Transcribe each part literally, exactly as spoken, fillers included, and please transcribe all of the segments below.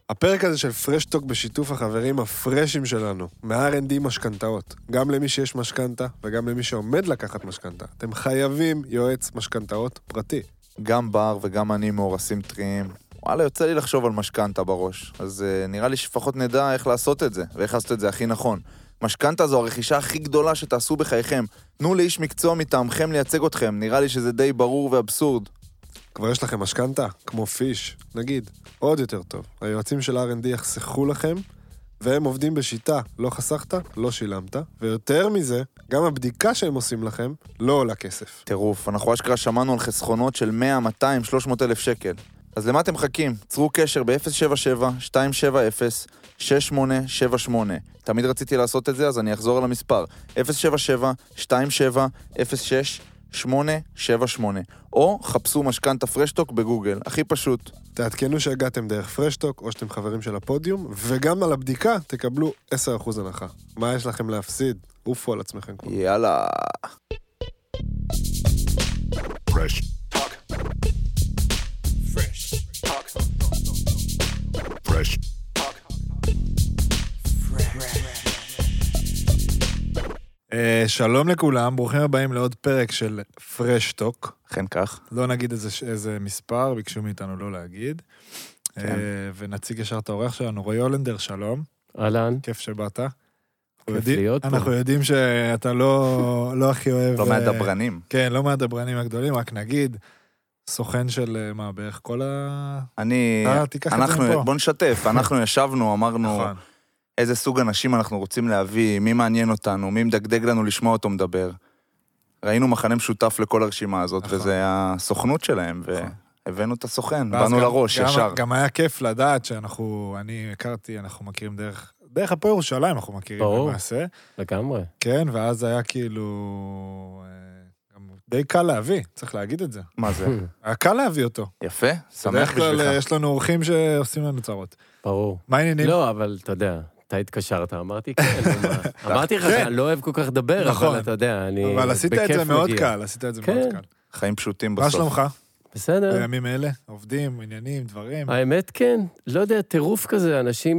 הפרק הזה של פרשטוק בשיתוף החברים הפרשים שלנו, מה-אר אנד די משכנתאות, גם למי שיש משכנתה וגם למי שעומד לקחת משכנתה. אתם חייבים יועץ משכנתאות פרטי. גם בר וגם אני מאורסים טריים. וואלה, יוצא לי לחשוב על משכנתה בראש. אז uh, נראה לי שפחות נדע איך לעשות את זה, ואיך לעשות את זה הכי נכון. משכנתה זו הרכישה הכי גדולה שתעשו בחייכם. תנו לאיש מקצוע מטעמכם לייצג אתכם. נראה לי שזה די ברור ואבסורד. כבר יש לכם משכנתה, כמו פיש, נגיד, עוד יותר טוב. היועצים של אר אנד די יחסכו לכם, והם עובדים בשיטה, לא חסכת, לא שילמת, ויותר מזה, גם הבדיקה שהם עושים לכם, לא עולה כסף. טירוף, אנחנו אשכרה שמענו על חסכונות של מאה, מאתיים, שלוש מאות אלף שקל. אז למה אתם מחכים? צרו קשר ב-אפס שבע שבע שתיים שבע אפס שש שמונה שבע שמונה. תמיד רציתי לעשות את זה, אז אני אחזור על המספר. אפס שבע שבע שתיים שבע אפס שש שמונה שבע שמונה. או חפשו משכנתה פרשטוק בגוגל. הכי פשוט. תעדכנו שהגעתם דרך פרשטוק, או שאתם חברים של הפודיום, וגם על הבדיקה תקבלו עשרה אחוז הנחה. מה יש לכם להפסיד? עופו על עצמכם כבר. יאללה. Fresh talk. Fresh talk. Fresh talk. Uh, שלום לכולם, ברוכים הבאים לעוד פרק של פרשטוק. אכן כך. לא נגיד איזה, איזה מספר, ביקשו מאיתנו לא להגיד. כן. Uh, ונציג ישר את האורח שלנו, רועי הולנדר, שלום. אהלן. כיף שבאת. כיף יודע, להיות פה. אנחנו יודעים שאתה לא, לא הכי אוהב... לא מהדברנים. כן, לא מהדברנים הגדולים, רק נגיד, סוכן של מה, בערך כל ה... אני... אה, תיקח אנחנו, את זה מפה. בוא נשתף, אנחנו ישבנו, אמרנו... נכון. איזה סוג אנשים אנחנו רוצים להביא, מי מעניין אותנו, מי מדגדג לנו לשמוע אותו מדבר. ראינו מחנה משותף לכל הרשימה הזאת, נכון. וזה הסוכנות שלהם, נכון. והבאנו את הסוכן, ואז באנו גם, לראש, גם, ישר. גם היה כיף לדעת שאנחנו, אני הכרתי, אנחנו מכירים דרך, דרך הפועל ירושלים אנחנו מכירים ברור. למעשה. לגמרי. כן, ואז היה כאילו, גם די קל להביא, צריך להגיד את זה. מה זה? היה קל להביא אותו. יפה, שמח בדרך כלל בשבילך. יש לנו אורחים שעושים לנו צרות. ברור. מה העניינים? לא, אבל אתה יודע, אתה התקשרת, אמרתי כן. מה- אמרתי לך כן. שאני לא אוהב כל כך לדבר, נכון. אבל אתה יודע, אני אבל עשית את בכיף זה מאוד מגיע. קל, עשית את זה כן. מאוד קל. חיים פשוטים מה בסוף. שלומך? בסדר. בימים אלה? עובדים, עניינים, דברים? האמת כן, לא יודע, טירוף כזה, אנשים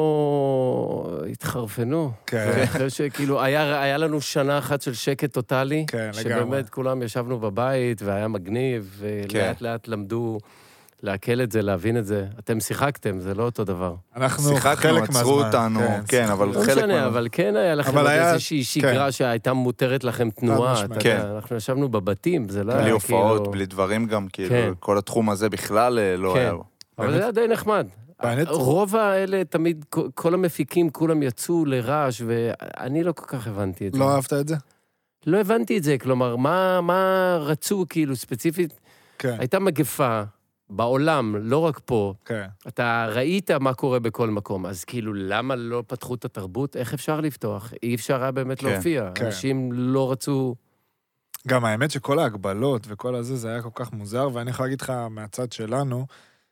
פה התחרפנו. כן. אחרי שכאילו, היה, היה לנו שנה אחת של שקט טוטלי, כן, לגמרי. שבאמת כולם ישבנו בבית, והיה מגניב, ולאט לאט למדו לעכל את זה, להבין את זה. אתם שיחקתם, זה לא אותו דבר. אנחנו שיחקנו, חלק מהזמן. עצרו אותנו, כן, אבל לא חלק... משנה, מה- אבל כן היה לכם אבל עוד היה- איזושהי שגרה שהייתה מותרת לכם תנועה. משמעית. אתה יודע, כן. אנחנו ישבנו בבתים, זה לא בלי היה הופעות, כאילו... בלי דברים גם, כן. כאילו, כל התחום הזה בכלל אה, לא כן. היה. אבל זה היה די נחמד. באמת? רוב האלה תמיד, כל- כל המפיקים, כולם יצאו לרעש, ואני לא כל כך הבנתי את זה. לא אהבת את זה? לא הבנתי את זה, כלומר, מה, מה רצו, כאילו, ספציפית? כן, הייתה מגפה בעולם, לא רק פה. כן. אתה ראית מה קורה בכל מקום, אז כאילו, למה לא פתחו את התרבות? איך אפשר לפתוח? אי אפשר היה באמת כן, להופיע. כן. אנשים לא רצו... גם האמת שכל ההגבלות וכל הזה, זה היה כל כך מוזר, ואני יכול להגיד לך מהצד שלנו,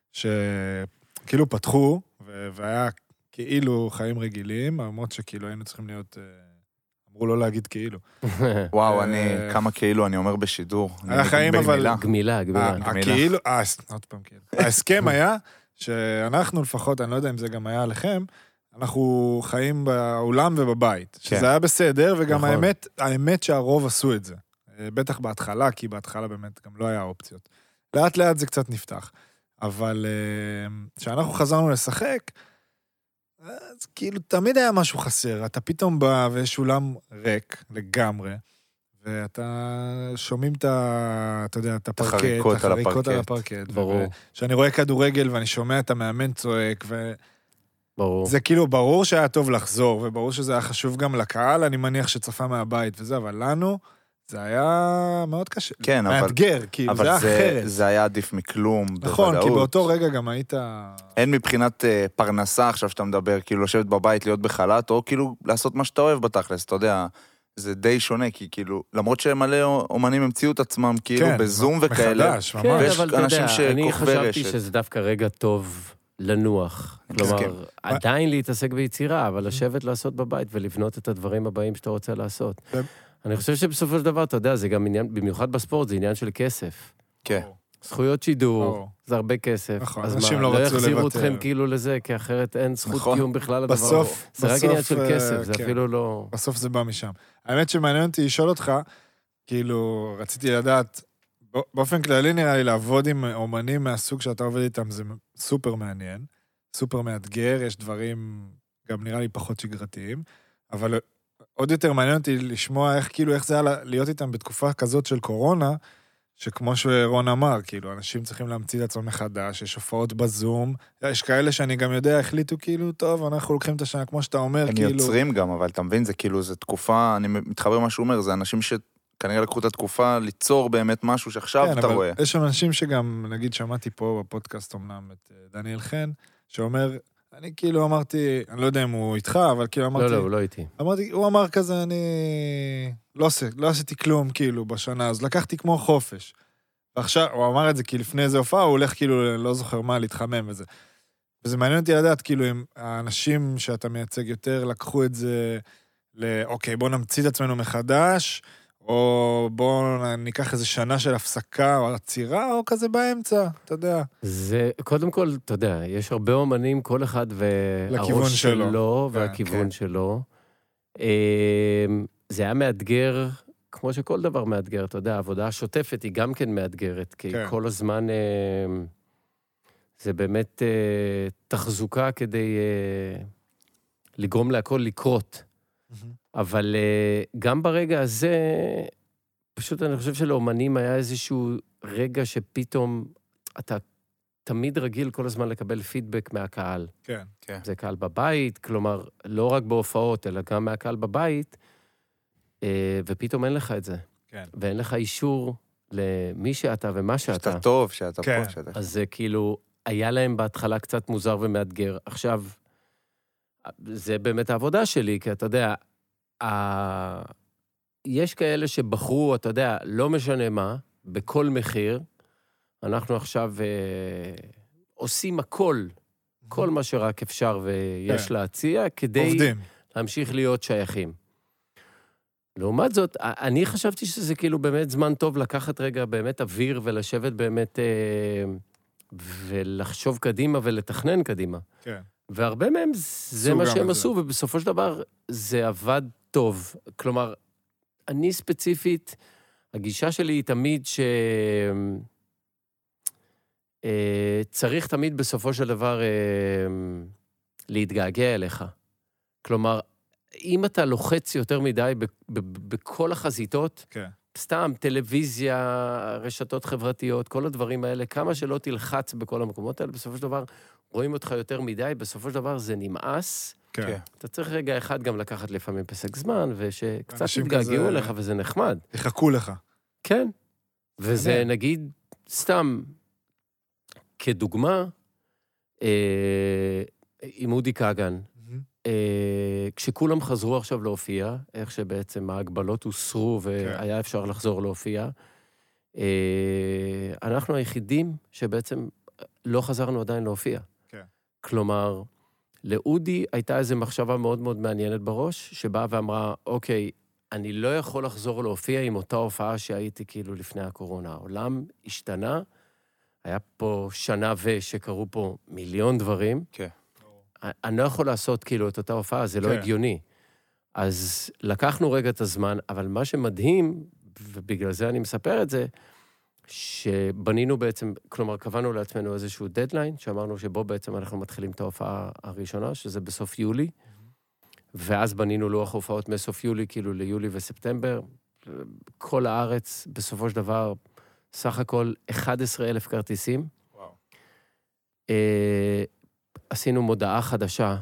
שכאילו פתחו, ו- והיה כאילו חיים רגילים, למרות שכאילו היינו צריכים להיות, אה, אמרו לא להגיד כאילו. וואו, אה, אני, כמה כאילו, אני אומר בשידור. היה אני חיים, במילה. אבל- גמילה, גמילה. ה- הכאילו, אה, עוד פעם כאילו. ההסכם היה שאנחנו לפחות, אני לא יודע אם זה גם היה עליכם, אנחנו חיים באולם ובבית, שזה כן. היה בסדר, וגם נכון. האמת, האמת שהרוב עשו את זה. אה, בטח בהתחלה, כי בהתחלה באמת גם לא היה אופציות. לאט לאט זה קצת נפתח. אבל אה, כשאנחנו חזרנו לשחק, אז כאילו תמיד היה משהו חסר. אתה פתאום בא ויש אולם ריק לגמרי, ואתה שומעים את ה... אתה יודע, את הפרקט, החריקות על החריקות על הפרקט. הפרקט. ברור. כשאני רואה כדורגל ואני שומע את המאמן צועק, וזה ברור. כאילו ברור שהיה טוב לחזור, וברור שזה היה חשוב גם לקהל, אני מניח שצפה מהבית וזה, אבל לנו זה היה מאוד קשה. כן, אבל- מאתגר, כאילו, זה היה אבל זה, אחרת. זה היה עדיף מכלום, נכון, בוודאות. כי באותו רגע גם היית... אין מבחינת אה, פרנסה עכשיו שאתה מדבר, כאילו לשבת בבית, להיות בחל"ת, או כאילו לעשות מה שאתה אוהב בתכלס, אתה יודע, זה די שונה, כי כאילו, למרות שמלא אומנים המציאו את עצמם, כאילו כן, בזום וכאלה, מחדש, ממש. כן, ויש אבל אתה אנשים יודע, אני שכוכבי חשבתי רשת. שזה דווקא רגע טוב לנוח. מסכים. כלומר, עדיין להתעסק ביצירה, אבל לשבת לעשות בבית ולבנות את הדברים הבאים שאתה רוצה לעשות. כן. אני חושב שבסופו של דבר, אתה יודע, זה גם עניין, במיוחד בספורט, זה עניין של כסף. כן. זכויות שידור, או. זה הרבה כסף. נכון, אז אנשים מה, לא לא רצו יחזירו לוותר. אתכם כאילו לזה, כי אחרת אין זכות נכון. קיום בכלל לדבר. בסוף, זה רק בסוף, עניין של אה, כסף, זה כן. אפילו לא... בסוף זה בא משם. האמת שמעניין אותי לשאול אותך, כאילו, רציתי לדעת, באופן כללי נראה לי לעבוד עם אומנים מהסוג שאתה עובד איתם, זה סופר מעניין, סופר מאתגר, יש דברים גם נראה לי פחות שגרתיים, אבל עוד יותר מעניין אותי לשמוע איך, כאילו, איך זה היה להיות איתם בתקופה כזאת של קורונה, שכמו שרון אמר, כאילו, אנשים צריכים להמציא את עצמם מחדש, יש הופעות בזום, יש כאלה שאני גם יודע, החליטו כאילו, טוב, אנחנו לוקחים את השנה, כמו שאתה אומר, הם כאילו... יוצרים גם, אבל אתה מבין, זה כאילו, זה תקופה, אני מתחבר מה שהוא אומר, זה אנשים שכנראה לקחו את התקופה ליצור באמת משהו שעכשיו כן, אתה אבל רואה. יש אנשים שגם, נגיד, שמעתי פה בפודקאסט אמנם את דניאל חן, שאומר, אני כאילו אמרתי, אני לא יודע אם הוא איתך, אבל כאילו אמרתי... לא, לא, הוא לא איתי. אמרתי, הוא אמר כזה, אני לא עושה, לא עשיתי כלום, כאילו, בשנה, אז לקחתי כמו חופש. ועכשיו, הוא אמר את זה כי לפני איזה הופעה, הוא הולך כאילו, לא זוכר מה, להתחמם וזה. וזה מעניין אותי לדעת, כאילו, אם האנשים שאתה מייצג יותר לקחו את זה ל, אוקיי, בוא נמציא את עצמנו מחדש, או בוא ניקח איזה שנה של הפסקה או עצירה, או כזה באמצע, אתה יודע. זה, קודם כל, אתה יודע, יש הרבה אומנים, כל אחד לכיוון והראש שלו. שלו, כן, והכיוון כן. שלו. זה היה מאתגר, כמו שכל דבר מאתגר, אתה יודע, העבודה השוטפת היא גם כן מאתגרת, כי כן. כל הזמן זה באמת תחזוקה כדי לגרום להכל לקרות. אבל גם ברגע הזה, פשוט אני חושב שלאומנים היה איזשהו רגע שפתאום אתה תמיד רגיל כל הזמן לקבל פידבק מהקהל. כן. כן. זה קהל בבית, כלומר, לא רק בהופעות, אלא גם מהקהל בבית, ופתאום אין לך את זה. כן. ואין לך אישור למי שאתה ומה שאתה. שאתה טוב, שאתה כן. פה, שאתה... אז זה כאילו, היה להם בהתחלה קצת מוזר ומאתגר. עכשיו, זה באמת העבודה שלי, כי אתה יודע, ה... יש כאלה שבחרו, אתה יודע, לא משנה מה, בכל מחיר, אנחנו עכשיו אה, עושים הכל, כל מה שרק אפשר ויש כן. להציע, כדי עובדים. להמשיך להיות שייכים. לעומת זאת, אני חשבתי שזה כאילו באמת זמן טוב לקחת רגע באמת אוויר ולשבת באמת אה, ולחשוב קדימה ולתכנן קדימה. כן. והרבה מהם זה מה שהם את עשו, ובסופו של דבר זה עבד טוב. כלומר, אני ספציפית, הגישה שלי היא תמיד ש... צריך תמיד בסופו של דבר להתגעגע אליך. כלומר, אם אתה לוחץ יותר מדי בכל החזיתות, כן. סתם טלוויזיה, רשתות חברתיות, כל הדברים האלה, כמה שלא תלחץ בכל המקומות האלה, בסופו של דבר רואים אותך יותר מדי, בסופו של דבר זה נמאס. כן. אתה צריך רגע אחד גם לקחת לפעמים פסק זמן, ושקצת אנשים תתגעגעו כזה- אליך, וזה נחמד. יחכו לך. כן. וזה מעניין. נגיד, סתם, כדוגמה, אה, עם אודי כגן, אה, כשכולם חזרו עכשיו להופיע, איך שבעצם ההגבלות הוסרו והיה אפשר לחזור להופיע, אה, אנחנו היחידים שבעצם לא חזרנו עדיין להופיע. כן. כלומר, לאודי הייתה איזו מחשבה מאוד מאוד מעניינת בראש, שבאה ואמרה, אוקיי, אני לא יכול לחזור להופיע עם אותה הופעה שהייתי כאילו לפני הקורונה. העולם השתנה, היה פה שנה ושקרו פה מיליון דברים. כן. אני לא יכול לעשות כאילו את אותה הופעה, זה לא כן. הגיוני. אז לקחנו רגע את הזמן, אבל מה שמדהים, ובגלל זה אני מספר את זה, שבנינו בעצם, כלומר, קבענו לעצמנו איזשהו דדליין, שאמרנו שבו בעצם אנחנו מתחילים את ההופעה הראשונה, שזה בסוף יולי, ואז בנינו לוח הופעות מסוף יולי, כאילו ליולי וספטמבר, כל הארץ, בסופו של דבר, סך הכל אחד עשר אלף כרטיסים. וואו. אה, עשינו מודעה חדשה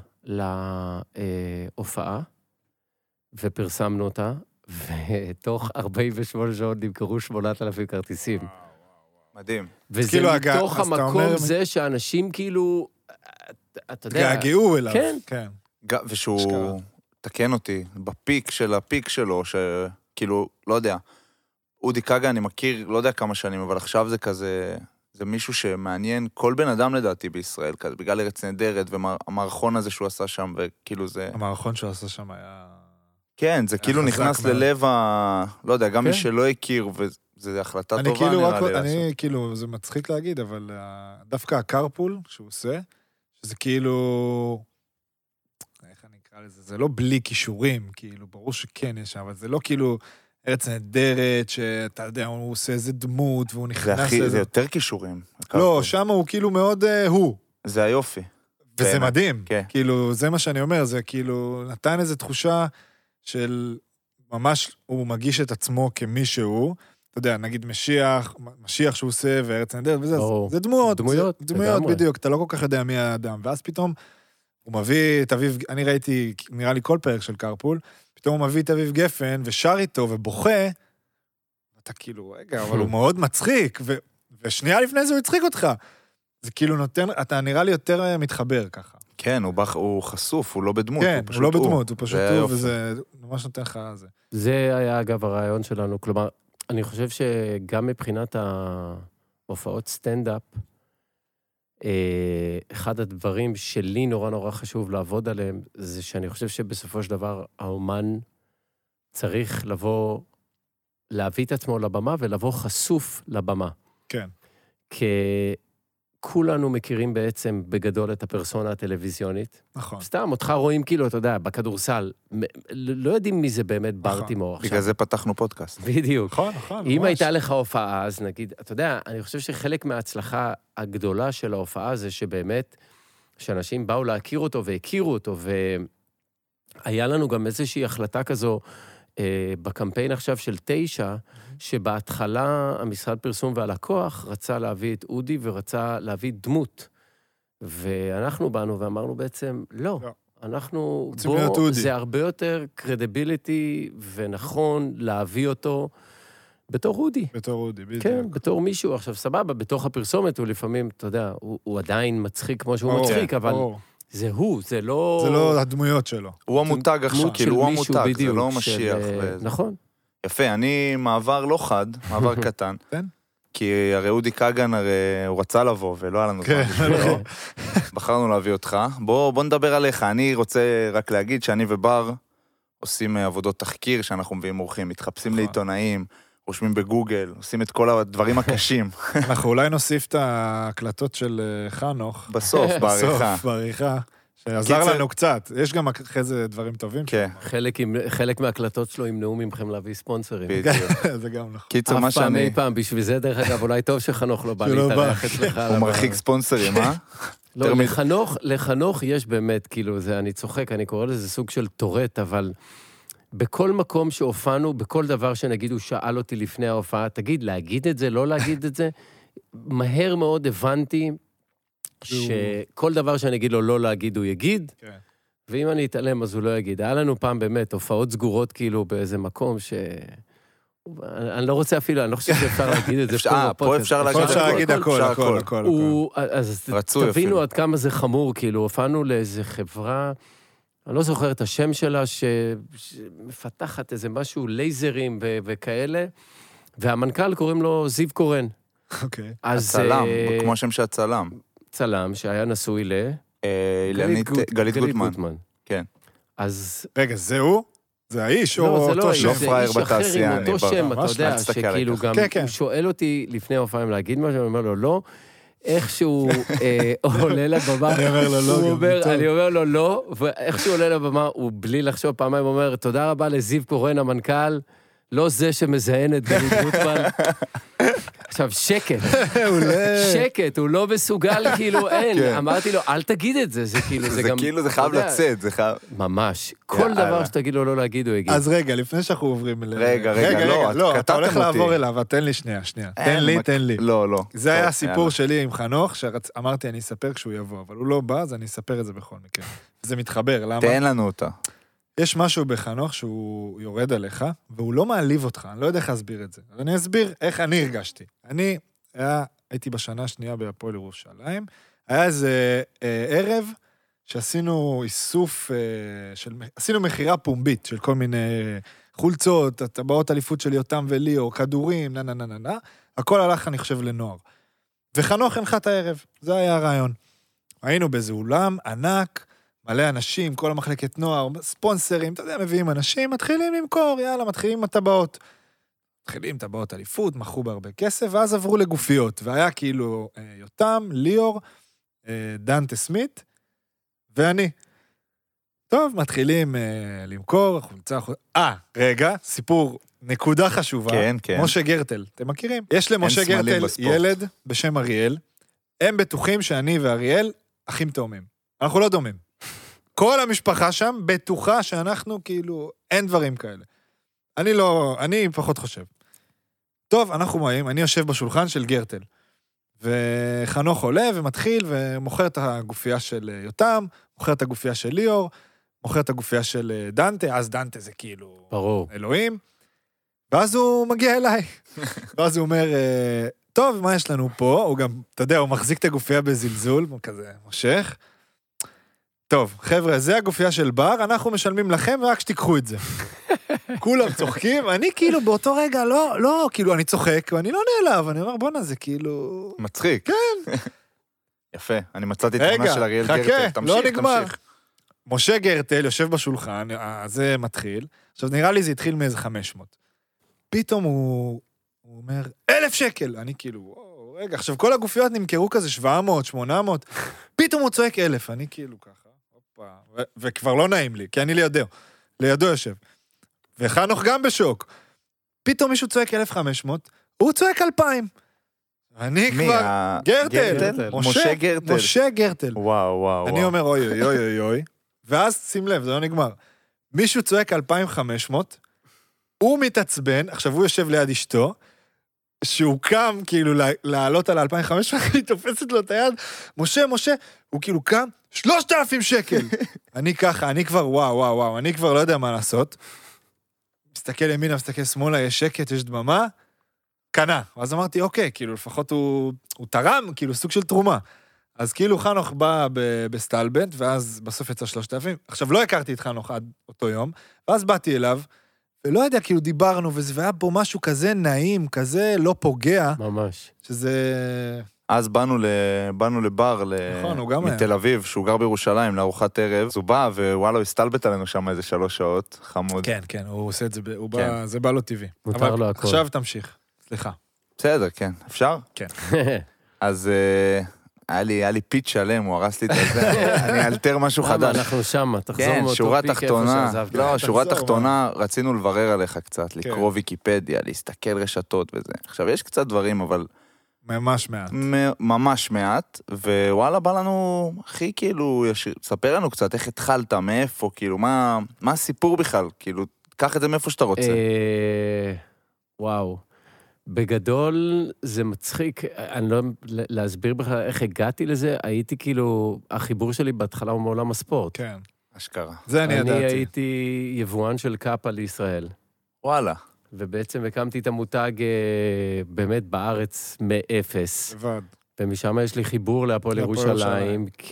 להופעה, ופרסמנו אותה, ותוך ארבעים ושמונה שעות נמכרו שמונת אלפים כרטיסים. מדהים. וזה כאילו, הגע- מתוך אז אתה המקום אומר- זה שאנשים כאילו, אתה יודע, געגעו אליו. כן. כן. ג- ושהוא, אשכרה. תקן אותי, בפיק של הפיק שלו, שכאילו, לא יודע, אודי כגן אני מכיר, לא יודע כמה שנים, אבל עכשיו זה כזה, זה מישהו שמעניין כל בן אדם לדעתי בישראל, כזה, בגלל ארץ נהדרת, והמערכון הזה שהוא עשה שם, וכאילו זה... המערכון שהוא עשה שם היה... כן, זה כאילו חזק נכנס מאוד. ללב ה... לא יודע, גם כן. מי שלא הכיר, זו החלטה אני טובה, כאילו, נראה רק, לי לעשות. אני כאילו, זה מצחיק להגיד, אבל uh, דווקא הקרפול שהוא עושה, שזה כאילו, איך אני אקרא לזה, זה לא בלי כישורים, כאילו, ברור שכן יש שם, אבל זה לא כאילו ארץ נהדרת, שאתה יודע, הוא עושה איזה דמות, והוא זה נכנס הכי, לזה. זה יותר כישורים. לא, שם הוא כאילו מאוד uh, הוא. זה היופי. וזה באמת, מדהים. כן. כאילו, זה מה שאני אומר, זה כאילו, נתן איזו תחושה של ממש, הוא מגיש את עצמו כמישהו, אתה יודע, נגיד משיח, משיח שהוא עושה, וארץ נהדרת, וזה, ברור. זה דמויות. דמויות, זה, דמויות, לגמרי. בדיוק, אתה לא כל כך יודע מי האדם. ואז פתאום, הוא מביא את אביב, אני ראיתי, נראה לי כל פרק של קרפול, פתאום הוא מביא את אביב גפן, ושר איתו, ובוכה, אתה כאילו, רגע, אבל הוא מאוד מצחיק, ו, ושנייה לפני זה הוא הצחיק אותך. זה כאילו נותן, אתה נראה לי יותר מתחבר ככה. כן, הוא, בח, הוא חשוף, הוא לא בדמות. כן, הוא, פשוט הוא לא בדמות, הוא פשוט זה הוא, היופי. וזה ממש נותן לך זה. זה היה אגב הרעיון שלנו, כלומר, אני חושב שגם מבחינת ההופעות סטנדאפ, אחד הדברים שלי נורא נורא חשוב לעבוד עליהם, זה שאני חושב שבסופו של דבר האומן צריך לבוא, להביא את עצמו לבמה ולבוא חשוף לבמה. כן. כולנו מכירים בעצם בגדול את הפרסונה הטלוויזיונית. נכון. סתם, אותך רואים כאילו, אתה יודע, בכדורסל, לא יודעים מי זה באמת ברטימור עכשיו. בגלל זה פתחנו פודקאסט. בדיוק. נכון, נכון. אם ממש. הייתה לך הופעה, אז נגיד, אתה יודע, אני חושב שחלק מההצלחה הגדולה של ההופעה זה שבאמת, שאנשים באו להכיר אותו והכירו אותו, והיה לנו גם איזושהי החלטה כזו, אה, בקמפיין עכשיו של תשע, שבהתחלה המשרד פרסום והלקוח רצה להביא את אודי ורצה להביא דמות. ואנחנו באנו ואמרנו בעצם, לא, לא. אנחנו, רוצים להיות בוא, אודי. זה הרבה יותר קרדיביליטי ונכון להביא אותו בתור אודי. בתור אודי, בדיוק. כן, בתור מישהו. עכשיו, סבבה, בתוך הפרסומת הוא לפעמים, אתה יודע, הוא, הוא עדיין מצחיק כמו שהוא ברור, מצחיק, אבל ברור. זה הוא, זה לא... זה לא הדמויות שלו. הוא המותג עכשיו, דמות כאילו של הוא מישהו המותג, זה בדיוק, לא של, משיח. אה, וזה. נכון. יפה, אני מעבר לא חד, מעבר קטן. כן? כי הרי אודי כגן, הרי הוא רצה לבוא, ולא היה לנו זמן כן. בשבילו. בחרנו להביא אותך. בוא, בוא נדבר עליך. אני רוצה רק להגיד שאני ובר עושים עבודות תחקיר, שאנחנו מביאים אורחים, מתחפשים נכון. לעיתונאים, רושמים בגוגל, עושים את כל הדברים הקשים. אנחנו אולי נוסיף את ההקלטות של אה, חנוך. בסוף, בעריכה. בסוף, בעריכה. שעזר קיצר- לנו קצת. יש גם אחרי זה דברים טובים. כן, חלק, עם- חלק מההקלטות שלו ימנעו מכם להביא ספונסרים. בדיוק. זה גם נכון. קיצר, מה אף פעם שאני... אי פעם, בשביל זה דרך אגב, אולי טוב שחנוך לא בא שלא להתארח בא. אצלך. על הוא הבמה. מרחיק ספונסרים, אה? לא, יותר מ- לחנוך, לחנוך יש באמת, כאילו, זה, אני צוחק, אני קורא לזה סוג של טורט, אבל בכל מקום שהופענו, בכל דבר שנגיד הוא שאל אותי לפני ההופעה, תגיד, להגיד את זה, לא להגיד את זה, מהר מאוד הבנתי שכל דבר שאני אגיד לו לא להגיד, הוא יגיד, כן. ואם אני אתעלם, אז הוא לא יגיד. היה לנו פעם באמת הופעות סגורות כאילו באיזה מקום ש... אני אני לא רוצה אפילו, אני לא חושב שאפשר להגיד את זה. אפשר- אה, פה בפודקאסט. אפשר פה להגיד אפשר הכל, להגיד הכל, אפשר הכל, הכל. הכל. הוא, אז רצוי תבינו אפילו. עד כמה זה חמור, כאילו, הופענו לאיזה חברה, אני לא זוכר את השם שלה, ש... שמפתחת איזה משהו, לייזרים ו... וכאלה, והמנכ"ל קוראים לו זיו קורן. אוקיי. אז הצלם, אה, כמו השם של הצלם. צלם שהיה נשוי ל... אה, גלית אילנית- גוט- גלית גוטמן. כן. אז רגע, זה הוא? זה האיש לא, או זה לא אותו האיש, שם? לא זה פראייר איש אחר בתעשייה, עם אני אותו בר- שם, אתה ממש, יודע, אל תסתכל שכאילו עליך. גם, כן, כן. הוא שואל אותי לפני ההופעה להגיד משהו, אני אומר לו לא, איכשהו אה, עולה לבמה, אני אומר לו לא, הוא גם, אומר, טוב. אני אומר לו לא, ואיכשהו עולה לבמה, הוא בלי לחשוב פעמיים אומר, תודה רבה לזיו קורן המנכ"ל, לא זה שמזיין את גלית גוטמן. עכשיו, שקט, שקט, הוא לא מסוגל, כאילו, אין. כן. אמרתי לו, אל תגיד את זה, זה כאילו, זה זה גם... כאילו, זה אתה חייב יודע, לצאת, זה חייב... ממש. כל יאללה. דבר שתגיד לו לא להגיד, הוא יגיד. אז רגע, לפני שאנחנו עוברים ל... רגע, רגע, לא, את לא, אתה קטעתם הולך אותי. לעבור אליו, אבל תן לי שנייה, שנייה. תן אין, לי, מק- תן לי. לא, לא. זה היה טוב, הסיפור יאללה. שלי עם חנוך, שאמרתי, אני אספר כשהוא יבוא, אבל הוא לא בא, אז אני אספר את זה בכל מקרה. זה מתחבר, למה? תן לנו אותה. יש משהו בחנוך שהוא יורד עליך, והוא לא מעליב אותך, אני לא יודע איך להסביר את זה. אז אני אסביר איך אני הרגשתי. אני היה, הייתי בשנה השנייה בהפועל ירושלים, היה איזה אה, ערב שעשינו איסוף, אה, של, עשינו מחירה פומבית של כל מיני חולצות, טבעות אליפות של יותם וליאור, כדורים, נה נה נה נה נה, הכל הלך, אני חושב, לנוער. וחנוך הנחה את הערב, זה היה הרעיון. היינו באיזה אולם ענק, מלא אנשים, כל המחלקת נוער, ספונסרים, אתה יודע, מביאים אנשים, מתחילים למכור, יאללה, מתחילים עם הטבעות. מתחילים טבעות אליפות, מכרו בהרבה כסף, ואז עברו לגופיות, והיה כאילו אה, יותם, ליאור, אה, דנטה סמית, ואני. טוב, מתחילים אה, למכור, חולצה, חולצה, אה, רגע, סיפור, נקודה חשובה, כן, כן. משה גרטל, אתם מכירים? יש למשה סמלים גרטל בספורט. ילד בשם אריאל, הם בטוחים שאני ואריאל אחים תאומים. אנחנו לא דומים. כל המשפחה שם בטוחה שאנחנו כאילו, אין דברים כאלה. אני לא, אני פחות חושב. טוב, אנחנו רואים, אני יושב בשולחן של גרטל, וחנוך עולה ומתחיל ומוכר את הגופייה של יותם, מוכר את הגופייה של ליאור, מוכר את הגופייה של דנטה, אז דנטה זה כאילו ברור. אלוהים, ואז הוא מגיע אליי, ואז הוא אומר, טוב, מה יש לנו פה? הוא גם, אתה יודע, הוא מחזיק את הגופייה בזלזול, הוא כזה מושך. טוב, חבר'ה, זה הגופייה של בר, אנחנו משלמים לכם ורק שתיקחו את זה. כולם צוחקים, אני כאילו באותו רגע, לא, לא, כאילו אני צוחק, ואני לא נעלב, אני אומר, בוא נזה, כאילו... מצחיק. כן. יפה, אני מצאתי רגע, תמונה של אריאל חכה, גרטל. תמשיך, לא נגמר. תמשיך. משה גרטל יושב בשולחן, זה מתחיל, עכשיו נראה לי זה התחיל מאיזה חמש מאות. פתאום הוא, הוא אומר, אלף שקל, אני כאילו, וואו, רגע, עכשיו כל הגופיות נמכרו כזה שבע מאות, שמונה מאות, פתאום הוא צועק אלף, אני כאילו ככה, הופה, ו- וכבר לא נעים לי, כי אני לידו, לידו יושב. וחנוך גם בשוק. פתאום מישהו צועק אלף וחמש מאות, הוא צועק אלפיים. אני מי? כבר, ה- גרטל, גרטל? משה, משה גרטל. משה גרטל. וואו, וואו, אני וואו. אומר, אוי, אוי, אוי, אוי, אוי, ואז שים לב, זה לא נגמר. מישהו צועק אלפיים וחמש מאות, הוא מתעצבן, עכשיו הוא יושב ליד אשתו, שהוא קם כאילו לעלות על אלפיים וחמש מאות, היא תופסת לו את היד, משה, משה, הוא כאילו קם, שלושת אלפים שקל. אני ככה, אני כבר, וואו, וואו, וואו, אני כבר לא יודע מה לעשות. מסתכל ימינה, מסתכל שמאלה, יש שקט, יש דממה, קנה. ואז אמרתי, אוקיי, כאילו לפחות הוא, הוא תרם, כאילו סוג של תרומה. אז כאילו חנוך בא ב- בסטלבנט, ואז בסוף יצא שלושת אלפים. עכשיו לא הכרתי את חנוך עד אותו יום, ואז באתי אליו, ולא יודע, כאילו דיברנו, וזה והיה פה משהו כזה נעים, כזה לא פוגע, ממש. שזה... אז באנו, ל... באנו לבר, ל... נכון, הוא גם היה. מתל אביב, שהוא גר בירושלים, לארוחת ערב. אז הוא בא, ווואלה, הוא הסתלבט עלינו שם איזה שלוש שעות, חמוד. כן, כן, הוא עושה את זה, ב- הוא כן. בא, זה בא לו טבעי. מותר אבל לו הכל. עכשיו תמשיך, סליחה. בסדר, כן. אפשר? כן. אז אה, היה לי, היה לי פיץ' שלם, הוא הרס לי את זה. אני אלתר משהו למה, חדש. אנחנו שמה, תחזור כן, מאותו שורה פיק איפה תחתונה, שעזבת. לא, שורה תחזור, תחתונה, רצינו לברר עליך קצת, כן. לקרוא ויקיפדיה, להסתכל רשתות וזה. עכשיו, יש קצת דברים, אבל ממש מעט. מ- ממש מעט, ווואלה, בא לנו, הכי כאילו, ישיר, ספר לנו קצת איך התחלת, מאיפה, כאילו, מה, מה הסיפור בכלל, כאילו, קח את זה מאיפה שאתה רוצה. אה, וואו. בגדול זה מצחיק, אני לא להסביר בכלל איך הגעתי לזה, הייתי כאילו, החיבור שלי בהתחלה הוא מעולם הספורט. כן. אשכרה. זה אני אני ידעתי. הייתי יבואן של קאפה לישראל, וואלה. ובעצם הקמתי את המותג אה, באמת בארץ מאפס, לבד. ומשם יש לי חיבור להפועל להפועל ירושלים, כ...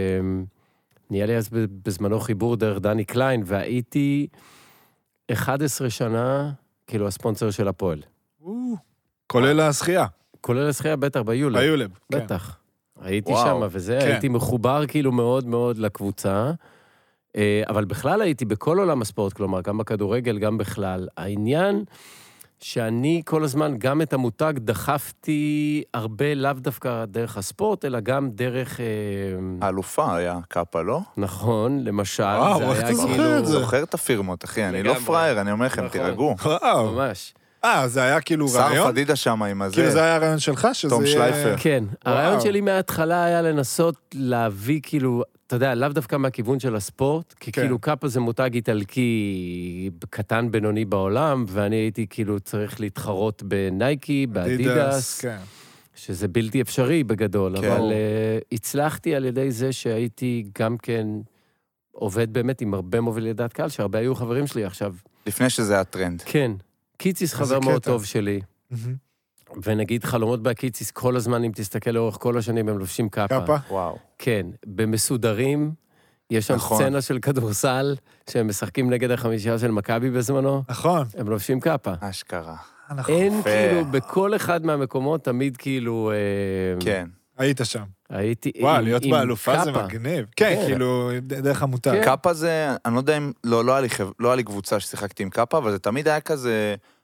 נהיה לי אז בזמנו חיבור דרך דני קליין, והייתי אחת עשרה שנה, כאילו הספונסר של הפועל. כולל השחייה. כולל השחייה בטח ביולב. ביולב. כן. בטח. הייתי וואו. שם, וזה, כן. הייתי מחובר כאילו מאוד מאוד לקבוצה, אה, אבל בכלל הייתי בכל עולם הספורט, כלומר, גם בכדורגל, גם בכלל. העניין שאני כל הזמן, גם את המותג דחפתי הרבה, לאו דווקא דרך הספורט, אלא גם דרך... אה, האלופה היה קאפה, לא? נכון, למשל, וואו, זה איך היה אתה זוכר כאילו... את זה? זוכר את הפירמות, אחי, אני לא לגמרי. פראייר, אני אומר לכם, נכון. תירגעו. וואו. ממש. אה, זה היה כאילו שר רעיון? פדידה שם עם הזה. כאילו זה היה רעיון שלך? שזה תום יהיה- שלייפר. כן, הרעיון וואו. שלי מההתחלה היה לנסות להביא כאילו, אתה יודע, לאו דווקא מהכיוון של הספורט, כי כן. כאילו קאפה זה מותג איטלקי קטן בינוני בעולם, ואני הייתי כאילו צריך להתחרות בנייקי, באדידס, כן. שזה בלתי אפשרי בגדול, כן. אבל uh, הצלחתי על ידי זה שהייתי גם כן עובד באמת עם הרבה מובילי דעת קהל, שהרבה היו חברים שלי עכשיו. לפני שזה היה טרנד. כן, קיציס איזה חבר מאוד קטע. טוב שלי. מהמם. ונגיד חלומות בהקיציס, כל הזמן, אם תסתכל לאורך כל השנים, הם לובשים קאפה. קאפה? וואו. כן, במסודרים, יש שם נכון. סצנה של כדורסל, שהם משחקים נגד החמישייה של מכבי בזמנו, נכון. הם לובשים קאפה. אשכרה. נכון. אין יפה. כאילו, בכל אחד מהמקומות, תמיד כאילו... אה, כן. היית שם. הייתי וואו, עם- להיות עם באלופה זה קאפה. מגניב. כן, כן. כאילו, ד- דרך המותג. כן. קאפה זה, אני לא יודע אם, לא, לא היה לי, חב- לא היה לי קבוצה ששיחקתי עם קאפה, אבל זה תמיד היה כזה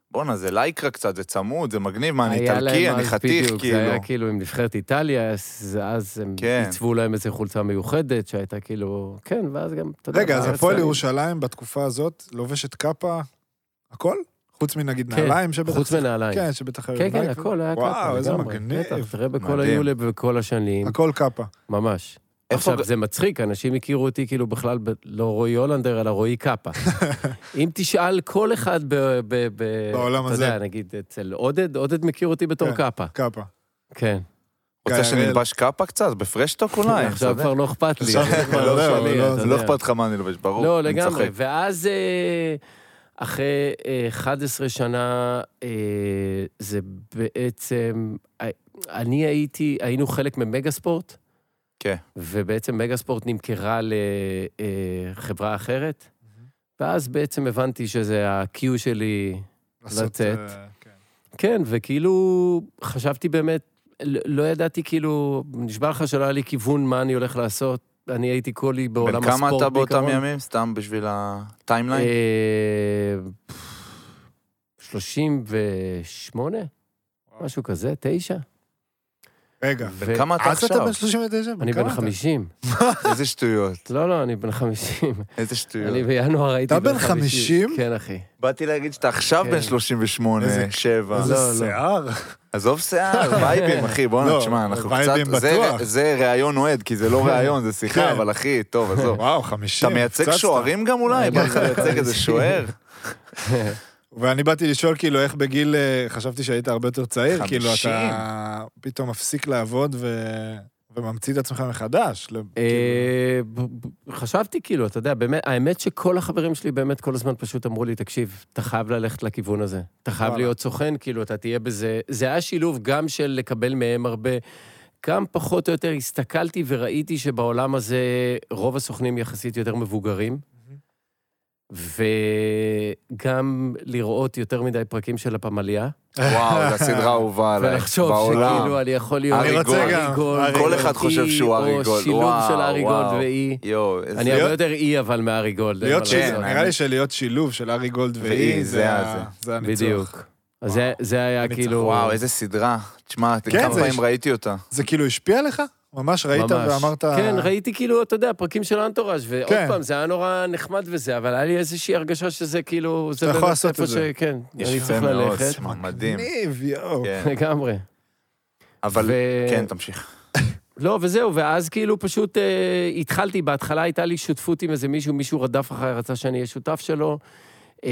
בואנה, זה לייקרה קצת, זה צמוד, זה מגניב, מה, אני היה איטלקי, להם אני אז חתיך, בדיוק, כאילו. זה היה כאילו עם נבחרת איטליה, אז, אז הם כן. עיצבו להם איזו חולצה מיוחדת, שהייתה כאילו, כן, ואז גם, אתה יודע, רגע, אז בארץ הפועל אני- ירושלים בתקופה הזאת לובשת קאפה, הכל? חוץ מנגיד כן, נעליים שבטח... חוץ מנעליים. כן, שבטח... כן, היו כן, בית. הכל היה קאפה. וואו, איזה לגמרי, מגניב. בטח, תראה בכל מדהים. היולב ובכל השנים, הכל קאפה. ממש. איפה עכשיו, ג- זה מצחיק, אנשים הכירו אותי כאילו בכלל, ב- לא רועי הולנדר, אלא רועי קאפה. אם תשאל כל אחד ב... ב- ב- בעולם אתה הזה. יודע, נגיד, אצל עודד, עודד מכיר אותי בתור כן. קאפה. קאפה. כן. רוצה גיא שנלבש קאפה קצת? בפרשטוק אולי? עכשיו בסדר? כבר לא אכפת לי. עכשיו זה כבר כבר לא, שלי, אבל לא, אתה זה לא יודע. אכפת לך מה אני לובש, ברור. לא, אני לגמרי. צוחק. ואז אה, אחרי אה, אחת עשרה שנה, אה, זה בעצם, אה, אני הייתי, היינו חלק ממגה ספורט, כן. ובעצם מגה ספורט נמכרה לחברה אחרת, ואז בעצם הבנתי שזה ה-Q שלי לעשות, לצאת. אה, כן. כן, וכאילו חשבתי באמת, לא לא ידעתי כאילו, נשבע לך שלא היה לי כיוון מה אני הולך לעשות, אני הייתי כולי בעולם בן הספורט כמה אתה באותם בעיקרון. ימים? סתם בשביל הטיימליין? אה, שלושים ושמונה? משהו כזה, תשע? רגע, ו- כמה אתה אז אתה עכשיו? בן שלושים ותשע? אני כמה בן אתה? חמישים. איזה שטויות. לא, לא, אני בן חמישים. איזה אני שטויות. בינואר הייתי אתה בן חמישים? כן, אחי. באתי להגיד שאתה עכשיו כן. בן שלושים ושמונה, איזה- שבע. איזה לא, לא. שיער. עזוב שיער, וייבים, אחי, בוא לא, נשמע, אנחנו וייבים קצת... זה- בטוח. זה ראיון אוהד, כי זה לא ראיון, זה שיחה, כן. אבל אחי, טוב, עזוב. וואו, חמישים. אתה מייצג הפצצת. שוערים גם אולי? בא לך לייצג איזה שוער? ואני באתי לשאול כאילו איך בגיל, אה, חשבתי שהיית הרבה יותר צעיר, כאילו חמישים. אתה פתאום מפסיק לעבוד ו... וממציא את עצמך מחדש. ל- כאילו, אה, ב- ב- חשבתי כאילו, אתה יודע, באמת, האמת שכל החברים שלי באמת כל הזמן פשוט אמרו לי, תקשיב, אתה חייב ללכת לכיוון הזה. אתה חייב וואלה. להיות סוכן, כאילו, אתה תהיה בזה. זה היה שילוב גם של לקבל מהם הרבה, גם פחות או יותר הסתכלתי וראיתי שבעולם הזה רוב הסוכנים יחסית יותר מבוגרים, וגם לראות יותר מדי פרקים של הפמליה, וואו, זו הסדרה האהובה עליי. ולחשוב בעולם. שכאילו אני יכול להיות... ארי רוצה גולד. גם, גולד, ארי כל גולד. אחד חושב אי, שהוא ארי או גולד. שילוב וואו, של ארי גולד וואו. ואי. יואו, איזה... אני להיות- הרבה יותר אי אבל מארי גולד. אין להיות מה שילוב, כן, לעשות. נראה לי שלהיות שילוב של ארי גולד ואי, ואי, זה זה ה- ה- זה הניצוח. בדיוק. אז זה- זה היה הניצחון. כאילו... וואו, איזה סדרה. תשמע, כן, כמה זה פעמים יש- ראיתי אותה. זה כאילו השפיע לך? ממש ראית ממש. ואמרת... כן, ראיתי כאילו, אתה יודע, פרקים של אנטוראז' ועוד כן. פעם, זה היה נורא נחמד וזה, אבל היה לי איזושהי הרגשה שזה כאילו... זה אתה יכול באמת לעשות איפה את זה. ש- כן, אני יפה צריך מאוד, ללכת. מדהים. מגניב, יואו. כן. לגמרי. אבל, ו- כן, תמשיך. לא, וזהו, ואז כאילו פשוט אה, התחלתי, בהתחלה הייתה לי שותפות עם איזה מישהו, מישהו רדף אחרי, רצה שאני אהיה שותף שלו, אה,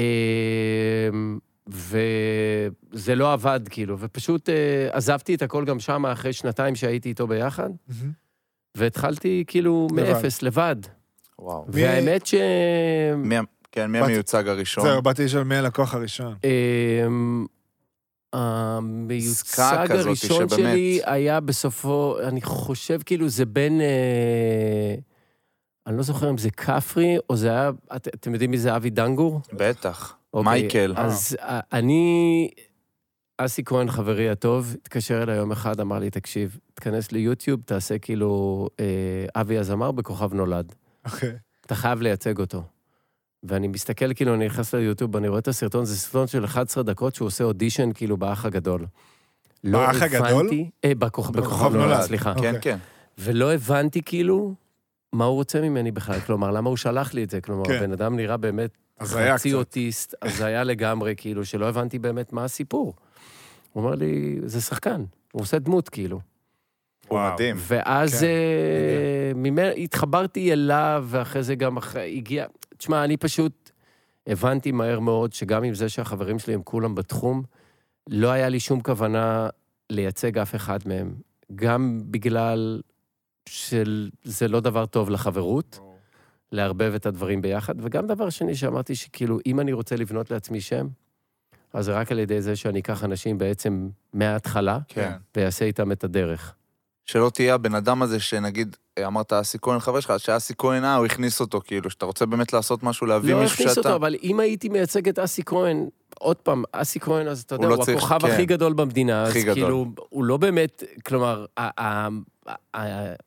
וזה לא עבד כאילו, ופשוט אה, עזבתי את הכל גם שם אחרי שנתיים שהייתי איתו ביחד, מהמם. והתחלתי כאילו לבד. מאפס, לבד. וואו. מי- והאמת ש... מי ה- כן, מי בת- המיוצג הראשון? זהו, באתי לשאול מי הלקוח הראשון. אמ, עסקה המיוצג כזאת הראשון שבאמת- שלי היה בסופו, אני חושב כאילו זה בין, אה, אני לא זוכר אם זה כפרי, או זה היה, את, אתם יודעים מי זה אבי דנגור? בטח. אוקיי, מייקל. אז אה, אני, אסי כהן, חברי הטוב, התקשר אליי יום אחד, אמר לי, תקשיב, תכנס ליוטיוב, תעשה כאילו אה, אבי הזמר בכוכב נולד. אוקיי. אתה חייב לייצג אותו. ואני מסתכל, כאילו, אני נכנס ליוטיוב, אני רואה את הסרטון, זה סרטון של אחת עשרה דקות, שהוא עושה אודישן, כאילו, באח הגדול. לא באח הגדול? הבנתי- אה, בכוכב בכוכב בכוכב נולד, נולד. סליחה. כן, אוקיי. כן. ולא הבנתי, כאילו, מה הוא רוצה ממני בכלל, כלומר, למה הוא שלח לי את זה? כלומר, כן. הבן אדם נראה באמת אז היה חצי קצת. אוטיסט, אז היה לגמרי, כאילו, שלא הבנתי באמת מה הסיפור. הוא אומר לי, זה שחקן, הוא עושה דמות, כאילו. הוא וואו. מדהים. ואז כן. אה, ממנו, התחברתי אליו, ואחרי זה גם אחרי, הגיע... תשמע, אני פשוט הבנתי מהר מאוד שגם עם זה שהחברים שלי הם כולם בתחום, לא היה לי שום כוונה לייצג אף אחד מהם. גם בגלל שזה לא דבר טוב לחברות, לערבב את הדברים ביחד, וגם דבר שני שאמרתי שכאילו, אם אני רוצה לבנות לעצמי שם, אז זה רק על ידי זה שאני אקח אנשים בעצם מההתחלה, כן. ויעשה איתם את הדרך. שלא תהיה הבן אדם הזה שנגיד, אמרת אסי כהן חבר שלך, שאסי כהן, אה, הוא הכניס אותו, כאילו, שאתה רוצה באמת לעשות משהו, להביא לא מישהו הכניס שאתה... אותו, אבל אם הייתי מייצג את אסי כהן, עוד פעם, אסי כהן, אז אתה יודע, הוא לא הוא צריך- הכוכב כן. הכי גדול במדינה, אז הכי גדול. כאילו, הוא לא באמת, כלומר, ה- ה- ה-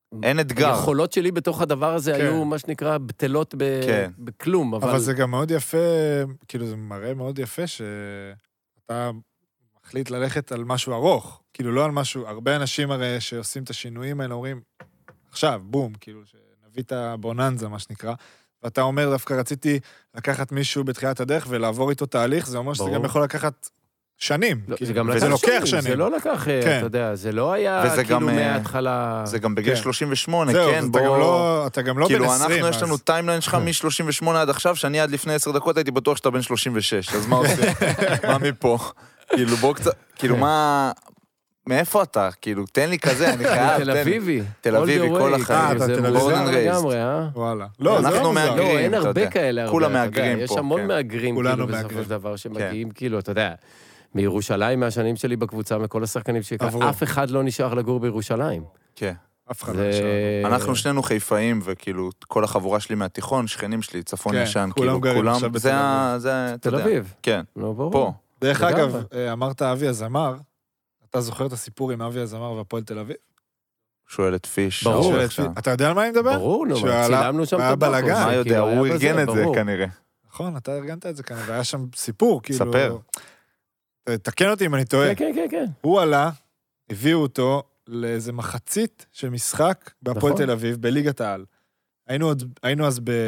אין אתגר. היכולות שלי בתוך הדבר הזה כן. היו, מה שנקרא, בטלות ב... כן. בכלום, אבל... אבל זה גם מאוד יפה, כאילו זה מראה מאוד יפה שאתה מחליט ללכת על משהו ארוך, כאילו לא על משהו, הרבה אנשים הרי שעושים את השינויים האלה אומרים, עכשיו, בום, כאילו שנביא את הבוננזה, מה שנקרא, ואתה אומר, דווקא רציתי לקחת מישהו בתחילת הדרך ולעבור איתו תהליך, זה אומר שזה ברור. גם יכול לקחת שנים. לא, כאילו, זה גם וזה לקח לוקח שנים, שנים. זה לא לקח, כן. אתה יודע, זה לא היה וזה כאילו גם, אה, מההתחלה... זה גם בגיל כן. שלושים ושמונה, זהו, כן, אתה בוא... גם לא, אתה גם לא בן כאילו, עשרים. אנחנו, יש לנו אז- טיימליין שלך מ-שלושים ושמונה עד עכשיו, שאני עד לפני עשר דקות הייתי בטוח שאתה בן שלושים ושש, אז מה עושים? מה מפה? כאילו, בוא קצת, כאילו, מה... מאיפה אתה? כאילו, תן לי כזה, אני חייב, תל תן לי. אביבי. תל אביבי, all the כל way, החיים. אה, כאילו, אתה זה תל מוזר אביבי. לגמרי, אה? וואלה. לא, זה אנחנו לא מוזר. מהגרים. לא, אין אתה הרבה יודע. כאלה, הרבה, כולם אתה יודע, מהגרים יש פה, המון כן. מהגרים, כולנו כאילו, בסופו מהגרים. של דבר, שמגיעים, כאילו, אתה יודע, מירושלים, מהשנים שלי בקבוצה, מכל השחקנים שלי, עברו. אף אחד לא נשאר לגור בירושלים. כן. אף אחד לא זה- נשאר. אנחנו שנינו חיפאים, וכאילו, כל החבורה שלי מהתיכון, שכנים שלי, צפון כן, ישן, כולם כאילו, גרים כולם, עכשיו בתל זה ה... זה, אתה תל יודע. אביב. כן, לא, ברור. פה. דרך לגמרי. אגב, אה, אמרת אבי הזמר, אתה זוכר את הסיפור עם אבי הזמר והפועל תל אביב? שואל את פיש. ברור. שואל את שואל את פיש. פי- אתה יודע על מה אני מדבר? ברור, נו, שהוא מה, עלה- צילמנו שם היה את הבקוס. בלגן. מה כאילו, יודע, הוא היה ארגן בזה, את זה ברור. כנראה. נכון, אתה ארגנת את זה כנראה, והיה שם סיפור, כאילו... ספר. תקן אותי אם אני טועה. כן, כן, כן, כן. הוא עלה, הביאו אותו לאיזה מחצית של משחק בהפועל נכון. תל אביב, בליגת העל. היינו, עוד, היינו אז ב...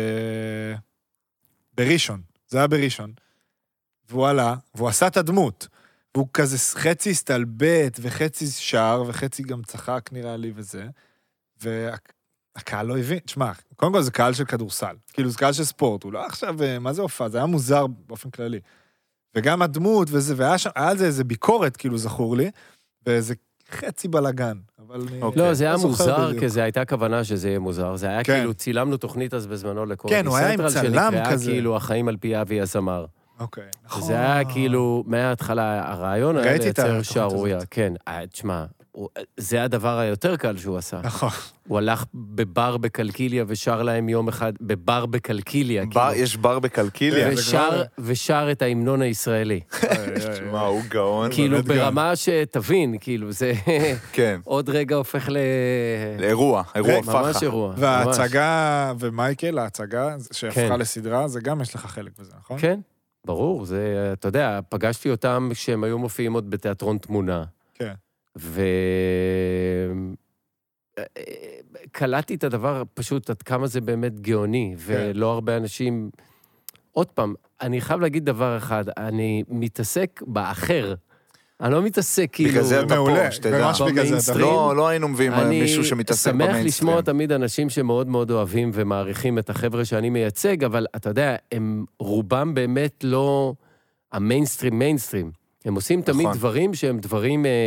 בראשון, זה היה בראשון. והוא עלה, והוא עשה את הדמות. והוא כזה חצי הסתלבט, וחצי שר, וחצי גם צחק נראה לי וזה. והקהל לא הבין, תשמע, קודם כל זה קהל של כדורסל. כאילו זה קהל של ספורט, הוא לא עכשיו, מה זה הופעה? זה היה מוזר באופן כללי. וגם הדמות וזה, והיה שם, היה על זה איזה ביקורת, כאילו, זכור לי, ואיזה חצי בלגן, אבל אני... אוקיי. לא, זה היה לא זוכר מוזר, בדיוק. כי זה הייתה כוונה שזה יהיה מוזר. זה היה כן. כאילו, צילמנו תוכנית אז בזמנו לקורדי כן, הוא היה עם סנטרל, צלם שנקראה כזה. כאילו החיים על פי אבי הזמר. אוקיי, נכון. שזה היה כאילו, מההתחלה, הרעיון היה ראיתי את לייצר התוכנית שערוריה. הזאת. כן, אה, תשמע, הוא- זה הדבר היותר קל שהוא עשה. נכון. הוא הלך בבר בקלקיליה ושר להם יום אחד, בבר בקלקיליה, בר- כאילו. יש בר בקלקיליה. כן, זה ושר, כבר- ושר את ההמנון הישראלי. מה, הוא גאון. כאילו, באמת גם. ברמה שתבין, כאילו, זה כן. עוד רגע הופך ל... לאירוע, אירוע רגע, פח"א. ממש אירוע. ממש. וההצגה, ומייקל, ההצגה שהפכה כן. לסדרה, זה גם יש לך חלק בזה, נכון? כן, ברור, זה, אתה יודע, פגשתי אותם כשהם היו מופיעים עוד בתיאטרון תמונה. כן. ו... קלטתי את הדבר פשוט עד כמה זה באמת גאוני, ולא הרבה אנשים... עוד פעם, אני חייב להגיד דבר אחד, אני מתעסק באחר. אני לא מתעסק כאילו... בגלל זה אתה מעולה, פה, שתדע. ממש בגלל זה אתה במיינסטרים. לא, לא היינו מביאים מישהו שמתעסק אני שמח במיינסטרים. לשמוע תמיד אנשים שמאוד מאוד אוהבים ומעריכים את החבר'ה שאני מייצג, אבל אתה יודע, הם רובם באמת לא המיינסטרים מיינסטרים. הם עושים תמיד נכון. דברים שהם דברים אה,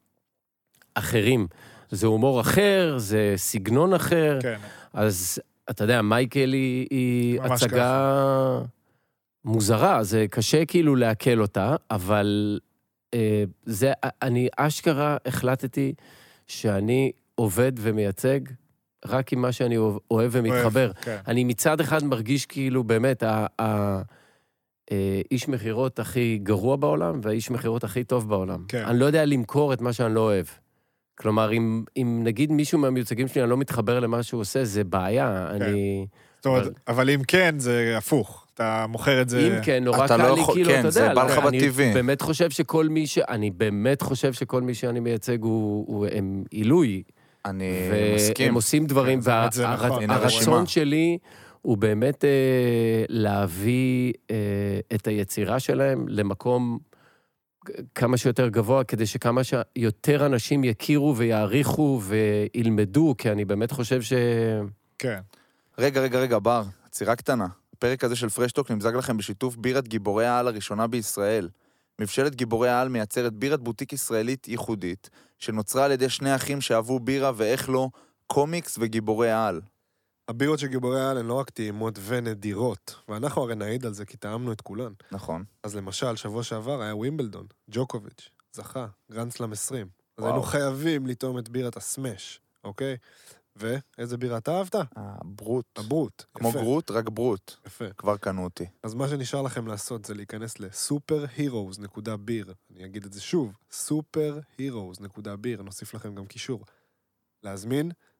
אחרים. זה הומור אחר, זה סגנון אחר. כן. אז אתה יודע, מייקל היא, היא ממש הצגה מוזרה, זה קשה כאילו לעכל אותה, אבל אה, זה, אני אשכרה החלטתי שאני עובד ומייצג רק עם מה שאני אוהב ומתחבר. כן. אני מצד אחד מרגיש כאילו באמת ה- ה- אה, איש מחירות הכי גרוע בעולם, והאיש מחירות הכי טוב בעולם. כן. אני לא יודע למכור את מה שאני לא אוהב. כלומר, אם, אם נגיד מישהו מהמיוצגים שלי, אני לא מתחבר למה שהוא עושה, זה בעיה. כן. אני... זאת אומרת, אבל- אבל אם כן, זה הפוך. אתה מוכר את זה... אם כן, נורא אתה קל לא לי, יכול- כאילו, כן, אתה זה יודע, בא לך אני בטבעי. באמת חושב שכל מי ש... אני באמת חושב שכל מי שאני מייצג הוא, הוא הם עילוי. אני והם מסכים. עושים דברים, כן, זה באמת, זה נכון. הנה הרשימה. והרצון שלי הוא באמת אה, להביא אה, את היצירה שלהם למקום כמה שיותר גבוה, כדי שכמה שיותר אנשים יכירו ויעריכו וילמדו, כי אני באמת חושב ש... כן. רגע, רגע, רגע, בר, עצירה קטנה. הפרק הזה של פרשטוק נמזג לכם בשיתוף בירת גיבורי העל הראשונה בישראל. מבשלת גיבורי העל מייצרת בירת בוטיק ישראלית ייחודית, שנוצרה על ידי שני אחים שאהבו בירה ואיך לא, קומיקס וגיבורי העל. הבירות של גיבורי העל הן לא רק טעימות ונדירות, ואנחנו הרי נעיד על זה כי טעמנו את כולן. נכון. אז למשל, שבוע שעבר היה ווימבלדון, ג'וקוביץ', זכה, גרנד סלאם עשרים. אז וואו. היינו חייבים לטעום את בירת הסמש, אוקיי? ואיזה בירה אתה אהבת? הברוט. הברוט. כמו יפה, גרוט, רק ברוט. יפה. כבר קנו אותי. אז מה שנשאר לכם לעשות זה להיכנס לסופר הירוז נקודה ביר. אני אגיד את זה שוב, סופר הירוז נקודה ביר, נוסיף לכם גם קישור. להזמין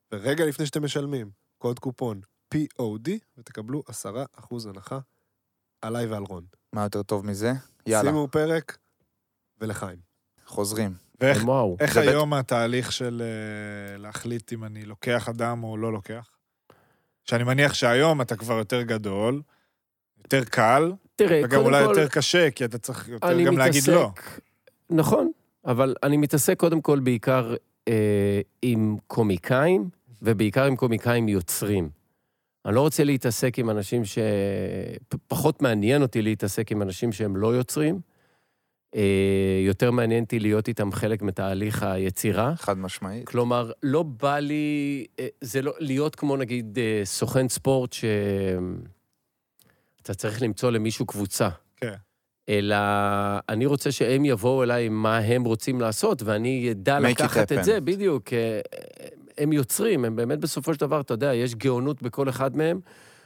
ורגע לפני שאתם משלמים, קוד קופון פי או די, ותקבלו עשרה אחוז הנחה עליי ועל רון. מה יותר טוב מזה? יאללה, שימו פרק ולחיים. חוזרים. ואיך וואו. איך זה בית- היום התהליך של אה, להחליט אם אני לוקח אדם או לא לוקח? שאני מניח שהיום אתה כבר יותר גדול, יותר קל, תראה, וגם קודם אולי כל, יותר קשה, כי אתה צריך יותר אני גם להגיד מתעסק- לא. נכון, אבל אני מתעסק קודם כל בעיקר אה, עם קומיקאים, ובעיקר עם קומיקאים יוצרים. אני לא רוצה להתעסק עם אנשים ש... פ- פחות מעניין אותי להתעסק עם אנשים שהם לא יוצרים. אה, יותר מעניין אותי להיות איתם חלק מתהליך היצירה. חד משמעית. כלומר, לא בא לי, אה, זה לא להיות כמו נגיד אה, סוכן ספורט ש... אתה צריך למצוא למישהו קבוצה. כן. אלא אני רוצה שהם יבואו אליי עם מה הם רוצים לעשות, ואני ידע Make it לקחת את happen. זה, בדיוק. אה, הם יוצרים, הם באמת בסופו של דבר, אתה יודע, יש גאונות בכל אחד מהם,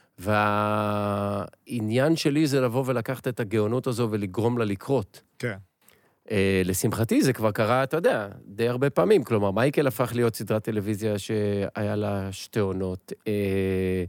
והעניין שלי זה לבוא ולקחת את הגאונות הזו ולגרום לה לקרות. כן. אה, לשמחתי זה כבר קרה, אתה יודע, די הרבה פעמים. כלומר, מייקל הפך להיות סדרת טלוויזיה שהיה לה שתי עונות. אה,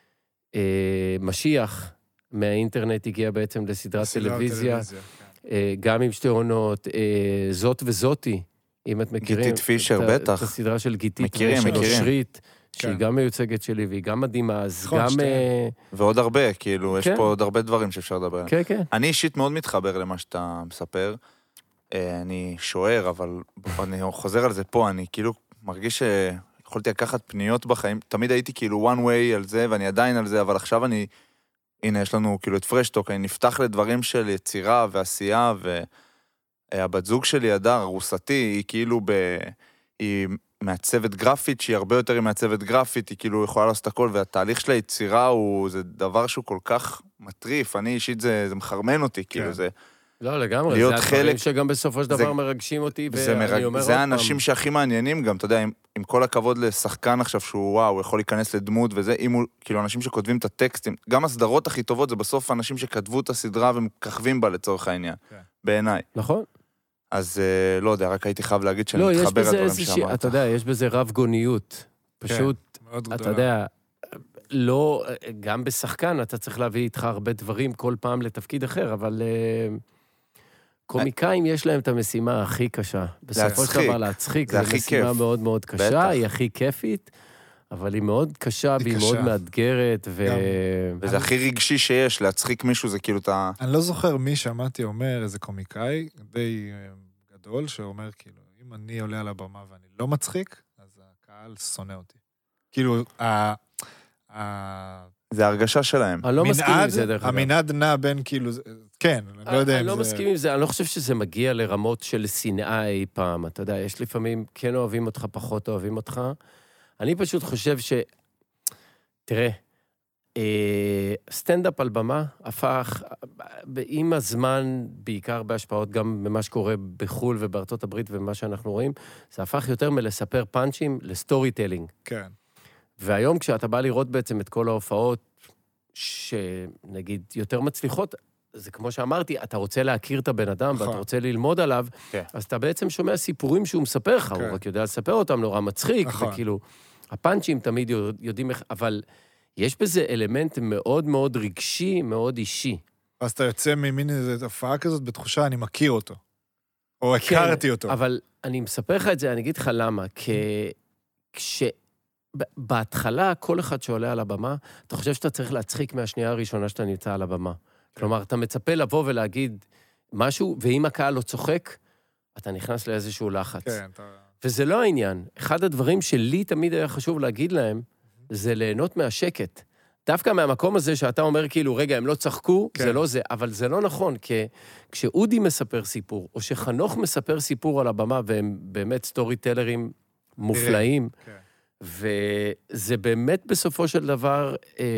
אה, משיח מהאינטרנט הגיע בעצם לסדרת סדרת טלוויזיה, כן. אה, גם עם שתי עונות, אה, זאת וזאתי, אם את מכירים. גיתית פישר, את ה- בטח. את הסדרה של גיתית. מכירים, ושל מכירים. אושרית, שהיא כן. גם מיוצגת שלי, והיא גם מדהימה, אז נכון, גם... שתיהן. אה, ועוד הרבה, כאילו, יש כן. פה עוד הרבה דברים שאפשר לדבר עליהם. כן, כן. אני אישית מאוד מתחבר למה שאתה מספר. אה, אני שוער, אבל אני חוזר על זה פה, אני כאילו מרגיש שיכולתי לקחת פניות בחיים, תמיד הייתי כאילו one way על זה, ואני עדיין על זה, אבל עכשיו אני, הנה, יש לנו כאילו את פרשטוק, אני נפתח לדברים של יצירה ועשייה, והבת זוג שלי, הדר, ארוסתי, היא כאילו ב... היא מעצבת גרפית, שהיא הרבה יותר מעצבת גרפית, היא כאילו יכולה לעשות הכל, והתהליך של היצירה הוא, זה דבר שהוא כל כך מטריף, אני אישית זה, זה מחרמן אותי, כאילו זה... לא, לגמרי, להיות זה הדברים חלק- שגם בסופו של זה- דבר מרגשים אותי, זה, ואני מרג... אומר זה עוד פעם, האנשים שהכי מעניינים גם, אתה יודע, עם, עם כל הכבוד לשחקן עכשיו שהוא וואו, הוא יכול להיכנס לדמות וזה, אם הוא, כאילו אנשים שכותבים את הטקסטים, גם הסדרות הכי טובות זה בסוף אנשים שכתבו את הסדרה ומככבים בה לצורך העניין, כן. בעיניי. נכון? אז אה, לא יודע, רק הייתי חייב להגיד שאני לא, יש מתחבר בזה לדברים איזושהי, שאמרת. אתה יודע, יש בזה רב גוניות. פשוט, מאוד גדולה. אתה יודע, לא, גם בשחקן אתה צריך להביא איתך הרבה דברים כל פעם לתפקיד אחר, אבל אה, קומיקאים יש להם את המשימה הכי קשה. בסופו של להצחיק. דבר להצחיק, זה זו הכי משימה כיף. מאוד מאוד קשה, בטח. היא הכי כיפית, אבל היא מאוד קשה היא והיא קשה. מאוד מאתגרת, ו... גם. וזה הכי רגשי שיש, להצחיק מישהו זה כאילו אתה... אני לא זוכר מי שמעתי אומר, איזה קומיקאי די אה, גדול, שאומר כאילו, אם אני עולה על הבמה ואני לא מצחיק, אז הקהל שונא אותי. כאילו, ה... ה... זה הרגשה שלהם. אני לא מסכים עם מנעד- זה, דרך אגב. המנעד נע בין כאילו, זה- כן, אני לא יודע אני אם לא זה... מסכים עם זה, אני לא חושב שזה מגיע לרמות של שנאה אי פעם. אתה יודע, יש לפעמים כן אוהבים אותך, פחות אוהבים אותך. אני פשוט חושב ש... תראה, אה, סטנדאפ על במה הפך, עם הזמן, בעיקר בהשפעות גם במה שקורה בחול ובארצות הברית ומה שאנחנו רואים, זה הפך יותר מלספר פאנצ'ים לסטורי טלינג. כן, והיום כשאתה בא לראות בעצם את כל ההופעות, שנגיד יותר מצליחות, זה כמו שאמרתי, אתה רוצה להכיר את הבן אדם, נכון. ואתה רוצה ללמוד עליו, כן. אז אתה בעצם שומע סיפורים שהוא מספר לך, כן. הוא רק יודע לספר אותם, נורא מצחיק, נכון. וכאילו, הפאנצ'ים תמיד יודעים איך, אבל יש בזה אלמנט מאוד מאוד רגשי, מאוד אישי. אז אתה יוצא ממין איזו הופעה כזאת בתחושה, אני מכיר אותו. או הכרתי אותו. אבל אני מספר לך את זה, אני אגיד לך למה, כי כש... ב- בהתחלה, כל אחד שעולה על הבמה, אתה חושב שאתה צריך להצחיק מהשנייה הראשונה שאתה נמצא על הבמה. כלומר, אתה מצפה לבוא ולהגיד משהו, ואם הקהל לא צוחק, אתה נכנס לאיזשהו לחץ. כן, אתה... וזה לא העניין. אחד הדברים שלי תמיד היה חשוב להגיד להם, זה ליהנות מהשקט. דווקא מהמקום הזה שאתה אומר כאילו, רגע, הם לא צחקו, כן. זה לא זה, אבל זה לא נכון, כי כשאודי מספר סיפור, או שחנוך מספר סיפור על הבמה, והם באמת סטורי טלרים מופלאים, כן. וזה באמת בסופו של דבר,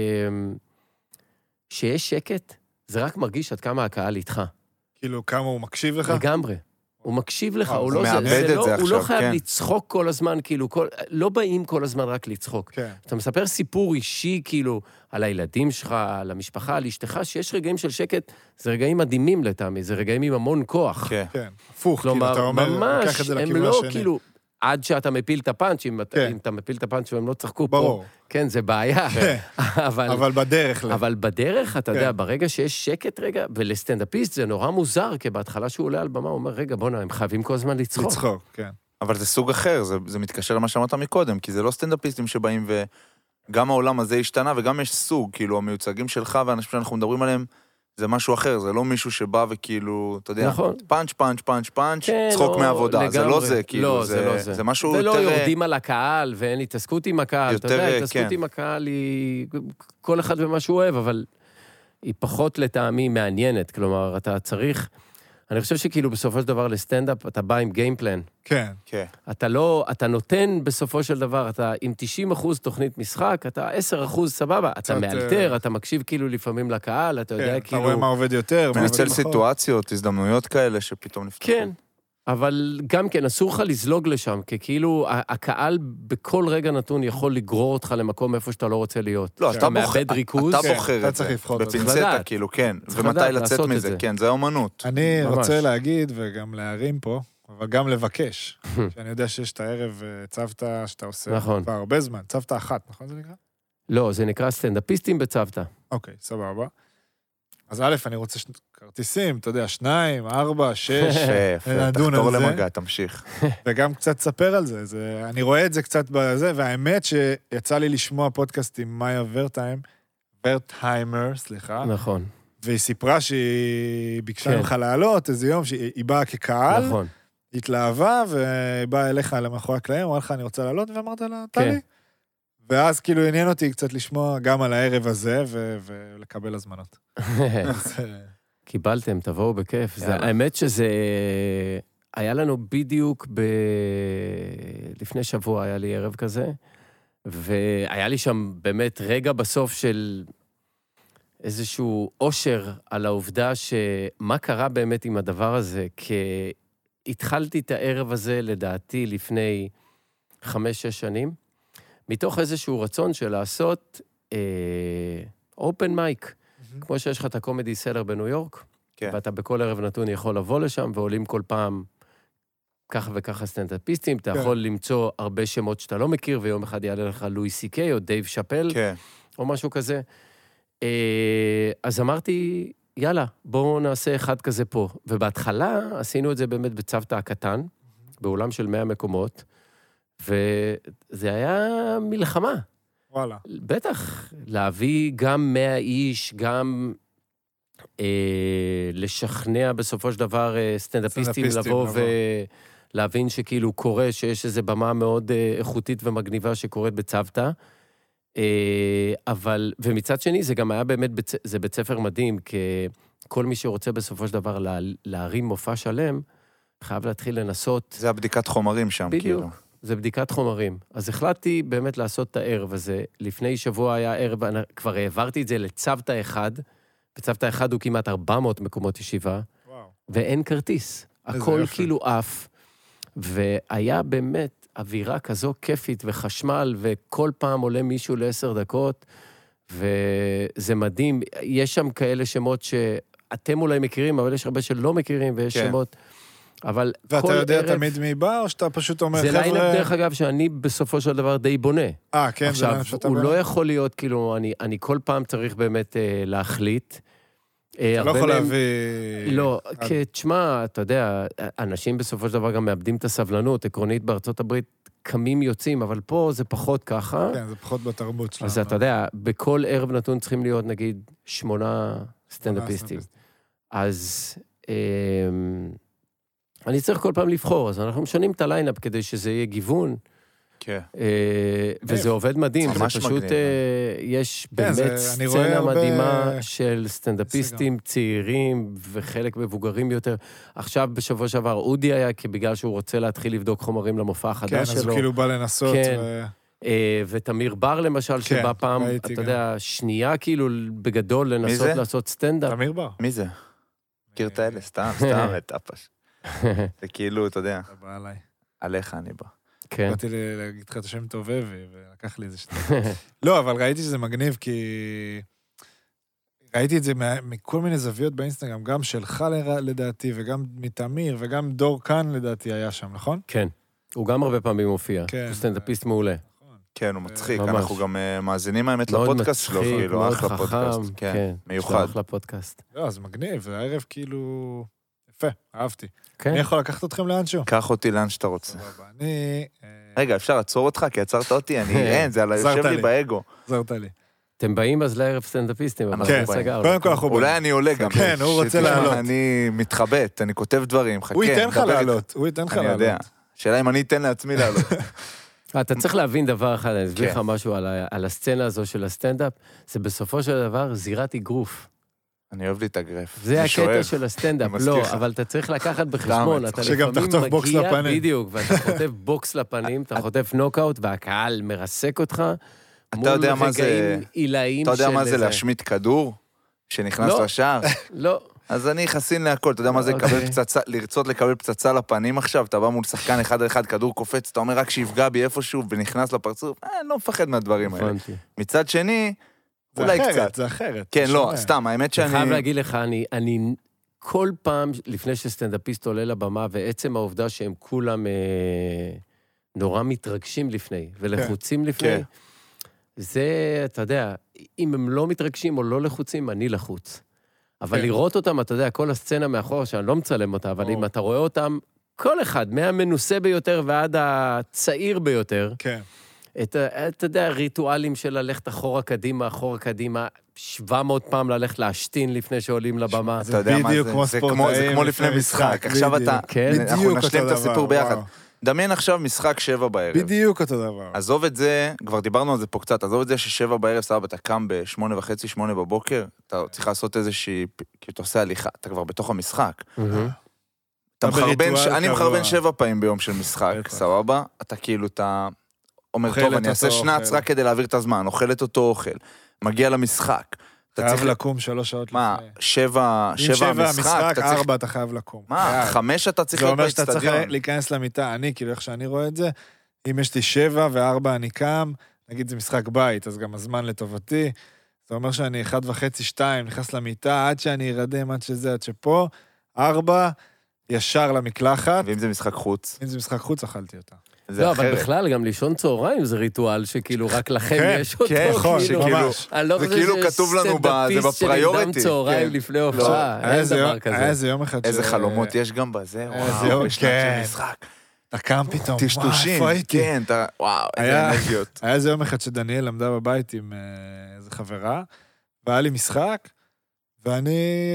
שיש שקט, זה רק מרגיש עד כמה הקהל איתך. כאילו, כמה הוא מקשיב לך? לגמרי. הוא מקשיב לך, אה, הוא הוא לא, מאבד זה, את זה לא, זה הוא לא עכשיו, חייב כן. לצחוק כל הזמן, כאילו, כל, לא באים כל הזמן רק לצחוק. כן. אתה מספר סיפור אישי, כאילו, על הילדים שלך, על המשפחה, על אשתך, שיש רגעים של שקט, זה רגעים מדהימים לטעמי, זה רגעים עם המון כוח. כן. כן, הפוך, כאילו, כלומר, אתה אומר, ממש, לקח את זה הם לכיוון לא, השני. כאילו, עד שאתה מפיל את הפאנץ', אם אתה- כן. אם אתה מפיל את הפאנץ' והם לא צחקו פה, ברור. כן, זה בעיה. אבל... אבל בדרך ל... אבל בדרך, אתה כן. יודע, ברגע שיש שקט רגע, ולסטנדאפיסט זה נורא מוזר, כי בהתחלה שהוא עולה על במה, הוא אומר, רגע, בוא'נה, הם חייבים כל הזמן לצחוק. לצחוק, כן. אבל זה סוג אחר, זה, זה מתקשר למה שאמרת מקודם, כי זה לא סטנדאפיסטים שבאים וגם העולם הזה השתנה, וגם יש סוג, כאילו, המיוצגים שלך ואנשים שאנחנו מדברים עליהם, זה משהו אחר, זה לא מישהו שבא וכאילו, אתה יודע, נכון. פאנץ', פאנץ', פאנץ', פאנץ', כן, צחוק לא, מהעבודה, זה לא לגמרי. זה, כאילו, לא, זה, זה לא זה. זה משהו ולא יותר... יורדים על הקהל, ואין התעסקות עם הקהל, אתה יותר, יודע, התעסקות כן. עם הקהל היא... כל אחד ומה שהוא אוהב, אבל היא פחות לטעמי מעניינת, כלומר, אתה צריך... אני חושב שכאילו בסופו של דבר לסטנדאפ, אתה בא עם גיימפלן. כן. כן. אתה לא, אתה נותן בסופו של דבר, אתה עם תשעים אחוז תוכנית משחק, אתה עשר אחוז סבבה, אתה קצת, מאלתר, אתה מקשיב כאילו לפעמים לקהל, אתה יודע כן, אתה כאילו... רואה מה עובד יותר, מה מנצל עובד פחות. סיטואציות, הזדמנויות כאלה שפתאום נפתחו. כן, אבל גם כן, אסור לך לזלוג לשם, כי כאילו ה- הקהל בכל רגע נתון יכול לגרור אותך למקום איפה שאתה לא רוצה להיות. לא, אתה אתה בוחר, מאבד ריכוז. אתה כן, בוחר אתה את צריך זה, לבחור את זה. בפינצטה, לדעת. כאילו, כן, צריך ומתי לדעת לצאת לעשות את מזה, זה. כן, זה האומנות. אני ממש. רוצה להגיד, וגם להרים פה, אבל גם לבקש, שאני יודע שיש את הערב אה, צוותא שאתה עושה נכון. כבר הרבה זמן, צוותא אחת, נכון זה נקרא? לא, זה נקרא סטנדאפיסטים בצוותא. אוקיי, סבבה. אז א', אני רוצה ש... כרטיסים, אתה יודע, שניים, ארבע, שש, יפה, נדון תחתור על זה. למגע, תמשיך. וגם קצת תספר על זה. זה. אני רואה את זה קצת בזה, והאמת שיצא לי לשמוע פודקאסט עם מאיה ורטהיים, ורטהיימר, סליחה, נכון, והיא סיפרה שהיא ביקשה כן. ממך לעלות איזה יום, שהיא באה כקהל, נכון. התלהבה, והיא באה אליך למאחורי הקלעים, אמרה לך, אני רוצה לעלות, ואמרת לה, כן. טלי. ואז כאילו עניין אותי קצת לשמוע גם על הערב הזה, ו- ולקבל הזמנות. אז, אה, קיבלתם, תבואו בכיף. זה, יאללה. האמת שזה... היה לנו בדיוק ב... לפני שבוע היה לי ערב כזה, והיה לי שם באמת רגע בסוף של איזשהו אושר על העובדה שמה קרה באמת עם הדבר הזה, כי התחלתי את הערב הזה לדעתי לפני חמש-שש שנים, מתוך איזשהו רצון של לעשות אופן מייק, כמו שיש לך את הקומדי סלר בניו יורק, כן. ואתה בכל ערב נתון יכול לבוא לשם, ועולים כל פעם ככה וככה סטנדאפיסטים, אתה כן. יכול למצוא הרבה שמות שאתה לא מכיר, ויום אחד יעלה לך לואי סי קיי או דייב שאפל, כן. או משהו כזה. אה, אז אמרתי, יאללה, בואו נעשה אחד כזה פה. ובהתחלה עשינו את זה באמת בצוותא הקטן, באולם של מאה מקומות, וזה היה מלחמה. וואלה. בטח, להביא גם מאה איש, גם אה, לשכנע בסופו של דבר אה, סטנדאפיסטים סטנדאפיסטים לבוא לבוא. ולהבין שכאילו קורה, שיש איזו במה מאוד אה, איכותית ומגניבה שקורית בצוותא. אה, אבל, ומצד שני, זה גם היה באמת, בצ... זה בית ספר מדהים, כי כל מי שרוצה בסופו של דבר לה... להרים מופע שלם, חייב להתחיל לנסות. זה הבדיקת חומרים שם, בדיוק. כאילו. זה בדיקת חומרים. אז החלטתי באמת לעשות את הערב הזה. לפני שבוע היה ערב, אני כבר העברתי את זה לצוותא אחד, וצוותא אחד הוא כמעט ארבע מאות מקומות ישיבה, וואו. ואין כרטיס. איזה הכל יופי. כאילו עף, והיה באמת אווירה כזו כיפית וחשמל, וכל פעם עולה מישהו לעשר דקות, וזה מדהים. יש שם כאלה שמות שאתם אולי מכירים, אבל יש הרבה שלא מכירים, ויש כן. שמות... אבל ואתה כל יודע ערב... תמיד מי בא, או שאתה פשוט אומר, זה חבר'ה... ליינאפ, דרך אגב, שאני בסופו של דבר די בונה. אה, כן, זה עכשיו, ליינאפ שאתה הוא בונה? לא יכול להיות, כאילו, אני, אני כל פעם צריך באמת אה, להחליט. אה, אתה לא הרבה יכול מהם- להביא... לא, עד- כי תשמע, אתה יודע, אנשים בסופו של דבר גם מאבדים את הסבלנות, עקרונית בארצות הברית קמים יוצאים, אבל פה זה פחות ככה. כן, זה פחות בתרבות שלנו. אז אתה יודע, בכל ערב נתון צריכים להיות, נגיד, שמונה סטנדאפיסטים. אז אה, אני צריך כל פעם לבחור, אז אנחנו משנים את הליינאפ כדי שזה יהיה גיוון, כן. אה, וזה עובד מדהים, זה ממש פשוט, מגניב. אה, יש באמת זה- אני רואה סצנה הרבה- מדהימה של סטנדאפיסטים צעירים וחלק מבוגרים יותר. עכשיו בשבוע שעבר אודי היה, כי בגלל שהוא רוצה להתחיל לבדוק חומרים למופע כן, החדש אז הוא שלו. כאילו בא לנסות, כן. ו... אה, ותמיר בר למשל, שבא פעם, ראיתי אתה גם. יודע, שנייה כאילו בגדול לנסות זה? לעשות סטנדאפ. תמיר בר. מי זה? מכיר את האלה, סתם, סתם, את אפש. זה כאילו, אתה יודע, אתה בא עליי. עליך אני בא. כן. באתי ל- להגיד לך את השם טובבי, ולקח לי איזה שניה. לא, אבל ראיתי שזה מגניב, כי... ראיתי את זה מה- מכל מיני זוויות באינסטגרם, גם שלך ל- לדעתי, וגם מתמיר, וגם דור כאן לדעתי היה שם, נכון? כן. הוא גם הרבה פעמים מופיע. כן. הוא סטנדאפיסט מעולה. כן, הוא מצחיק, ממש. אנחנו גם אה, מאזינים האמת מאוד לפודקאסט שלו, מצחיק, כאילו, מאוד אחלה חכם. פודקאסט. כן, כן, מיוחד. אחלה פודקאסט. לא, אז מגניב, והערב כאילו... יפה, אהבתי. כן. אני יכול לקחת אתכם לאנשהו? קח אותי לאן שאתה רוצה. סבבה, אני... אה, רגע, אפשר לעצור אותך? כי עצרת אותי, אני... אין, זה על עזרת היושב לי לי. באגו. עזרת לי. אתם באים אז לערב סטנדאפיסטים, אבל כן, זה סגר. קודם כל אנחנו... אולי אני עולה גם. כן, הוא רוצה שתשמע, לעלות. אני מתחבט, אני כותב דברים, חכה. הוא ייתן לך דבר איתי. לעלות, הוא ייתן לך אני לעלות. יודע. שאלה אם אני אתן לעצמי לעלות. אתה צריך להבין דבר אחד, אני אסביר כן. לך משהו על ה- על הסצנה הזו של הסטנדאפ, זה בסופו של דבר זירת אגרוף. אני אוהב להתאגרף. זה אני הקטע שואב. של הסטנדאפ, אני מזכיר לא, לך. אבל אתה צריך לקחת בחשבון, אתה שגם לפעמים תחטוף בוקס מגיע, לפנים. בדיוק, ואתה חוטף בוקס לפנים, אתה חוטף נוקאוט, והקהל מרסק אותך, אתה יודע מה זה... רגעים עילאיים אתה יודע של מה זה איזה- להשמיט כדור? שנכנס לא. לשער? לא, אז אני חסין להכל, אתה יודע מה זה לקבל אוקיי. פצצה, לרצות לקבל פצצה לפנים עכשיו, אתה בא מול שחקן אחד על אחד, כדור קופץ, אתה אומר רק שיפגע בי איפשהו ונכנס לפרצוף, אה, אני לא מפחד מהדברים האלה. הבנתי. מצד שני, זה אולי אחרת, קצת. זה אחרת. כן, זה לא, שונה. סתם, האמת אני שאני... חייב להגיד לך, אני, אני כל פעם לפני שסטנדאפיסט עולה לבמה, ועצם העובדה שהם כולם אה, נורא מתרגשים לפני, ולחוצים לפני, כן. זה, אתה יודע, אם הם לא מתרגשים או לא לחוצים, אני לחוץ. אבל כן. לראות אותם, אתה יודע, כל הסצנה מאחור, שאני לא מצלם אותה, אבל ברור. אם אתה רואה אותם, כל אחד, מהמנוסה ביותר ועד הצעיר ביותר, כן. את, ה- אתה יודע, ריטואלים של ללכת אחורה קדימה, אחורה קדימה, שבע מאות פעם ללכת להשתין לפני שעולים לבמה. אתה יודע מה בדיוק זה, כמו זה כמו- זה ספורטאים כמו לפני לפני משחק, משחק, עכשיו בדיוק. אתה, כן. אנחנו בדיוק נשלים את אותו הסיפור דבר, ביחד. וואו. דמיין עכשיו משחק שבע בערב. בדיוק אותו דבר. עזוב את זה, כבר דיברנו על זה פה קצת, עזוב את זה ששבע בערב, סבבה, אתה קם בשמונה וחצי, שמונה בבוקר, אתה צריך לעשות איזושהי, כאילו אתה עושה הליכה, אתה כבר בתוך המשחק. מהמם. אתה אתה מחרבן, בריטואל אני קבוע. מחרבן שבע פעמים ביום של משחק, בטח. סבבה? אתה כאילו, אתה אומר, אוכל טוב, את אני אעשה אותו שנץ אוכל. רק כדי להעביר את הזמן, אוכל את אותו אוכל, מגיע למשחק. אתה חייב צריך, לקום שלוש שעות מה, לפני. שבע, אם שבע שבע המשחק, המשחק, אתה צריך, ארבע אתה חייב לקום. מה, חייב. חמש אתה צריך זה להיות אומר שאתה צריך באצטדיון. להיכנס למיטה. אני, כאילו, איך שאני רואה את זה, אם יש לי שבע וארבע אני קם, נגיד זה משחק בית, אז גם הזמן לטובתי. זה אומר שאני אחד וחצי, שתיים, נכנס למיטה, עד שאני ארדם, עד שזה, עד שפה. ארבע, ישר למקלחת. ואם זה משחק חוץ, אם זה משחק חוץ, אכלתי אותה. זה לא, אבל אחרת. בכלל, גם לישון צהריים זה ריטואל שכאילו רק לכם כן, יש אותו. כן, נכון, כאילו, שכאילו- ממש. אני לא זה חושב כאילו שיש כתוב לנו ב- זה סטנדאפיסט בפריוריטי, שנרדם צהריים כן. לפני לא, הופעה, היה אין איזה דבר יום- כזה. היה איזה יום אחד איזה ש- חלומות יש גם בזה, איזה וואו, יום, בשנת כן. של משחק. אתה קם פתאום, וואי, טשטושים, איפה הייתי? כן, אתה, וואו, איזה היה- אנרגיות. היה איזה יום אחד שדניאל למדה בבית עם אה, איזה חברה, והיה לי משחק, ואני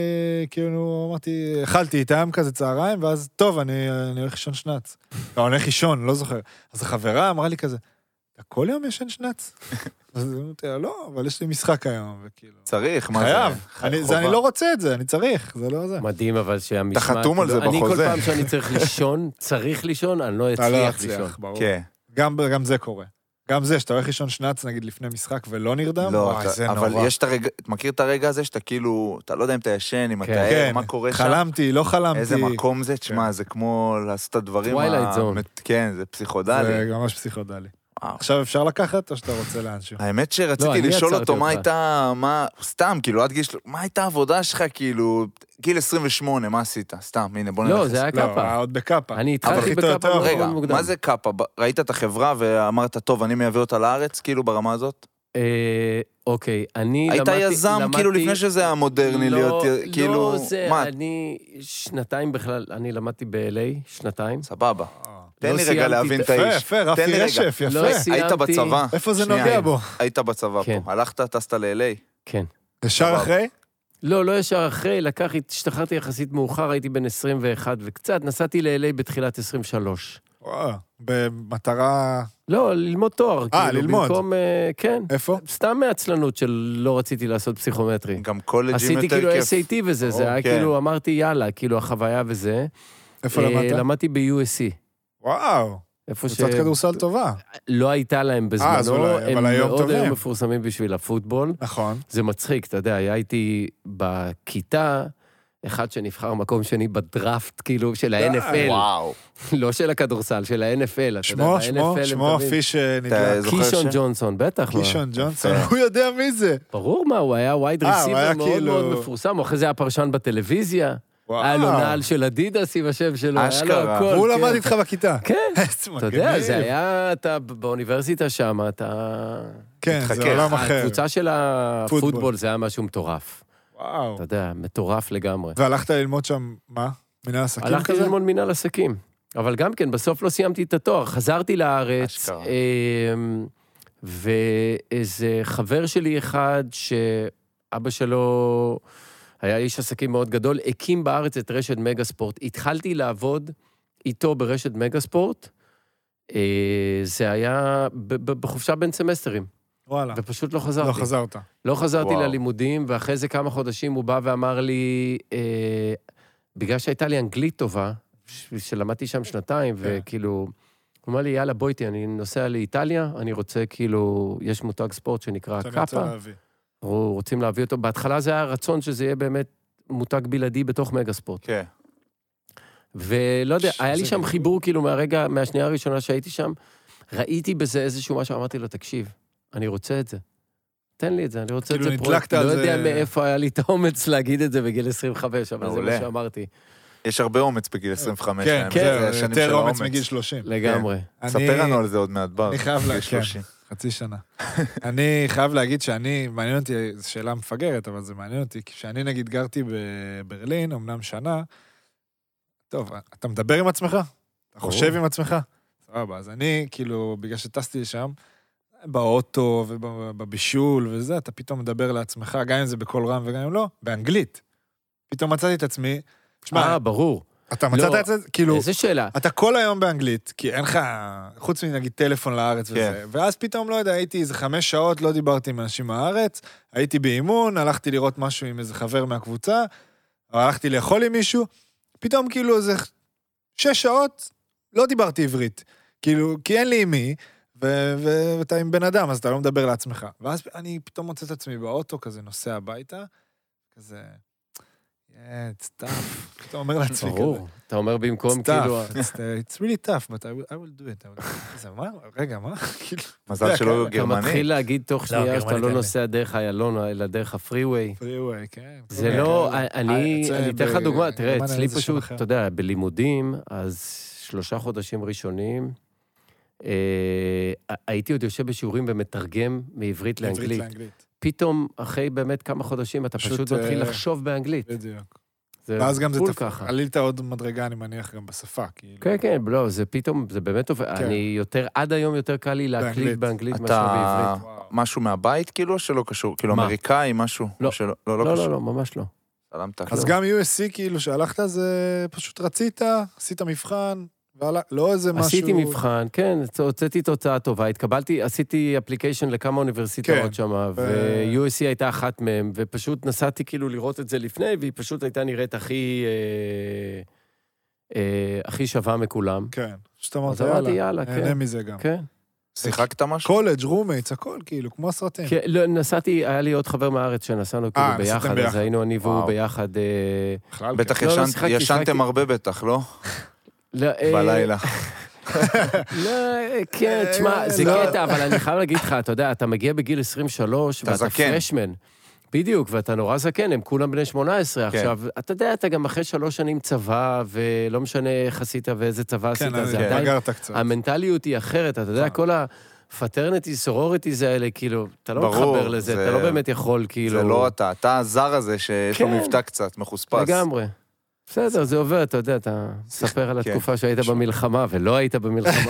כאילו אמרתי, אכלתי איתם כזה צהריים, ואז טוב, אני, אני הולך לישון שנץ. לא, אני הולך לישון, לא זוכר. אז החברה אמרה לי כזה, אתה כל יום ישן שנץ? אז אמרתי לה, לא, אבל יש לי משחק היום, וכאילו... צריך, מה זה? חייב. אני, זה, אני חובה. לא רוצה את זה, אני צריך, זה לא זה. מדהים, אבל שהמשמעת... אתה חתום על כאילו, זה אני כל בחוזה. פעם שאני צריך לישון, צריך לישון, אני לא אתה לא אצליח לישון. תצליח, ברור. כן. גם, גם זה קורה. גם זה, שאתה הולך לישון שנץ, נגיד, לפני משחק ולא נרדם, לא, וואי, אתה- זה אבל נורא. יש את הרגע, אתה מכיר את הרגע הזה שאתה כאילו, אתה לא יודע אם אתה ישן, אם אתה כן. ער, כן, מה קורה שם? חלמתי, לא חלמתי. איזה מקום זה, תשמע, זה כמו לעשות את הדברים... Twilight ה- Zone. כן, זה פסיכודלי. זה ממש פסיכודלי. וואו. עכשיו אפשר לקחת, או שאתה רוצה לאנשהו? האמת לא, שרציתי אני לשאול עצרתי אותו מה אותך. הייתה, מה, סתם, כאילו, עד גיל, של- מה הייתה העבודה שלך, כאילו, גיל עשרים ושמונה, מה עשית? סתם, הנה, בוא נלך. לא, זה היה לא, קאפה. עוד בקאפה. אני אבל התחלתי הכי טוב בקאפה יותר. מאוד רגע, מוקדם. מה זה קאפה? ב- ראית את החברה ואמרת, טוב, אני מייבא אותה לארץ, כאילו, ברמה הזאת? אה, אוקיי, אני היית למדתי... יזם, למדתי- כאילו, לפני שזה היה מודרני לא, להיות, כאילו, לא, זה, מה? אני שנתיים בכלל, אני למדתי ב-אל איי, שנתיים. סבבה. אה, תן לא לי רגע סיימתי להבין את- את האיש. יפה, יפה, תן רפי לי רגע. רשף, יפה. לא סיימתי. היית בצבא. איפה זה שנייה, נוגע בו? היית בצבא כן. פה. הלכת, טסת ל-אל איי. כן. ישר סבבה. אחרי? לא, לא ישר אחרי, לקח, השתחררתי יחסית מאוחר, הייתי בן עשרים ואחת וקצת, נסעתי ל-אל איי בתחילת עשרים ושלוש. וואו, במטרה... לא, ללמוד תואר. אה, כאילו, ללמוד. במקום, אה, כן. איפה? סתם מעצלנות של לא רציתי לעשות פסיכומטרי. גם קולג'ים עשיתי יותר כאילו כיף. אס איי טי וזה, זה היה כן. כאילו, אמרתי יאללה, כאילו החוויה וזה. איפה אה, למדת? למדתי ב-יו אס סי. וואו, איפה ש... קבוצת כדורסל טובה. לא הייתה להם אז בזמנו, אולי, אבל הם היום מאוד היו טובים. מפורסמים בשביל הפוטבול. נכון. זה מצחיק, אתה יודע, היה איתי בכיתה, אחד שנבחר מקום שני בדראפט, כאילו, של ה-אן אף אל. וואו. לא של הכדורסל, של ה-אן אף אל. אתה יודע, שמו, ב-אן שמו, אף אל הם שמו תמיד- פיש אתה נדלק. זוכר קישון ש- ג'ונסון, בטח. מה? קישון ג'ונסון, יפה. הוא יודע מי זה. ברור מה, הוא היה וייד אה, הוא היה רסיבר מאוד כאילו- מאוד מפורסם, הוא אחרי זה היה פרשן בטלוויזיה. וואו. היה לו נעל של אדידס עם השם שלו, היה לו אשכרה. הכל. והוא כן. למד איתך בכיתה. כן, איזה אתה יודע, מגניב. זה היה, אתה באוניברסיטה שם, אתה... כן, מתחכך. זה עולם אחר. הקבוצה של פוטבול. הפוטבול זה היה משהו מטורף. וואו. אתה יודע, מטורף לגמרי. והלכת ללמוד שם, מה? מנהל עסקים הלכתי כזה? ללמוד מנהל עסקים, אבל גם כן, בסוף לא סיימתי את התואר, חזרתי לארץ, אשכרה. אמ, ואיזה חבר שלי אחד, שאבא שלו היה איש עסקים מאוד גדול, הקים בארץ את רשת מגה ספורט. התחלתי לעבוד איתו ברשת מגה ספורט, אה, זה היה ב- ב- בחופשה בין סמסטרים, וואלה. ופשוט לא חזרתי. לא חזרת. לא חזרתי וואו. ללימודים, ואחרי זה כמה חודשים הוא בא ואמר לי, אה, בגלל שהייתה לי אנגלית טובה, ש- שלמדתי שם שנתיים, וכאילו, הוא אמר לי, יאללה, בואי איתי, אני נוסע לאיטליה, אני רוצה כאילו, יש מותג ספורט שנקרא שאני רוצה קאפה, להביא. אנחנו רוצים להביא אותו. בהתחלה זה היה רצון שזה יהיה באמת מותג בלעדי בתוך מגה ספורט. כן. ולא יודע, ש- היה לי זה שם גדול. חיבור, כאילו, מהרגע, מהשנייה הראשונה שהייתי שם, ראיתי בזה איזשהו משהו, אמרתי לו, תקשיב, אני רוצה את זה. תן לי את זה, אני רוצה את כאילו זה פרויקט. נדלקת על לא זה- יודע מאיפה היה לי את האומץ להגיד את זה בגיל עשרים וחמש, אבל זה מעולה. מה שאמרתי. יש הרבה אומץ בגיל עשרים וחמש. כן, האמת, כן, זה השנים של יותר אומץ האומץ. מגיל שלושים. לגמרי. אני- ספר לנו על זה עוד מעט, בר. אני חייב בגיל לה- כן. שלושים. חצי שנה. אני חייב להגיד שאני, מעניין אותי, זו שאלה מפגרת, אבל זה מעניין אותי, כי כשאני נגיד גרתי בברלין, אמנם שנה, טוב, אתה מדבר עם עצמך? אתה חושב עם עצמך? סבבה, אז אני, כאילו, בגלל שטסתי לשם, באוטו ובבישול וזה, אתה פתאום מדבר לעצמך, גם אם זה בקול רם וגם אם לא, באנגלית. פתאום מצאתי את עצמי, תשמע, אה, ברור. אתה מצאת לא, את זה, כאילו, איזה שאלה. אתה כל היום באנגלית, כי אין לך, חוץ מנגיד טלפון לארץ כן. וזה, ואז פתאום, לא יודע, הייתי איזה חמש שעות, לא דיברתי עם אנשים מהארץ, הייתי באימון, הלכתי לראות משהו עם איזה חבר מהקבוצה, או הלכתי לאכול עם מישהו, פתאום כאילו איזה שש שעות, לא דיברתי עברית, כאילו, כי אין לי עם מי, ו- ו- ואתה עם בן אדם, אז אתה לא מדבר לעצמך. ואז אני פתאום מוצא את עצמי באוטו, כזה נוסע הביתה, כזה, yeah, it's tough. פתאום אומר לעצמי כזה. ברור. אתה אומר במקום, It's כאילו... tough, it's, uh, it's really tough, but I will, I will do it. I will do it. זה מה? רגע, מה? כאילו, מזל שלא אתה גרמני. מתחיל להגיד תוך שנייה שאתה גרמנית לא אין לי. נוסע דרך איילון, אלא דרך הפרי-ווי. freeway, כן. זה כן, לא, כן. אני אצל- אני אתן לך ב- דוגמה, תראה, גרמניה אצלי זה שם פשוט, אחר. אתה יודע, בלימודים, אז שלושה חודשים ראשונים, אה, הייתי עוד יושב בשיעורים ומתרגם מעברית עברית לאנגלית. לאנגלית. פתאום, אחרי באמת כמה חודשים, אתה פשוט, פשוט מתחיל אה, לחשוב באנגלית. בדיוק. זה ואז גם זה בול תפ... ככה. עלית עוד מדרגה, אני מניח, גם בשפה, כאילו. כן, כן, לא, זה פתאום, זה באמת עובד. כן. אני יותר, עד היום יותר קל לי להקליט באנגלית. באנגלית מאשר אתה בעברית. וואו. משהו מהבית כאילו, או שלא קשור? כאילו מה? אמריקאי, משהו? לא. או שלא- לא, לא, לא לא, קשור. לא, ממש לא. סלמת. אז גם יו אס סי, כאילו, שהלכת, זה פשוט רצית, עשית מבחן, ועלה... לא איזה משהו... עשיתי מבחן, כן, הוצאתי תוצאה טובה, התקבלתי, עשיתי אפליקיישן לכמה אוניברסיטאות כן. שם, ו- ו-יו אס סי הייתה אחת מהם, ופשוט נסעתי כאילו לראות את זה לפני, והיא פשוט הייתה נראית הכי, אה, אה, הכי שווה מכולם. כן. פשוט אמרת, אז אמרתי, יאללה, יאללה, נהנה כן. מזה גם. כן. שיחקת משהו? קולג', רומייטס, הכל, כאילו, כמו הסרטים. כן, לא, נסעתי, היה לי עוד חבר מהארץ שנסענו כאילו נסעתם ביחד, ביחד. אז היינו אני והוא וואו. ביחד. אה, בכלל, בטח כן. לא, לא, ישנת- שיחקתי, ישנתם שיחקתי. הרבה בטח, לא? לא, אה, בלילה. לא, כן, תשמע, זה לא. קטע, אבל אני חייב להגיד לך, אתה יודע, אתה מגיע בגיל עשרים ושלוש, אתה ואתה זקן. פרשמן. בדיוק, ואתה נורא זקן, הם כולם בני שמונה עשרה. כן. עכשיו, אתה יודע, אתה גם אחרי שלוש שנים צבא, ולא משנה איך עשית ואיזה צבא עשית, כן, זה אני- עדיין, בגרת קצת. המנטליות היא אחרת, אתה יודע, נכון. כל הפטרניטי, סורוריטיז האלה, כאילו, אתה לא ברור, מתחבר לזה, זה- אתה לא באמת יכול, כאילו... זה לא אתה, אתה הזר הזה שיש לו כן. מבטא קצת, מחוספס. לגמרי. בסדר, זה עובר, אתה יודע, אתה מספר על כן. התקופה שהיית במלחמה, ולא היית במלחמה.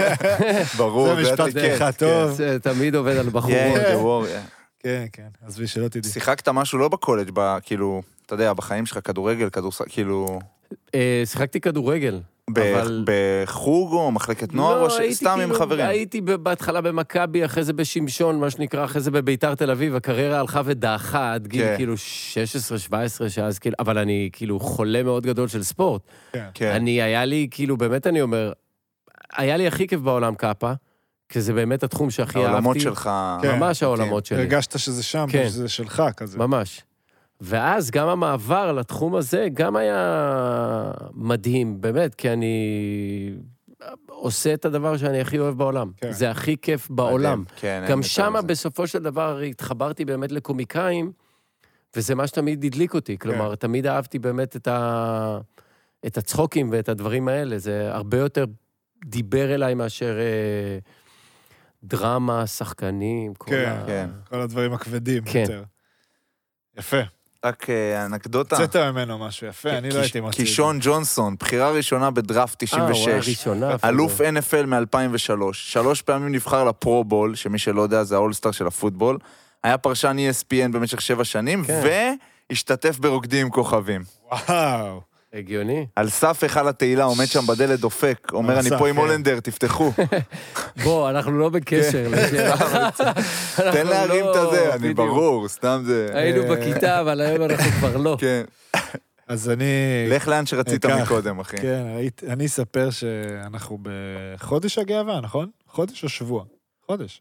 ברור, זה משפט הטיקט, פתיחה כן. טוב. זה תמיד עובד על Yeah, בחורות. the warrior. כן, כן. עזבי, שלא תדעי. שיחקת משהו לא בקולג', ב- כאילו, אתה יודע, בחיים שלך, כדורגל, כדורסל, כאילו, אה, שיחקתי כדורגל. ב- אבל- בחוג או מחלקת נוער, או לא, ש- הייתי סתם עם כאילו- חברים? הייתי ב- בהתחלה במכבי, אחרי זה בשמשון, מה שנקרא, אחרי זה בביתר תל אביב, הקריירה הלכה ודעכה עד גיל כן. כאילו שש עשרה שבע עשרה, שאז כאילו, אבל אני כאילו חולה מאוד גדול של ספורט. כן. אני, היה לי, כאילו, באמת אני אומר, היה לי הכי כיף בעולם קאפה, כי זה באמת התחום שהכי אהבתי. העולמות שלך... כן. ממש העולמות שלי. הרגשת שזה שם, כן. שזה שלך, כזה. ממש. ואז גם המעבר לתחום הזה גם היה מדהים, באמת, כי אני עושה את הדבר שאני הכי אוהב בעולם. כן. זה הכי כיף בעולם. כן, אין גם יותר שם מזה. בסופו של דבר התחברתי באמת לקומיקאים, וזה מה שתמיד הדליק אותי, כלומר, תמיד אהבתי באמת את ה... את הצחוקים ואת הדברים האלה, זה הרבה יותר דיבר אליי מאשר אה, דרמה, שחקנים, כל כן, ה... כן. כל הדברים הכבדים כן. יותר. יפה. רק אה, אנקדוטה. הוצאת ממנו משהו יפה, אני לא הייתי מוציא את זה. קישון ג'ונסון, בחירה ראשונה בדראפט תשעים אה, הוא היה ושש. ראשונה. אלוף אן אף אל מ-אלפיים ושלוש. שלוש פעמים נבחר לפרו-בול, שמי שלא יודע זה האולסטאר של הפוטבול. היה פרשן אי אס פי אן במשך שבע שנים, כן. והשתתף ברוקדים עם כוכבים. וואו. הגיוני. על סף היכל התהילה, עומד שם בדלת דופק, אומר, על אני סף, פה עם כן. הולנדר, תפתחו. בוא, אנחנו לא בקשר. לשאלה. תן אנחנו להרים לא- את הזה, אני בדיוק. ברור, סתם זה... היינו אה, בכיתה, אבל היום אנחנו כבר לא. כן. אז אני... לך לאן שרצית כך. מקודם, אחי. כן, היית- אני אספר שאנחנו בחודש הגאווה, נכון? חודש או שבוע? חודש.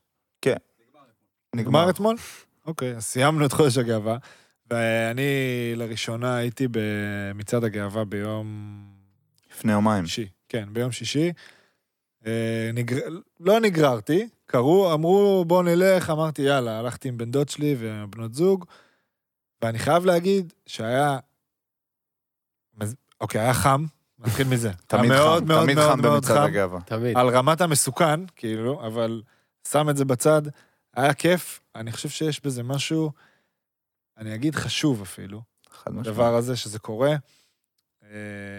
נגמר אתמול? אוקיי, אז סיימנו את חודש הגאווה, ואני לראשונה הייתי במצעד הגאווה ביום לפני יומיים. שישי. כן, ביום שישי. אה, נגר... לא נגררתי, קראו, אמרו בוא נלך, אמרתי יאללה, הלכתי עם בן דוד שלי ובנות זוג, ואני חייב להגיד שהיה, אוקיי, היה חם, נתחיל מזה. תמיד היה חם, מאוד, מאוד, תמיד מאוד, חם מאוד במצעד חם. הגאווה. תמיד. על רמת המסוכן, כאילו, אבל שם את זה בצד, היה כיף, אני חושב שיש בזה משהו, אני אגיד חשוב אפילו, חד משמעית. הדבר הזה שזה קורה. אה,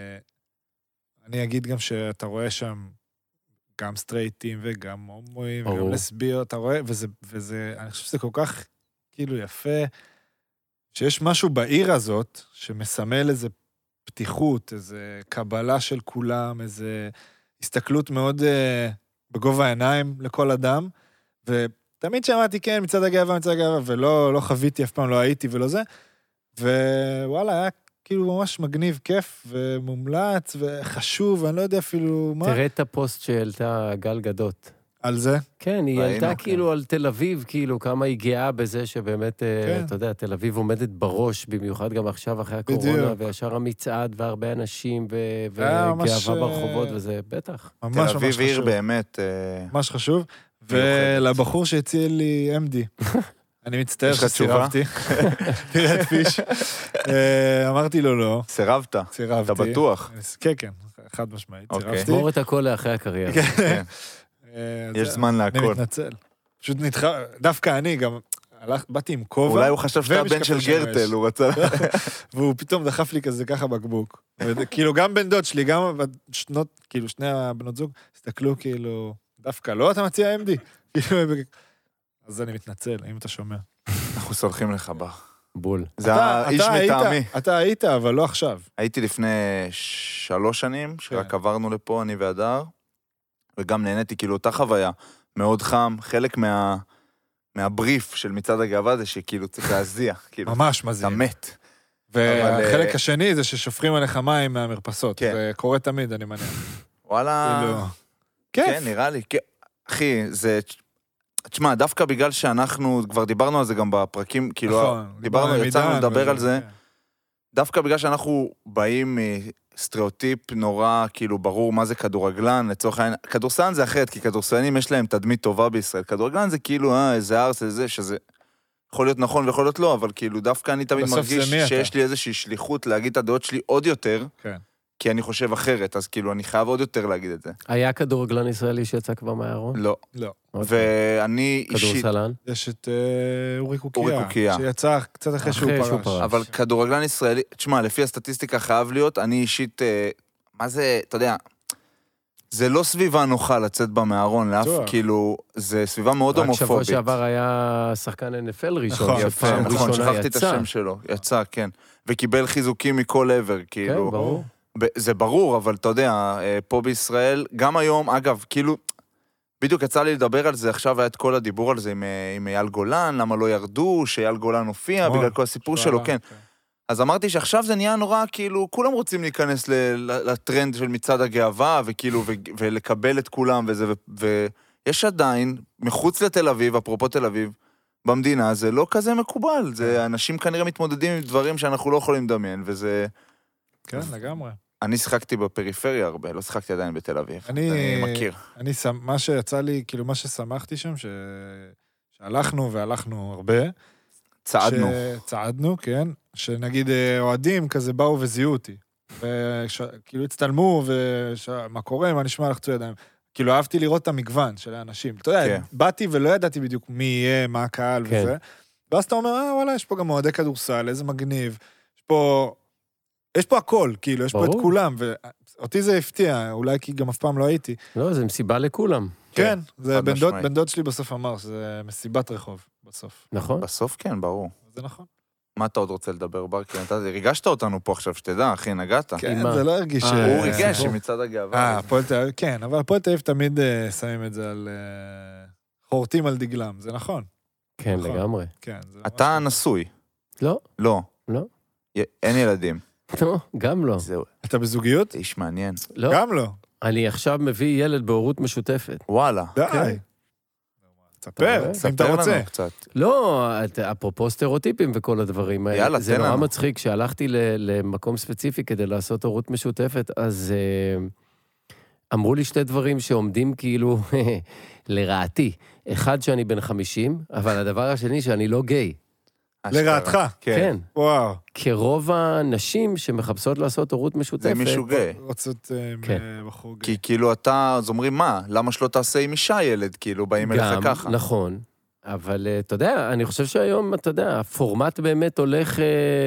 אני אגיד גם שאתה רואה שם גם סטרייטים וגם הומואים וגם ברור. לסביות, אתה רואה, וזה, וזה, אני חושב שזה כל כך כאילו יפה, שיש משהו בעיר הזאת שמסמל איזה פתיחות, איזה קבלה של כולם, איזה הסתכלות מאוד אה, בגובה העיניים לכל אדם, ותמיד שמעתי כן מצד הגאווה, מצד הגאווה, ולא לא חוויתי, אף פעם לא הייתי ולא זה, ווואלה, היה כאילו ממש מגניב, כיף ומומלץ וחשוב, אני לא יודע אפילו מה. תראה את הפוסט שהעלתה גל גדות. על זה? כן, היא ראינו, העלתה כן. כאילו על תל אביב, כאילו כמה היא גאה בזה שבאמת, אה, כן. אתה יודע, תל אביב עומדת בראש, במיוחד גם עכשיו אחרי בדיוק. הקורונה, וישר המצעד והרבה אנשים, ו- היה ממש, וגאווה אה, ברחובות, וזה בטח. ממש תל ממש אביב עיר חשוב. באמת... אה, ממש חשוב. מיוחדת. ולבחור שהציע לי אם די, אני מצטער יש לך תשובה? שסירבתי. תראה את פיש. אה, אמרתי לו לא, סירבת. סירבתי. אתה בטוח? כן, כן, חד משמעית, אוקיי. סירבתי. תשמור את הכל לאחרי הקריירה. כן. אה, יש זה- זמן אני להכל. מתנצל. פשוט נדחה, דווקא אני גם, הלך, באתי עם כובע, אולי הוא חשב שאתה הבן של ומשקפי שמש. גרטל, הוא רצה... והוא פתאום דחף לי כזה ככה בקבוק. כאילו גם בן דוד שלי, גם שנות, כאילו שני הבנות זוג, הסתכלו כאילו, דווקא לא, אתה מציע אם די. כאילו, אז אני מתנצל, אם אתה שומע. אנחנו סולחים לך, בר. בול. זה אתה- האיש אתה היית- מטעמי. אתה היית, אבל לא עכשיו. הייתי לפני שלוש שנים, שרק כן. עברנו לפה, אני והדר, וגם נהניתי, כאילו, אותה חוויה. מאוד חם, חלק מה... מהבריף של מצעד הגאווה זה שכאילו צריך להזיע, כאילו, ממש אתה מזיע. מת. והחלק אה, השני זה ששופכים עליך מים מהמרפסות. כן. זה קורה תמיד, אני מניח. וואלה... כאילו, כן, כיף. נראה לי. כן. אחי, זה... תשמע, דווקא בגלל שאנחנו, כבר דיברנו על זה גם בפרקים, כאילו, נכון. דיברנו, עם יצאנו עידן לדבר וזה, על זה, כן. דווקא בגלל שאנחנו באים מסטריאוטיפ נורא, כאילו, ברור מה זה כדורגלן, לצורך העניין, כדורסלן זה אחרת, כי כדורסלנים יש להם תדמית טובה בישראל, כדורגלן זה כאילו, אה, איזה ארס, איזה, שזה יכול להיות נכון ויכול להיות לא, אבל כאילו, דווקא אני תמיד בסוף מרגיש זה מי אתה. שיש לי איזושהי שליחות להגיד את הדעות שלי עוד יותר, כן. כי אני חושב אחרת, אז כאילו, אני חייב עוד יותר להגיד את זה. היה כדורגלן ישראלי שיצא כבר מהארון? לא. לא. ואני אישית... כדורסלן? יש את אה, אורי קוקיה. אורי קוקיה. שיצא קצת אחרי שהוא אחרי שהוא פרש. פרש. אבל כדורגלן ישראלי, תשמע, לפי הסטטיסטיקה חייב להיות, אני אישית, אה, מה זה, אתה יודע, זה לא סביבה נוחה לצאת בה מהארון, לאף, בטוח. כאילו, זה סביבה מאוד רק שבוע הומופובית. שעבר היה שחקן אן אף אל ראשון, נכון, יפה, שפעם נכון, ראשונה שכחתי את יצא. השם שלו, יצא, כן. וקיבל חיזוקים מכל עבר, כן, כאילו. ברור. ב- זה ברור, אבל אתה יודע, אה, פה בישראל, גם היום, אגב, כאילו, בדיוק יצא לי לדבר על זה, עכשיו היה את כל הדיבור על זה עם, אה, עם אייל גולן, למה לא ירדו, שאייל גולן הופיע, נכון. בגלל כל הסיפור שלו, כן. אז אמרתי שעכשיו זה נהיה נורא, כאילו, כולם רוצים להיכנס ל- ל- לטרנד של מצעד הגאווה, וכאילו, ו- ולקבל את כולם, וזה, ו- ויש עדיין, מחוץ לתל אביב, אפרופו תל אביב, במדינה, זה לא כזה מקובל, זה, אנשים כנראה מתמודדים עם דברים שאנחנו לא יכולים לדמיין, וזה... כן, לגמרי. אני שיחקתי בפריפריה הרבה, לא שיחקתי עדיין בתל אביב. אני- אני מכיר. אני, שמ- מה שיצא לי, כאילו, מה ששמחתי שם, ש... שהלכנו והלכנו הרבה, צעדנו. צעדנו, כן. שנגיד אה, אוהדים כזה באו וזיהו אותי. וכאילו הצטלמו, ומה קורה, מה נשמע לחצו ידיים. כאילו אהבתי לראות את המגוון של האנשים. אתה יודע, כן. באתי ולא ידעתי בדיוק מי יהיה, מה הקהל כן. וזה. ואז אתה אומר, אה, וואלה, יש פה גם אוהדי כדורסל, איזה מגניב. יש פה, יש פה הכל, כאילו, יש פה את ברור. כולם. ואותי זה הפתיע, אולי כי גם אף פעם לא הייתי. לא, זה מסיבה לכולם. כן, זה חד בן דוד, משמעית. בן דוד שלי בסוף אמר שזה מסיבת רחוב, בסוף. נכון? בסוף כן, ברור. זה נכון. מה אתה עוד רוצה לדבר, ברקי? אתה ריגשת אותנו פה עכשיו, שתדע, אחי, נגעת. כן, מה? זה לא הרגיש... אה, ש- הוא ריגש סיפור. מצד הגאווה. אה, הפועל תל אביב, כן, אבל הפועל תל אביב תמיד אה, שמים את זה על... אה, חורטים על דגלם, זה נכון. כן, נכון. לגמרי. כן, זה ממש אתה נכון. נשוי. לא, לא. לא. י- אין ילדים. לא, גם לא. זהו, אתה בזוגיות? זה איש מעניין. לא. גם לא. אני עכשיו מביא ילד בהורות משותפת. וואלה. די. כן. ספר, רואה? אם ספר אתה רוצה. לנו קצת. לא, את- אפרופו סטריאוטיפים וכל הדברים האלה. יאללה, זה תן נורא לנו. מצחיק, כשהלכתי ל- למקום ספציפי כדי לעשות הורות משותפת, אז אה, אמרו לי שתי דברים שעומדים כאילו לרעתי. אחד, שאני בן חמישים, אבל הדבר השני, שאני לא גיי. אשכרה. לרעתך. כן. כן. וואו. כרוב הנשים שמחפשות לעשות הורות משותפת. זה מישהו גיי. רוצות אה, כן. בחור גיי. כי כאילו אתה, אז אומרים מה? למה שלא תעשה עם אישה ילד? כאילו, באים אליך גם, ככה. נכון. אבל אה, אתה יודע, אני חושב שהיום, אתה יודע, הפורמט באמת הולך אה,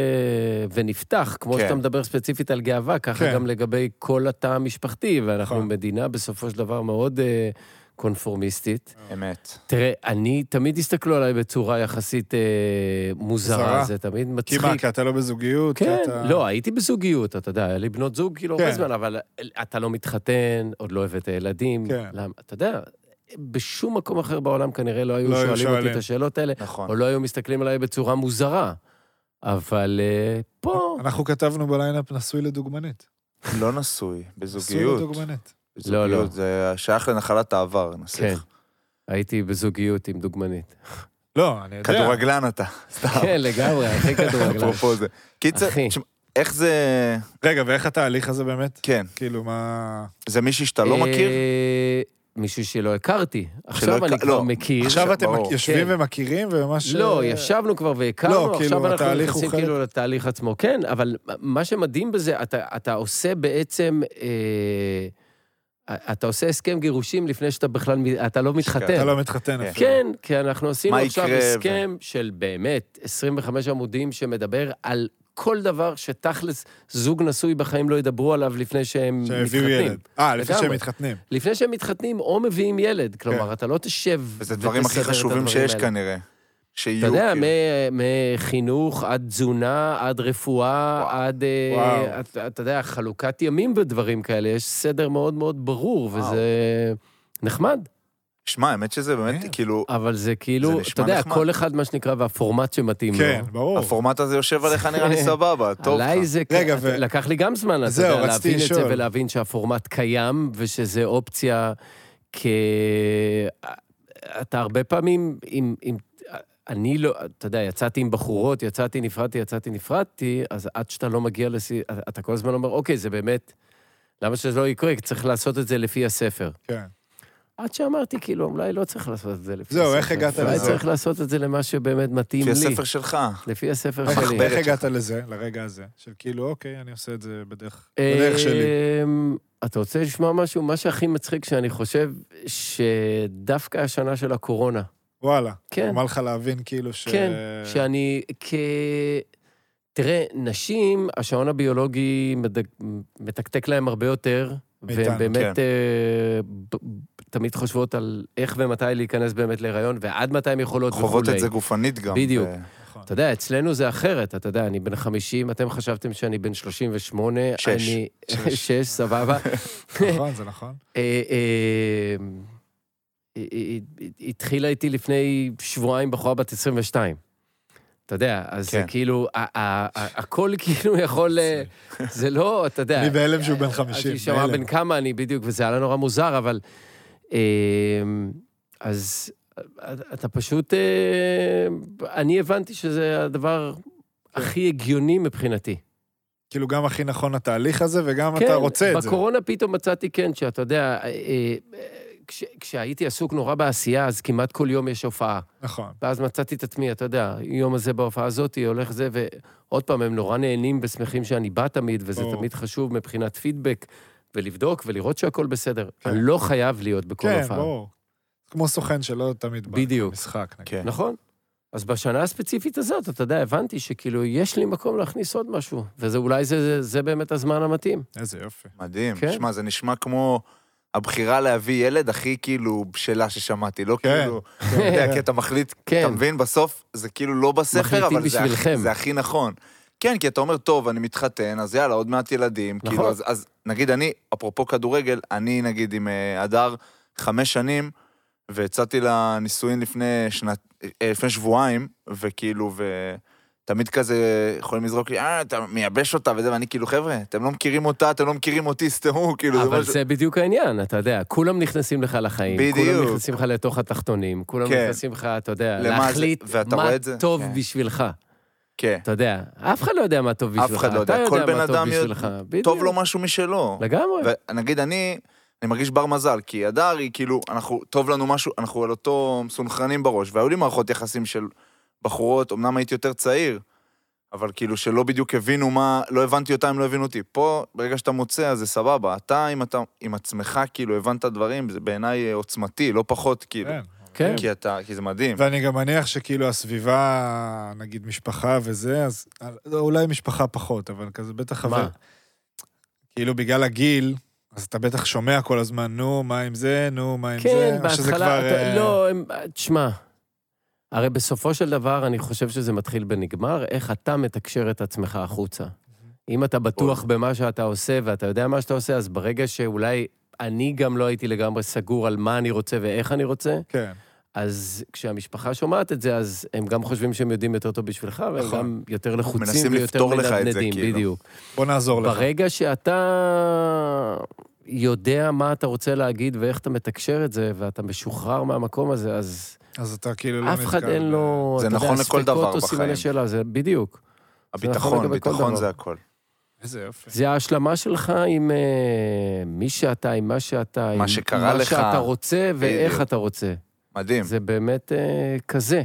ונפתח, כמו כן. שאתה מדבר ספציפית על גאווה, ככה כן. גם לגבי כל התא המשפחתי, ואנחנו נכון. מדינה בסופו של דבר מאוד אה, קונפורמיסטית. אמת. תראה, אני, תמיד הסתכלו עליי בצורה יחסית אה, מוזרה, מוזרה? זה תמיד כי מצחיק. מה, כי אתה לא בזוגיות? כי כן, אתה- לא, הייתי בזוגיות, אתה יודע, היה לי בנות זוג כאילו הרבה כן. זמן, אבל אתה לא מתחתן, עוד לא הבאת ילדים. כן. למה? אתה יודע, בשום מקום אחר בעולם כנראה לא היו לא היו שואלים אותי שואלים. את השאלות האלה, נכון. או לא היו מסתכלים עליי בצורה מוזרה. אבל אה, פה... אנחנו כתבנו בליינאפ נשוי לדוגמנית. לא נשוי, נשוי בזוגיות. לדוגמנית. לא, לא. בזוגיות, זה שייך לנחלת העבר, כן, נסיך. הייתי בזוגיות עם דוגמנית. לא, אני יודע. כדורגלן אתה. סתם. כן, לגמרי, הכי כדורגלן. אפרופו זה. קיצר, אחי. תשמע, איך זה... רגע, ואיך התהליך הזה באמת? כן. כאילו, מה... זה מישהי שאתה לא מכיר? אה, מישהו שלא הכרתי. עכשיו הכ- אני כבר לא. מכיר. עכשיו אתם ברור. יושבים כן. ומכירים וממש... לא, ישבנו כבר והכרנו, לא, כאילו, עכשיו אנחנו התהליך הוא נכנסים חלק- כאילו לתהליך עצמו. כן, אבל מה שמדהים בזה, אתה, אתה עושה בעצם, אה, אתה עושה הסכם גירושים לפני שאתה בכלל, אתה לא מתחתן. אתה לא מתחתן כן. אפילו. כן, כי אנחנו עשינו מה עכשיו יקרה ו- הסכם של באמת עשרים וחמישה עמודים שמדבר על כל דבר שתכלס זוג נשוי בחיים לא ידברו עליו לפני שהם שהביאו מתחתנים. ילד. אה, לפני לגמרי. שהם מתחתנים. לפני שהם מתחתנים או מביאים ילד, כלומר, אתה לא תשב וזה דברים הכי ותסדר את חשובים הדברים שיש האלה. כנראה. שיהיו. אתה יודע, כאילו. מ- מחינוך עד תזונה, עד רפואה, וואו. עד, אה, וואו. אתה- אתה יודע, חלוקת ימים ודברים כאלה, יש סדר מאוד מאוד ברור, וואו. וזה נחמד. שמע, האמת שזה באמת, כן. כאילו, אבל זה כאילו, זה אתה נשמע יודע, נחמד. כל אחד מה שנקרא, והפורמט שמתאים לו. כן, ברור. הפורמט הזה יושב עליך נראה לי סבבה, טוב לך. עליי זה, רגע, ו... ו- לקח לי גם זמן, אתה זהו, יודע, רציתי להבין את זה לשאול. ולהבין שהפורמט קיים, ושזה אופציה כ... אתה הרבה פעמים, אם, אם... אני לא, אתה יודע, יצאתי עם בחורות, יצאתי, נפרדתי, יצאתי, נפרדתי, אז עד שאתה לא מגיע לסי... אתה כל הזמן אומר, אוקיי, זה באמת... למה שזה לא יקרה? כי צריך לעשות את זה לפי הספר. כן. עד שאמרתי, כאילו, אולי לא צריך לעשות את זה לפי זהו, הספר. איך הגעת אולי לזה? צריך לעשות את זה למה שבאמת מתאים לי. לפי הספר שלך. לפי הספר איך- שלי. איך הגעת לזה, לרגע הזה? של כאילו, אוקיי, אני עושה את זה בדרך בדרך שלי. אמ, אתה רוצה לשמוע משהו? מה שהכי מצחיק שאני חושב שדווקא השנה של הקורונה, וואלה. כן. אמר לך להבין כאילו ש... כן, שאני כ... תראה, נשים, השעון הביולוגי מדק... מתקתק להם הרבה יותר, מאיתנו, והן באמת כן. אה, ב... תמיד חושבות על איך ומתי להיכנס באמת להיריון, ועד מתי הן יכולות וכולי. חוות את זה גופנית גם. בדיוק. ו- נכון. אתה יודע, אצלנו זה אחרת, אתה יודע, אני בן חמישים, אתם חשבתם שאני בן שלושים ושמונה, שש. אני... שש. שש, סבבה. נכון, זה נכון. אה, אה, היא- היא- היא התחילה איתי לפני שבועיים בחורה בת עשרים ושתיים. אתה יודע, אז זה כן. כאילו, ה- ה- ה- הכל כאילו יכול... אה, זה לא, אתה יודע... אני בהלם שהוא בן אז חמישים. היא שמעה בהלם. בן כמה אני בדיוק, וזה היה לה נורא מוזר, אבל... אה, אז אתה פשוט... אה, אני הבנתי שזה הדבר הכי הגיוני מבחינתי. כאילו גם הכי נכון התהליך הזה, וגם כן, אתה רוצה את זה. בקורונה פתאום מצאתי כן, שאתה יודע, אה, אה, כש, כשהייתי עסוק נורא בעשייה, אז כמעט כל יום יש הופעה. נכון. ואז מצאתי את עצמי, אתה יודע, יום הזה בהופעה הזאת, הולך זה, ועוד פעם, הם נורא נהנים ושמחים שאני בא תמיד, וזה ברור. תמיד חשוב מבחינת פידבק, ולבדוק ולראות שהכל בסדר. כן. אני לא חייב להיות בכל כן, הופעה. ברור. כמו סוכן שלא תמיד בא בדיוק. במשחק. נגיד. כן. נכון? אז בשנה הספציפית הזאת, אתה יודע, הבנתי שכאילו, יש לי מקום להכניס עוד משהו, וזה אולי זה, זה, זה באמת הזמן המתאים. איזה יופי. מדהים. כן. שמע, זה נשמע כמו הבחירה להביא ילד הכי כאילו בשלה ששמעתי, לא כן. כאילו, אתה יודע, כי אתה מחליט, כן. אתה מבין, בסוף זה כאילו לא בספר, מחליטים אבל זה בשבילכם. הכי- זה הכי נכון. כן, כי אתה אומר, טוב, אני מתחתן, אז יאללה, עוד מעט ילדים, נכון. כאילו, אז, אז נגיד אני, אפרופו כדורגל, אני נגיד עם אה, אדר חמש שנים, והצעתי לה נישואין לפני שנת, אה, לפני שבועיים, וכאילו, ותמיד כזה יכולים לזרוק לי, אה, אתה מייבש אותה וזה, ואני כאילו, חבר'ה, אתם לא מכירים אותה, אתם לא מכירים אותי, סתמו, כאילו, זה אבל משהו... זה בדיוק העניין, אתה יודע, כולם נכנסים לך לחיים, בדיוק. כולם נכנסים לך לתוך התחתונים, כולם כן. נכנסים לך, אתה יודע, למה זה- להחליט ואתה מה רואה את זה? טוב כן. בשבילך. כן, אתה יודע, אף אחד לא יודע מה טוב בשבילך. אף אחד לא אתה יודע, כל בן מה טוב אדם בשבילך. בדיוק. טוב לו משהו משלו. לגמרי. ונגיד אני, אני מרגיש בר מזל, כי הדר היא כאילו, אנחנו, טוב לנו משהו, אנחנו על אותו מסונכרנים בראש, והיו לי מערכות יחסים של בחורות, אמנם הייתי יותר צעיר, אבל כאילו שלא בדיוק הבינו מה, לא הבנתי אותה, הם לא הבינו אותי. פה, ברגע שאתה מוצא, אז זה סבבה. אתה, אם אתה, עם עצמך, כאילו, הבנת דברים, זה בעיניי עוצמתי, לא פחות, כאילו. כן. כן. כי אתה, כי זה מדהים. ואני גם מניח שכאילו הסביבה, נגיד משפחה וזה, אז אולי משפחה פחות, אבל כזה בטח חבר. מה? כאילו בגלל הגיל, אז אתה בטח שומע כל הזמן, נו, מה עם זה, נו, מה עם זה, כן, או שזה בהתחלה, כבר... אתה- אה, לא, הם- תשמע, הרי בסופו של דבר אני חושב שזה מתחיל בנגמר, איך אתה מתקשר את עצמך החוצה. אם אתה בטוח במה שאתה עושה, ואתה יודע מה שאתה עושה, אז ברגע שאולי אני גם לא הייתי לגמרי סגור על מה אני רוצה ואיך אני רוצה, כן. אז כשהמשפחה שומעת את זה, אז הם גם חושבים שהם יודעים יותר טוב בשבילך, והם נכון. גם יותר לחוצים מנסים ויותר לפתור לך את זה, מנדנדים, כאילו. בדיוק. בוא נעזור לך. ברגע שאתה יודע מה אתה רוצה להגיד ואיך אתה מתקשר את זה, ואתה משוחרר מהמקום הזה, אז אז אתה כאילו לא אף אחד נתקע אין ב- לו, זה אתה יודע, נכון לכל דבר ספקות או סימני בחיים. שאלה, זה בדיוק. זה נכון הביטחון, לגבי כל ביטחון דבר. זה הכל. איזה יופי. זה ההשלמה שלך עם אה, מי שאתה, עם מה שאתה, עם שקרה מה לך. שאתה רוצה ואיך בדיוק. אתה רוצה. מדהים. זה באמת אה, כזה.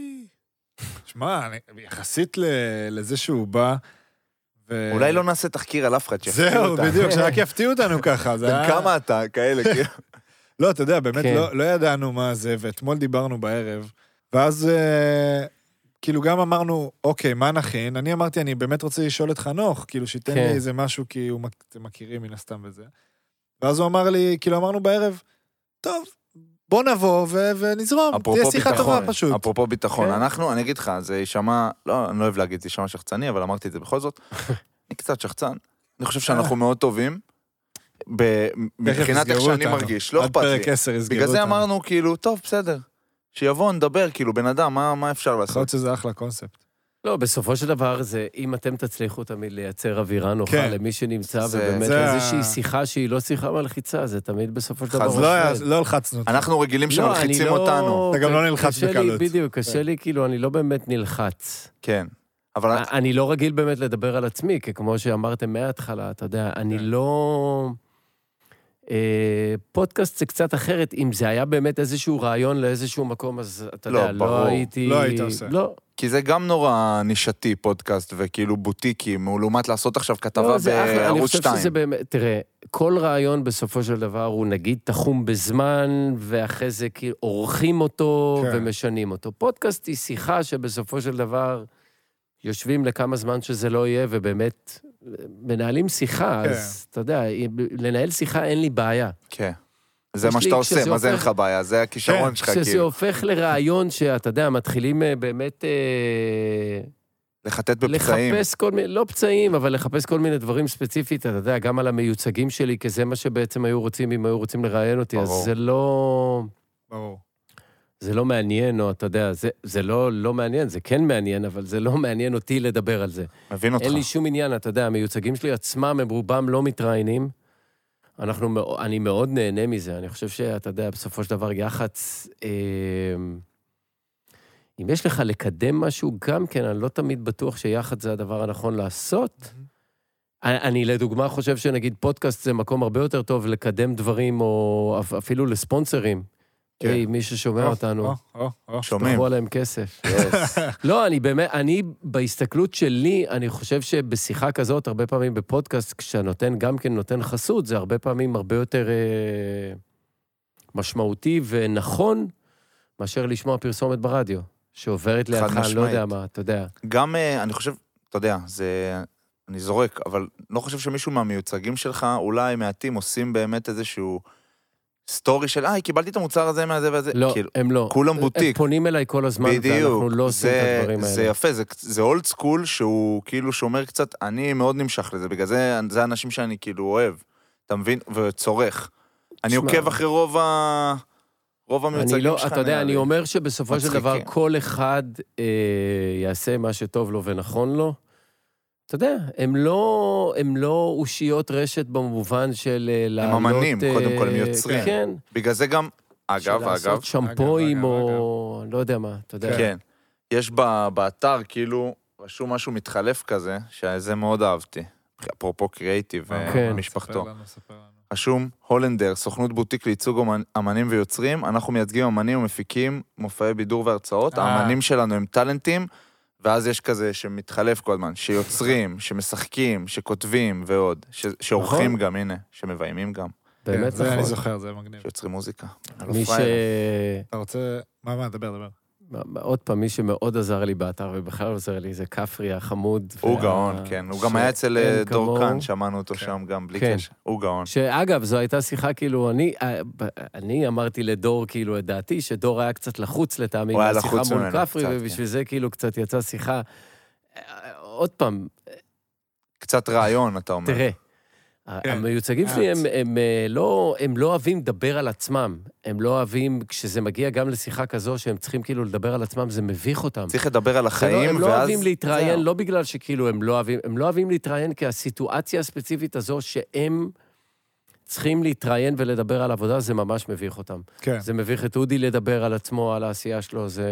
שמע, אני- יחסית ל- לזה שהוא בא, ו- אולי לא נעשה תחקיר על אף אחד, שיפתיע זהו, אותה. בדיוק, שרק יפתיעו אותנו ככה. זה בן היה- כמה אתה, כאלה, כאילו. לא, אתה יודע, באמת כן. לא, לא ידענו מה זה, ואתמול דיברנו בערב, ואז אה, כאילו גם אמרנו, אוקיי, מה נכין? אני אמרתי, אני באמת רוצה לשאול את חנוך, כאילו שייתן כן. לי איזה משהו, כי הוא, מכ- אתם מכירים מן הסתם וזה. ואז הוא אמר לי, כאילו אמרנו בערב, טוב, בוא נבוא ו- ונזרום, תהיה אפרופו שיחה טובה ביטחון, פשוט. אפרופו ביטחון, כן. אנחנו, אני אגיד לך, זה יישמע, לא, אני לא אוהב להגיד, זה יישמע שחצני, אבל אמרתי את זה בכל זאת. אני קצת שחצן. אני חושב שאנחנו מאוד טובים. ב- מבחינת איך יסגרו שאני אותנו. מרגיש, לא עד אכפת פרק לי. עשר יסגרו בגלל זה אותנו. אמרנו, כאילו, טוב, בסדר. שיבוא, נדבר, כאילו, בן אדם, מה מה אפשר יכול לעשות? להיות שזה אחלה קונספט. לא, בסופו של דבר זה, אם אתם תצליחו תמיד לייצר אווירה נוחה כן. למי שנמצא, זה- ובאמת זה ה- איזושהי שיחה שהיא לא שיחה מלחיצה, זה תמיד בסופו של דבר אז אז לא היה- עובד. לא הלחצנו אותך. אנחנו רגילים לא, אני שמלחיצים לא- אותנו. אתה גם לא נלחץ קשה לי- בקלות. בדיוק, קשה לי, כאילו, אני לא באמת נלחץ. כן. אבל אני לא רגיל באמת לדבר על עצמי, כי כמו שאמרתם מההתחלה, אתה יודע, אני כן. לא... אה, פודקאסט זה קצת אחרת, אם זה היה באמת איזשהו רעיון לאיזשהו מקום, אז אתה לא, יודע, ברור. לא הייתי... לא היית עושה. לא, כי זה גם נורא נישתי פודקאסט, וכאילו בוטיקים, לעומת לעשות עכשיו כתבה לא, זה אחלה, אני בערוץ חושב שתיים. שזה באמת, תראה, כל רעיון בסופו של דבר הוא נגיד תחום בזמן, ואחרי זה כאילו עורכים אותו כן. ומשנים אותו. פודקאסט היא שיחה שבסופו של דבר יושבים לכמה זמן שזה לא יהיה, ובאמת מנהלים שיחה, כן. אז אתה יודע, לנהל שיחה אין לי בעיה. כן. זה יש מה לי- שאתה עושה, כשזה מה זה אין הופך- לך בעיה? זה הכישרון כן, שלך, כשזה כאילו. הופך לרעיון שאתה יודע, מתחילים אה, באמת... אה, לחטט בפצעים. לחפש כל מיני, לא פצעים, אבל לחפש כל מיני דברים ספציפית, אתה יודע, גם על המיוצגים שלי, כי זה מה שבעצם היו רוצים, אם היו רוצים לראיין אותי, אז ברור. זה לא... ברור. זה לא מעניין, או אתה יודע, זה, זה לא, לא מעניין, זה כן מעניין, אבל זה לא מעניין אותי לדבר על זה. מבין אותך. אין לי שום עניין, אתה יודע, המיוצגים שלי עצמם, הם רובם לא מתראיינים. אנחנו, מאו- אני מאוד נהנה מזה, אני חושב שאתה יודע, בסופו של דבר יח"צ, אה, אם יש לך לקדם משהו, גם כן, אני לא תמיד בטוח שיח"צ זה הדבר הנכון לעשות, אני, אני לדוגמה חושב שנגיד פודקאסט זה מקום הרבה יותר טוב לקדם דברים, או אפילו לספונסרים. כן. היי, מי ששומע אותנו, או, או, או. שומעים. תפתחו עליהם כסף. לא, אני באמת, אני בהסתכלות שלי, אני חושב שבשיחה כזאת, הרבה פעמים בפודקאסט, כשנותן גם כן נותן חסות, זה הרבה פעמים הרבה יותר אה, משמעותי ונכון, מאשר לשמוע פרסומת ברדיו, שעוברת לידך, אני לא יודע מה, אתה יודע. גם, אה, אני חושב, אתה יודע, זה... אני זורק, אבל לא חושב שמישהו מהמיוצגים שלך, אולי מעטים, עושים באמת איזשהו סטורי של, אה, קיבלתי את המוצר הזה מהזה והזה. לא, כאילו, הם לא. כולם בוטיק. הם פונים אליי כל הזמן, בדיוק, ואנחנו לא עושים את הדברים האלה. זה יפה, זה, זה אולד סקול שהוא כאילו שומר קצת, אני מאוד נמשך לזה, בגלל זה, זה האנשים שאני כאילו אוהב, אתה מבין? וצורך. אני עוקב אחרי רוב ה... רוב המיוצגים לא, שלך. אתה יודע, אני אומר שבסופו של דבר, מצחיקים. כל אחד אה, יעשה מה שטוב לו ונכון לו. אתה יודע, הם לא, הם לא אושיות רשת במובן של לעלות... הם אמנים, קודם כל, הם יוצרים. כן. בגלל זה גם, אגב, של אגב, לעשות שמפויים אגב, או... לא יודע מה, אתה יודע. כן. יש ב- באתר, כאילו, רשום משהו מתחלף כזה, שזה מאוד אהבתי. אפרופו קריאייטיב כן. ומשפחתו. ספר לנו, ספר לנו. רשום, הולנדר, סוכנות בוטיק לייצוג אומנ- אמנים ויוצרים, אנחנו מייצגים אמנים ומפיקים מופעי בידור והרצאות, אה. האמנים שלנו הם טלנטים, ואז יש כזה שמתחלף כל הזמן, שיוצרים, שמשחקים, שכותבים ועוד, ש- שעורכים גם, הנה, שמביימים גם, באמת כן, זה אני נכון. זוכר, זה מגניב. שיוצרים מוזיקה. מי ש... אתה רוצה... מה, מה, דבר, דבר. עוד פעם, מי שמאוד עזר לי באתר, ובכלל עוזר לי, זה כפרי החמוד. הוא וה- גאון, כן, הוא גם ש- היה אצל אין אה, דור כמוהו. כאן, שמענו אותו כן. שם גם, בלי כן. קשר, הוא גאון. שאגב, זו הייתה שיחה כאילו, אני, אני אמרתי לדור כאילו את דעתי, שדור היה קצת לחוץ לטעמי, הוא היה מהשיחה לחוץ מול ממנו, כפרי, קצת, ובשביל זה כאילו קצת יצאה שיחה. עוד פעם, קצת רעיון, אתה אומר. תראה, כן. המיוצגים שלי הם, הם, אה, לא, הם לא אוהבים לדבר על עצמם, הם לא אוהבים, כשזה מגיע גם לשיחה כזו, שהם צריכים כאילו לדבר על עצמם, זה מביך אותם. צריך לדבר על זה לא, החיים, הם לא ואז... אוהבים להתראיין, זהו. לא בגלל שכאילו הם לא אוהבים, הם לא אוהבים להתראיין כי הסיטואציה הספציפית הזו שהם צריכים להתראיין ולדבר על עבודה, זה ממש מביך אותם. כן. זה מביך את אודי לדבר על עצמו, על העשייה שלו, זה...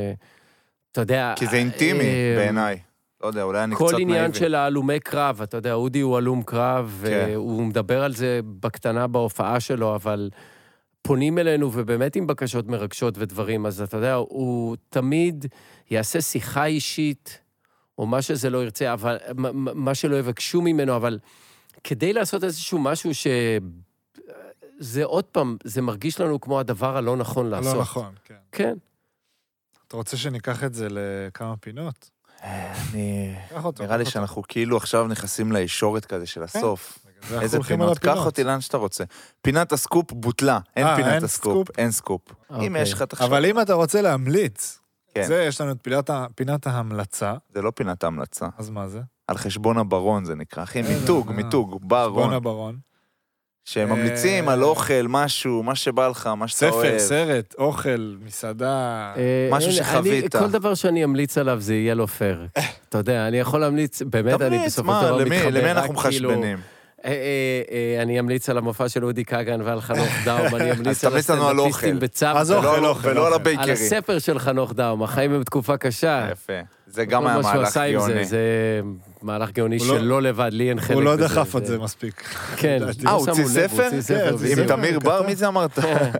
אתה יודע... כי זה אינטימי אה, בעיניי. לא יודע, אולי אני קצת כל נאיבי. עניין של ההלומי קרב, אתה יודע, אודי הוא הלום קרב, כן. והוא מדבר על זה בקטנה בהופעה שלו, אבל פונים אלינו ובאמת עם בקשות מרגשות ודברים, אז אתה יודע, הוא תמיד יעשה שיחה אישית, או מה שזה לא ירצה, אבל, מה שלא יבקשו ממנו, אבל כדי לעשות איזשהו משהו ש... זה עוד פעם, זה מרגיש לנו כמו הדבר הלא נכון לעשות. לא נכון, כן. כן. אתה רוצה שניקח את זה לכמה פינות? אני... קח אותו. נראה לי קח אותו. שאנחנו כאילו עכשיו נכנסים לישורת כזה של הסוף. בגלל זה אנחנו איזה הולכים על פינות? קח הפינות. אותי לאן שאתה רוצה. פינת הסקופ בוטלה. אין אה, פינת אין הסקופ. סקופ? אין סקופ. אם אוקיי. יש לך תחשוב. אבל אם אתה רוצה להמליץ, כן. זה, יש לנו את פינת ה- פינת ההמלצה, זה לא פינת ההמלצה. אז מה זה? על חשבון הברון זה נקרא. אחי, אה, מיתוג, אה. מיתוג, בון ברון. הברון. שהם אה. ממליצים על אוכל, משהו, מה שבא לך, מה שאתה ספר, אוהב. סרט, אוכל, מסעדה. אה, משהו אין, שחווית. אני, כל דבר שאני אמליץ עליו זה יהיה לו פייר. אתה יודע, אני יכול להמליץ, באמת אני תמליץ, בסופו מה, של דבר למי- מתחבר למי רק אנחנו כאילו... מחשבנים? אה, אה, אה, אני אמליץ על המופע של אודי כגן ועל חנוך דאום, אני אמליץ על תמליץ לנו על הסטנדאפיסטים אוכל. בצוותא, אז אוכל, ולא- אוכל, ולא על אוכל. על הבייקרי. הספר של חנוך דאום, החיים הם תקופה קשה. יפה. זה גם כל היה מה שהוא מהלך עשה עם גאוני. זה, זה מהלך גאוני הוא לא- שלא לבד, לי אין חלק הוא לא בזה, דחף את זה מספיק. כן. לדעתי. לא אה, הוא שמו הוציא לב, הוא ספר? הוציא כן, ספר, זה עם בדיוק. ספר. תמיר כתב. בר, מי זה אמרת?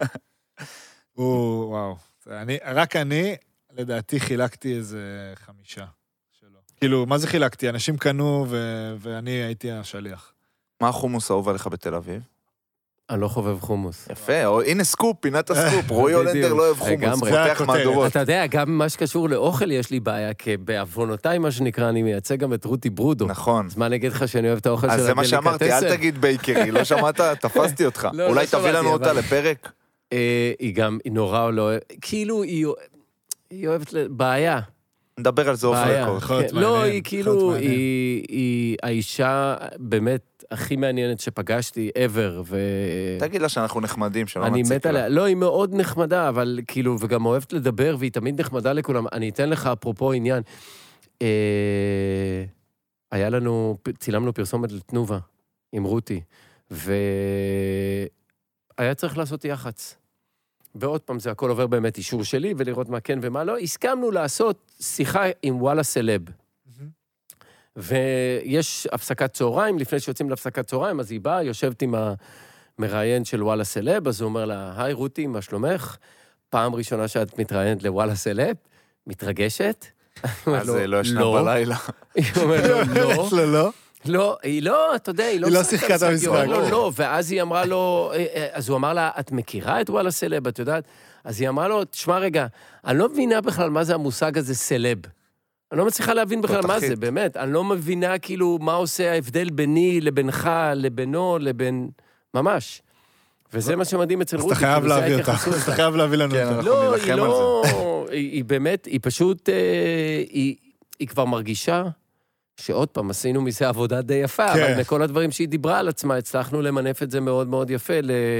הוא, וואו. אני, רק אני, לדעתי, חילקתי איזה חמישה שלו. כאילו, מה זה חילקתי? אנשים קנו ו- ואני הייתי השליח. מה החומוס האהוב עליך בתל אביב? אני לא חובב חומוס. יפה, או- הנה סקופ, פינת הסקופ. רועי הולנדר בדיוק, לא אוהב חומוס, לגמרי. זה פותח הכותרת. מהדורות. אתה יודע, גם מה שקשור לאוכל יש לי בעיה, כי בעוונותיי, מה שנקרא, אני מייצג גם את רותי ברודו. נכון. אז מה אני אגיד לך שאני אוהב את האוכל של אז זה מה שאמרתי, אל הדליקטסן? תגיד בייקרי, לא שמעת? תפסתי אותך. לא, אולי לא תביא לנו שמעתי, אותה אבל- לפרק? אה, היא גם, היא נורא לא אוהבת, כאילו היא היא אוהבת, ל- בעיה. נדבר על זה אוף בעיה. רקורד. יכול להיות כן, לא, מעניין, היא יכול כאילו, להיות מעניין. היא היא האישה באמת הכי מעניינת שפגשתי ever, ו... תגיד לה שאנחנו נחמדים, שלא אני נציק מת לה. עליה. לא, היא מאוד נחמדה, אבל כאילו, וגם אוהבת לדבר, והיא תמיד נחמדה לכולם. אני אתן לך, אפרופו עניין, אה, היה לנו, צילמנו פרסומת לתנובה עם רותי, והיה צריך לעשות יח"צ. ועוד פעם, זה הכל עובר באמת אישור שלי, ולראות מה כן ומה לא. הסכמנו לעשות שיחה עם וואלה סלב. ויש הפסקת צהריים, לפני שיוצאים להפסקת צהריים, אז היא באה, יושבת עם המראיין של וואלה סלב, אז הוא אומר לה, היי רותי, מה שלומך? פעם ראשונה שאת מתראיינת לוואלה סלב, מתרגשת? אז לא ישנה בלילה. היא אומרת לו, לא. לא, לא. לא, היא לא, אתה יודע, היא לא... היא לא שיחקה את המשחק. לא, לא, ואז היא אמרה לו, אז הוא אמר לה, את מכירה את וואלה סלב, את יודעת? אז היא אמרה לו, תשמע רגע, אני לא מבינה בכלל מה זה המושג הזה סלב. אני לא מצליחה להבין בכלל מה זה, באמת. אני לא מבינה כאילו מה עושה ההבדל ביני לבינך, לבינו, לבין... ממש. וזה מה שמדהים אצל רותי. אז אתה חייב להביא אותה. אתה חייב להביא לנו אותה. לא, היא לא... היא באמת, היא פשוט... היא כבר מרגישה שעוד פעם עשינו מזה עבודה די יפה, אבל מכל הדברים שהיא דיברה על עצמה, הצלחנו למנף את זה מאוד מאוד יפה.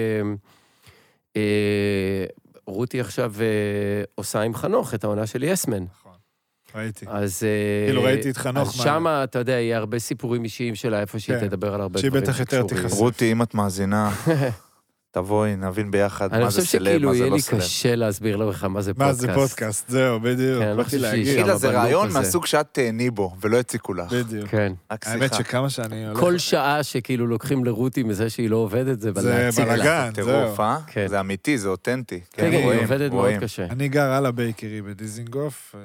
רותי עכשיו עושה עם חנוך את העונה של יסמן. ראיתי. אז... כאילו ראיתי את חנוך. אז שמה, אתה יודע, יהיה הרבה סיפורים אישיים שלה, איפה שהיא תדבר על הרבה דברים שקשורים. שהיא בטח יותר תיחשף. רותי, אם את מאזינה, תבואי, נבין ביחד מה זה סלב, מה זה לא סלב. אני חושב שכאילו יהיה לי קשה להסביר לך מה זה פודקאסט. מה זה פודקאסט, זהו, בדיוק. גילה, זה רעיון מהסוג שאת תהני בו, ולא הציקו לך. בדיוק. כן. האמת שכמה שאני... כל שעה שכאילו לוקחים לרותי מזה שהיא לא עובדת, זה להציק לה. זה בלגן, טירוף, אה? זה אמיתי, זה אותנטי. כן, היא עובדת מאוד קשה. אני גר על הבייקרי בדיזינגוף.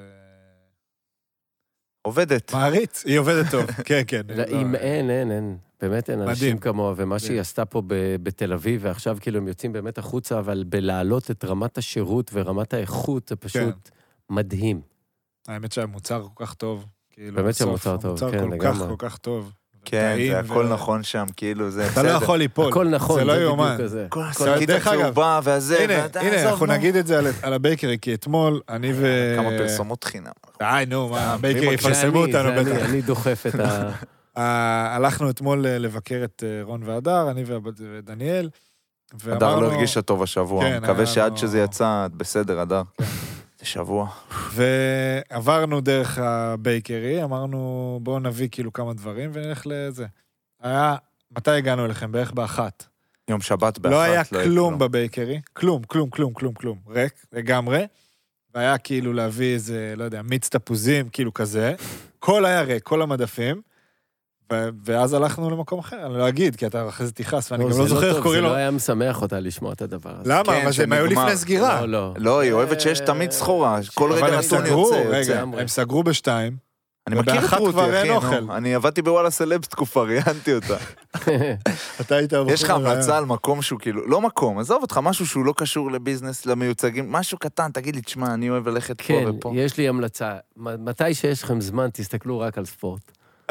עובדת. מעריץ, היא עובדת טוב, כן, כן. אם אין, אין, אין. באמת אין אנשים כמוה, ומה שהיא עשתה פה בתל אביב, ועכשיו כאילו הם יוצאים באמת החוצה, אבל בלהעלות את רמת השירות ורמת האיכות, זה פשוט מדהים. האמת שהמוצר כל כך טוב. באמת שהמוצר טוב, כן, לגמרי. המוצר כל כך, כל כך טוב. כן, זה הכל נכון שם, כאילו זה... אתה לא יכול ליפול. הכל נכון, זה לא יאומן. כל השקית הצהובה והזה, הנה, אנחנו נגיד את זה על הבייקרי, כי אתמול אני ו... כמה פרסומות חינם. די, נו, מה, הבייקרי יפרסמו אותנו בטח. אני דוחף את ה... הלכנו אתמול לבקר את רון והדר, אני ודניאל. הדר לא הרגישה טוב השבוע, מקווה שעד שזה יצא, בסדר, הדר. זה שבוע. ועברנו דרך הבייקרי, אמרנו בואו נביא כאילו כמה דברים ונלך לזה. היה, מתי הגענו אליכם? בערך באחת. יום שבת באחת. לא היה כלום בבייקרי, כלום, כלום, כלום, כלום, כלום, ריק, לגמרי. והיה כאילו להביא איזה, לא יודע, מיץ תפוזים, כאילו כזה. כל היה ריק, כל המדפים. ואז הלכנו למקום אחר, אני לא אגיד, כי אתה אחרי זה תיחס, ואני גם לא זוכר איך קוראים לו. זה לא היה משמח אותה לשמוע את הדבר הזה. למה? אבל הם היו לפני סגירה. לא, לא. לא, היא אוהבת שיש תמיד סחורה, כל רגע נתון יוצא. רגע, הם סגרו בשתיים. אני מכיר את רותי, אחי, נו. אני עבדתי בוואלה סלבס תקופה, ראיינתי אותה. אתה היית... יש לך המלצה על מקום שהוא כאילו, לא מקום, עזוב אותך, משהו שהוא לא קשור לביזנס, למיוצגים, משהו קטן, תגיד לי, תשמע, אני אוהב ללכת פה ופה. כן, יש לי המלצה. מתי שיש לכם זמן, תסתכלו רק על ספורט.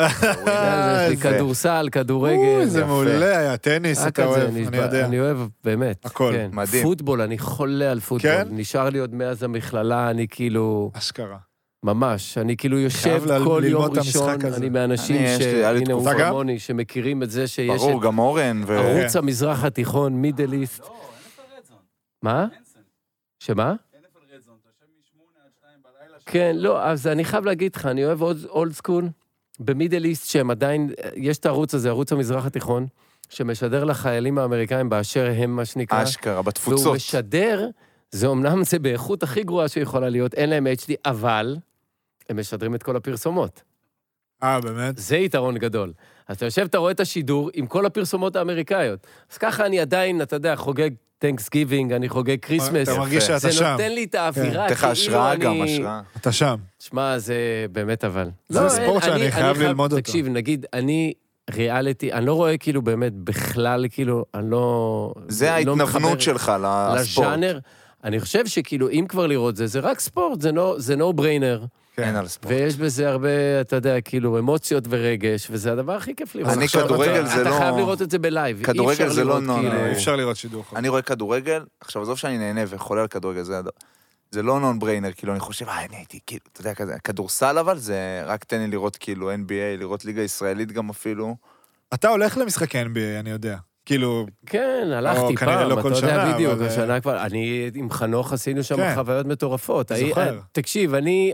יש לי כדורסל, כדורגל. זה מעולה, היה טניס, אתה אוהב, אני יודע. אני אוהב, באמת. הכל, מדהים. פוטבול, אני חולה על פוטבול. נשאר לי עוד מאז המכללה, אני כאילו... אשכרה. ממש, אני כאילו יושב כל יום ראשון, אני מאנשים שהנה הוא כמוני, שמכירים את זה שיש... ברור, גם אורן ו... ערוץ המזרח התיכון, מידל איסט. לא, אין לך רדזון. מה? שמה? אין לך רדזון, אתה יושב משמונה עד שתיים בלילה. כן, לא, אז אני חייב להגיד לך, אני אוהב עוד אולד סקול, במידל איסט שהם עדיין, יש את הערוץ הזה, ערוץ המזרח התיכון, שמשדר לחיילים האמריקאים באשר הם מה שנקרא. אשכרה, בתפוצות. והוא משדר, זה אומנם זה באיכות הכי גרועה שיכולה להיות, אין להם אייץ' די, אבל הם משדרים את כל הפרסומות. אה, באמת? זה יתרון גדול. אז אתה יושב, אתה רואה את השידור עם כל הפרסומות האמריקאיות. אז ככה אני עדיין, אתה יודע, חוגג Thanksgiving, אני חוגג Christmas. אתה מרגיש שאתה שם. זה נותן לי את האווירה. תך השראה גם, השראה. אתה שם. שמע, זה באמת אבל. זה ספורט שאני חייב ללמוד אותו. תקשיב, נגיד, אני ריאליטי, אני לא רואה כאילו באמת בכלל, כאילו, אני לא... זה ההתנוונות שלך לספורט. לז'אנר. אני חושב שכאילו, אם כבר לראות זה, זה רק ספורט, זה no brainer. כן, על ספורט. ויש בזה הרבה, אתה יודע, כאילו, אמוציות ורגש, וזה הדבר הכי כיף לראות. אני כדורגל זה לא... אתה חייב לראות את זה בלייב. כדורגל זה לא נון. אי אפשר לראות שידור. אני רואה כדורגל, עכשיו עזוב שאני נהנה וחולה על כדורגל, זה לא נון בריינר, כאילו, אני חושב, אה, אני הייתי, כאילו, אתה יודע, כזה, כדורסל אבל, זה רק תן לי לראות, כאילו, אן בי איי, לראות ליגה ישראלית גם אפילו. אתה הולך למשחקי אן בי איי, אני יודע. כאילו... כן, הלכתי פעם, אתה יודע בדיוק, השנה כבר, אני עם חנוך עשינו שם חוויות מטורפות. זוכר. תקשיב, אני,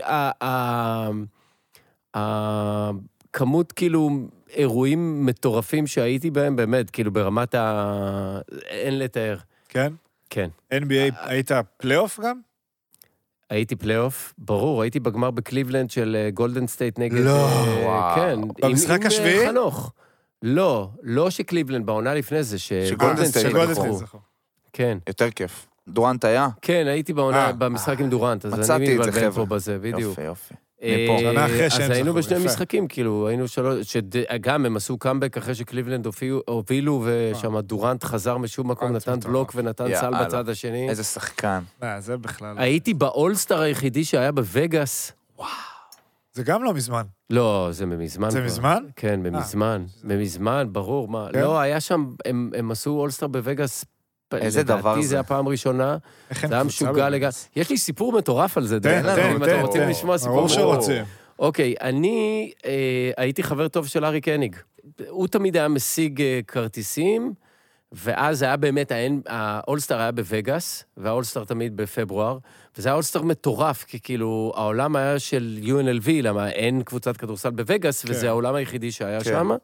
הכמות כאילו אירועים מטורפים שהייתי בהם, באמת, כאילו ברמת ה... אין לתאר. כן? כן. אן בי איי, היית פלייאוף גם? הייתי פלייאוף, ברור, הייתי בגמר בקליבלנד של גולדן סטייט נגד... לא, אה, וואו. כן. במשחק עם- עם, השביעי? אה, חנוך. לא, לא שקליבלנד, בעונה לפני זה, שגולדן שגולדן סטייט סטייט שגולדן זכו. סטייט זכו. זכו. כן. יותר כיף. דורנט היה? כן, הייתי בעונה, אה, במשחק עם דורנט, אז מצאתי אני את זה, מתבלבל חבר'ה. פה בזה, בדיוק. יופי, יופי. אה, מפה. שנה אחרי שהם אז היינו זכו, בשני יפה. משחקים, כאילו, היינו שלוש, שגם הם עשו קאמבק אחרי שקליבלנד הופיעו- הובילו, ושם דורנט חזר משום מקום, דורנט נתן מטורף. בלוק ונתן סל יאללה. בצד השני. איזה שחקן. לא, זה בכלל... הייתי באולסטאר היחידי שהיה בווגאס. זה גם לא מזמן. לא, זה ממזמן. זה כבר. מזמן? כן, ממזמן. ממזמן, ברור, מה. כן? לא, היה שם, הם הם עשו אולסטאר בווגאס. איזה לדעתי דבר זה זה. הפעם הראשונה. איך אין זה היה קבוצה משוגע בווגאס? לגמרי. יש לי סיפור מטורף על זה, תן, דרך אגב, תן, אם תן, אתם רוצים תן. לשמוע סיפור. ברור ברור. שרוצים. אוקיי, אני אה, הייתי חבר טוב של ארי קניג. הוא תמיד היה משיג אה, כרטיסים, ואז היה באמת, האנ- האולסטאר היה בווגאס, והאולסטאר תמיד בפברואר, וזה היה אולסטאר מטורף, כי כאילו העולם היה של יו אן אל וי, למה אין קבוצת כדורסל בווגאס, וזה העולם היחידי שהיה כן. שם.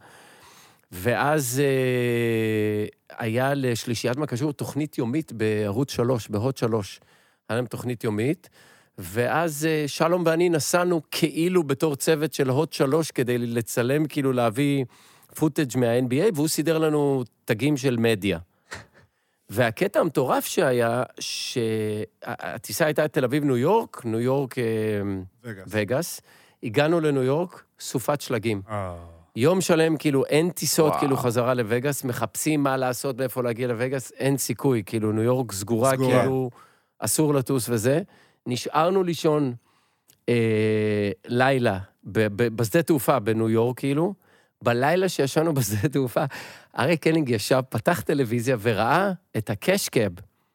ואז אה, היה לשלישיית מקשור תוכנית יומית בערוץ שלוש, בהוט שלוש. היה להם תוכנית יומית, ואז אה, שלום ואני נסענו כאילו בתור צוות של הוט שלוש, כדי לצלם, כאילו להביא פוטאג' מה-אן בי איי, והוא סידר לנו תגים של מדיה. והקטע המטורף שהיה, שהטיסה הייתה תל אביב ניו יורק, ניו יורק אה, וגאס. וגאס, הגענו לניו יורק, סופת שלגים. אה, יום שלם, כאילו, אין טיסות, וואו. כאילו, חזרה לווגאס, מחפשים מה לעשות, מאיפה להגיע לווגאס, אין סיכוי, כאילו, ניו יורק סגורה, סגורה. כאילו, אסור לטוס וזה. נשארנו לישון אה, לילה, ב- ב- בשדה תעופה בניו יורק, כאילו, בלילה שישנו בשדה תעופה, ארי קנינג ישב, פתח טלוויזיה וראה את הקשקאב,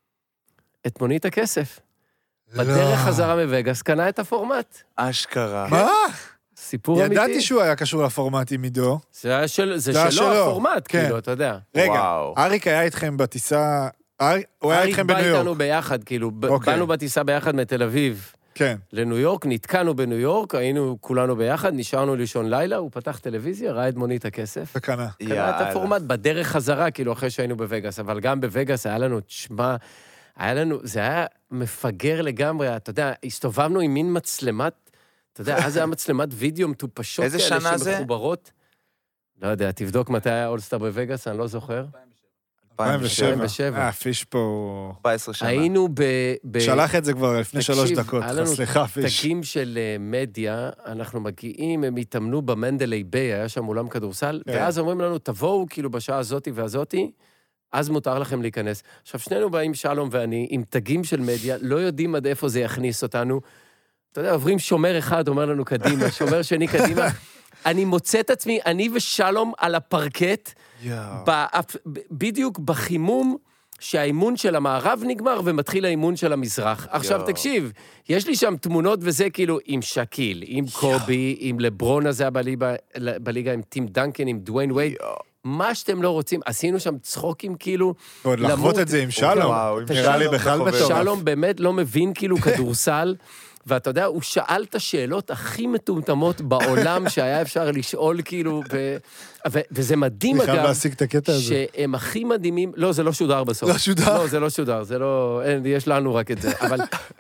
את מונית הכסף. בדרך חזרה מווגאס, קנה את הפורמט. אשכרה. מה? סיפור אמיתי. ידעתי שהוא היה קשור לפורמט עם עידו. זה היה של- זה זה היה שלו, שלו, הפורמט, כן. כאילו, אתה יודע. רגע, וואו. אריק היה איתכם בטיסה... אריק- הוא היה איתכם בניו אריק בא יורק. איתנו ביחד, כאילו, ב- אוקיי. באנו בטיסה ביחד מתל אביב כן. לניו יורק, נתקענו בניו יורק, היינו כולנו ביחד, נשארנו לישון לילה, הוא פתח טלוויזיה, ראה את מונית הכסף, וקנה. קנה את יאללה. הפורמט בדרך חזרה, כאילו, אחרי שהיינו בווגאס, אבל גם בווגאס היה לנו, תשמע, היה לנו, זה היה מפגר לגמרי, אתה יודע, הסתובבנו עם מין מצלמת, אתה יודע, אז היה מצלמת וידאו מטופשות איזה כאלה שנה זה? שמחוברות. לא יודע, תבדוק מתי היה אולסטאר בווגאס, אני לא זוכר. אלפיים ושבע. אלפיים ושבע. אה, פיש פה... ארבע עשרה שנה. היינו ב... ב- שלח את זה כבר לפני תקשיב, שלוש דקות. היה לנו סליחה, פיש. תגים של אה, מדיה, אנחנו מגיעים, הם התאמנו במנדלי ביי, היה שם אולם כדורסל, כן. ואז אומרים לנו, תבואו כאילו בשעה הזאתי והזאתי, אז מותר לכם להיכנס. עכשיו, שנינו באים, שלום ואני, עם תגים של מדיה, לא יודעים עד איפה זה יכניס אותנו. אתה יודע, עוברים שומר אחד, אומר לנו קדימה, שומר שני קדימה. אני מוצא את עצמי, אני ושלום על הפרקט, יואו. באפ- ב- בדיוק בחימום שהאימון של המערב נגמר ומתחיל האימון של המזרח. עכשיו יואו. תקשיב, יש לי שם תמונות וזה כאילו עם שקיל, עם קובי, עם לברון הזה בליגה, בליגה עם טים דנקן, עם דוויין וייד, מה שאתם לא רוצים. עשינו שם צחוקים כאילו, ועוד לחוות למות. את זה עם שלום. וואו, עם נראה לי שלום בכלל בחוברת. מטורף. שלום באמת לא מבין כאילו כדורסל, ואתה יודע, הוא שאל את השאלות הכי מטומטמות בעולם שהיה אפשר לשאול כאילו, ו... ו... וזה מדהים אני חייב אגב, להשיג את הקטע הזה. שהם הכי מדהימים, לא, זה לא שודר בסוף. לא שודר? לא, זה לא שודר, זה לא, אין, יש לנו רק את זה, אבל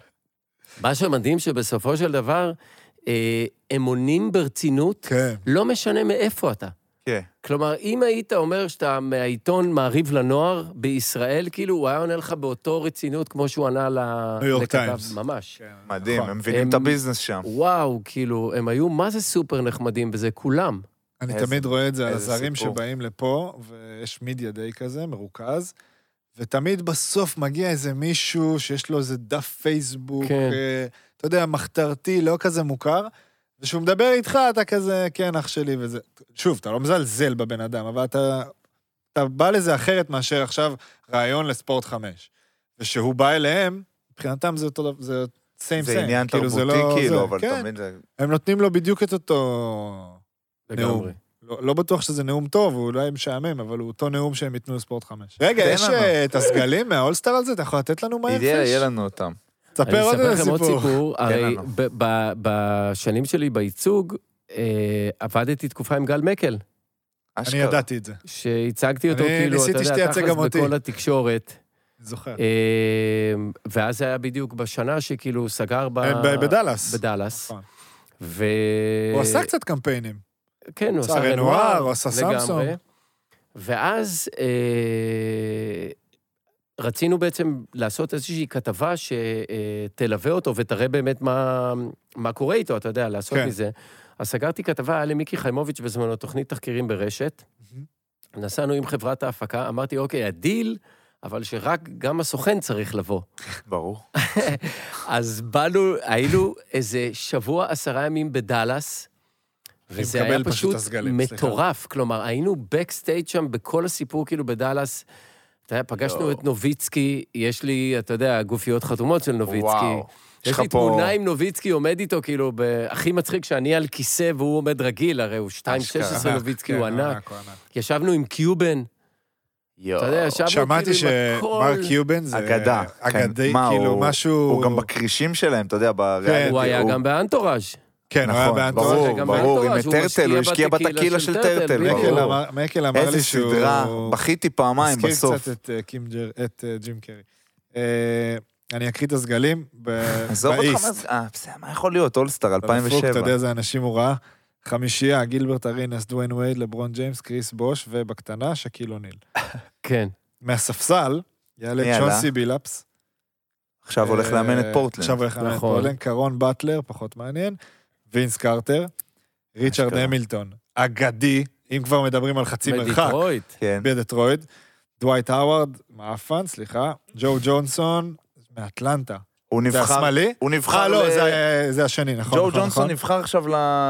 מה שמדהים שבסופו של דבר, אה, הם עונים ברצינות, כן. לא משנה מאיפה אתה. כן. כלומר, אם היית אומר שאתה מהעיתון מעריב לנוער בישראל, כאילו הוא היה עונה לך באותו רצינות כמו שהוא ענה ל... ניו יורק לכתב, טיימס. ממש. מדהים, נכון. הם מבינים הם- את הביזנס שם. וואו, כאילו, הם היו מה זה סופר נחמדים, וזה כולם. אני איזה- תמיד רואה את זה על איזה הזרים סיפור. שבאים לפה, ויש מידיה די כזה, מרוכז, ותמיד בסוף מגיע איזה מישהו שיש לו איזה דף פייסבוק, כן. אה, אתה יודע, מחתרתי, לא כזה מוכר, ושהוא מדבר איתך, אתה כזה, כן, אח שלי, וזה... שוב, אתה לא מזלזל בבן אדם, אבל אתה, אתה בא לזה אחרת מאשר עכשיו רעיון לספורט חמש. ושהוא בא אליהם, מבחינתם זה אותו דבר, זה סיים זה סיים. עניין כאילו, זה תרבותי לא- כאילו, זה- אבל כן, תמיד זה... הם נותנים לו בדיוק את אותו... נאום. לגמרי. לא, לא בטוח שזה נאום טוב, הוא אולי משעמם, אבל הוא אותו נאום שהם ייתנו לספורט חמש. רגע, תן יש לנו. אה, את הסגלים מהאולסטאר על זה? אתה יכול לתת לנו מהר יהיה פיש? יהיה לנו אותם. תספר עוד אני איזה אספר לכם עוד סיפור. סיפור, הרי לנו. ב- ב- בשנים שלי בייצוג, אה, עבדתי תקופה עם גל מקל, אני אשכרה. ידעתי את זה. שהצגתי אותו אני כאילו, אתה ניסיתי יודע, שתייצג תכלס גם אותי. בכל התקשורת. זוכר. ואז זה היה בדיוק בשנה שכאילו סגר ב... בדלס. בדלס. נכון. ו... הוא עשה קצת קמפיינים. כן, הוא עשה עשה רנואר, רנואר, הוא עשה סמסונג. לגמרי. ואז אה, רצינו בעצם לעשות איזושהי כתבה שתלווה אותו ותראה באמת מה, מה קורה איתו, אתה יודע, לעשות כן. מזה. אז סגרתי כתבה, היה למיקי חיימוביץ' בזמנו, תוכנית תחקירים ברשת. נסענו עם חברת ההפקה, אמרתי, אוקיי, הדיל, אבל שרק גם הסוכן צריך לבוא. ברור. אז באנו, היינו איזה שבוע, עשרה ימים בדלס, וזה היה מקבל פשוט פשוט הסגלים, מטורף. כלומר, היינו בקסטייג' שם בכל הסיפור, כאילו בדלס. אתה יודע, פגשנו את נוביצקי, יש לי, אתה יודע, גופיות חתומות של נוביצקי. וואו. יש לי תמונה עם נוביצקי, עומד איתו, כאילו, הכי מצחיק שאני על כיסא והוא עומד רגיל, הרי הוא שתיים שש עשרה נוביצקי, הוא ענק. ישבנו עם קיובן. אתה יודע, ישבנו שמעתי כאילו עם הכל. שמר קיובן זה... אגדה. אגדי, מה, כאילו הוא- משהו... הוא גם בקרישים שלהם, אתה יודע, בריאליטי. הוא היה גם באנטוראז'. כן, הוא היה נכון, באנטוראז'. ברור, גם ברור, עם באנטוראז', הוא טרטל, הוא השקיע משקיע בטקילה בטקילה של של טרטל, טרטל. בדיוק. מייקל ברור. אמר- מייקל אמר לי איזה שהוא... סדרה, בכיתי פעמיים הזכיר בסוף. קצת את, אה, קים ג'ר- את אה, ג'ים קרי. אה, אני אקריא את הסגלים ב- עזוב אותך, מה באיסט. זה- אה, בסדר, מה יכול להיות? אולסטאר בפוק, אתה אלפיים ושבע. יודע איזה אנשים הוא ראה? חמישייה, גילברט ארינס, דוויין וייד, לברון ג'יימס, קריס בוש, ובקטנה, שקיל אוניל. כן. מהספסל, יעלה מי צ'ון עלה? סי בילאפס. עכשיו הולך לאמן את אה, פורטלנד. עכשיו הולך לאמן את נכון. פורטלנד, קרון באטלר, פחות מעניין, וינס קרטר, ריצ'רד אשכרה. המילטון, אגדי, אם כבר מדברים על חצי מרחק, בדיטרויט. כן. בדטרויד, דווייט האווארד, מאפן, סליחה, ג'ו ג'ונסון, מאטלנטה. הוא זה נבחר... השמאלי? הוא נבחר... אה, לא, ל- זה- זה השני, נכון, ג'ו נכון, ג'ונסון נכון. נבחר עכשיו ל...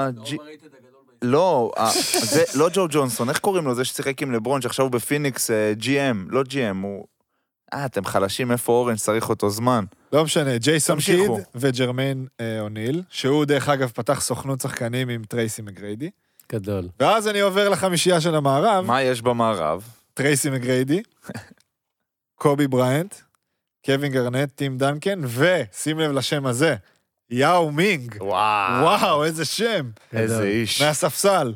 לא, אה, זה לא ג'ו ג'ונסון, איך קוראים לו? זה ששיחק עם לברון, שעכשיו הוא בפיניקס ג'י אם, לא ג'י אם, הוא... אה, אתם חלשים, איפה אורן צריך אותו זמן? לא משנה, ג'ייסון קיד תמשיכו. וג'רמיין אה, אוניל, שהוא דרך אגב פתח סוכנות שחקנים עם טרייסי מגריידי. גדול. ואז אני עובר לחמישייה של המערב, מה יש במערב? טרייסי מגריידי, קובי בריינט, קווין גרנט, טים דנקן, ושים לב לשם הזה, יאו מינג. וואו. וואו, איזה שם. איזה איש. מהספסל.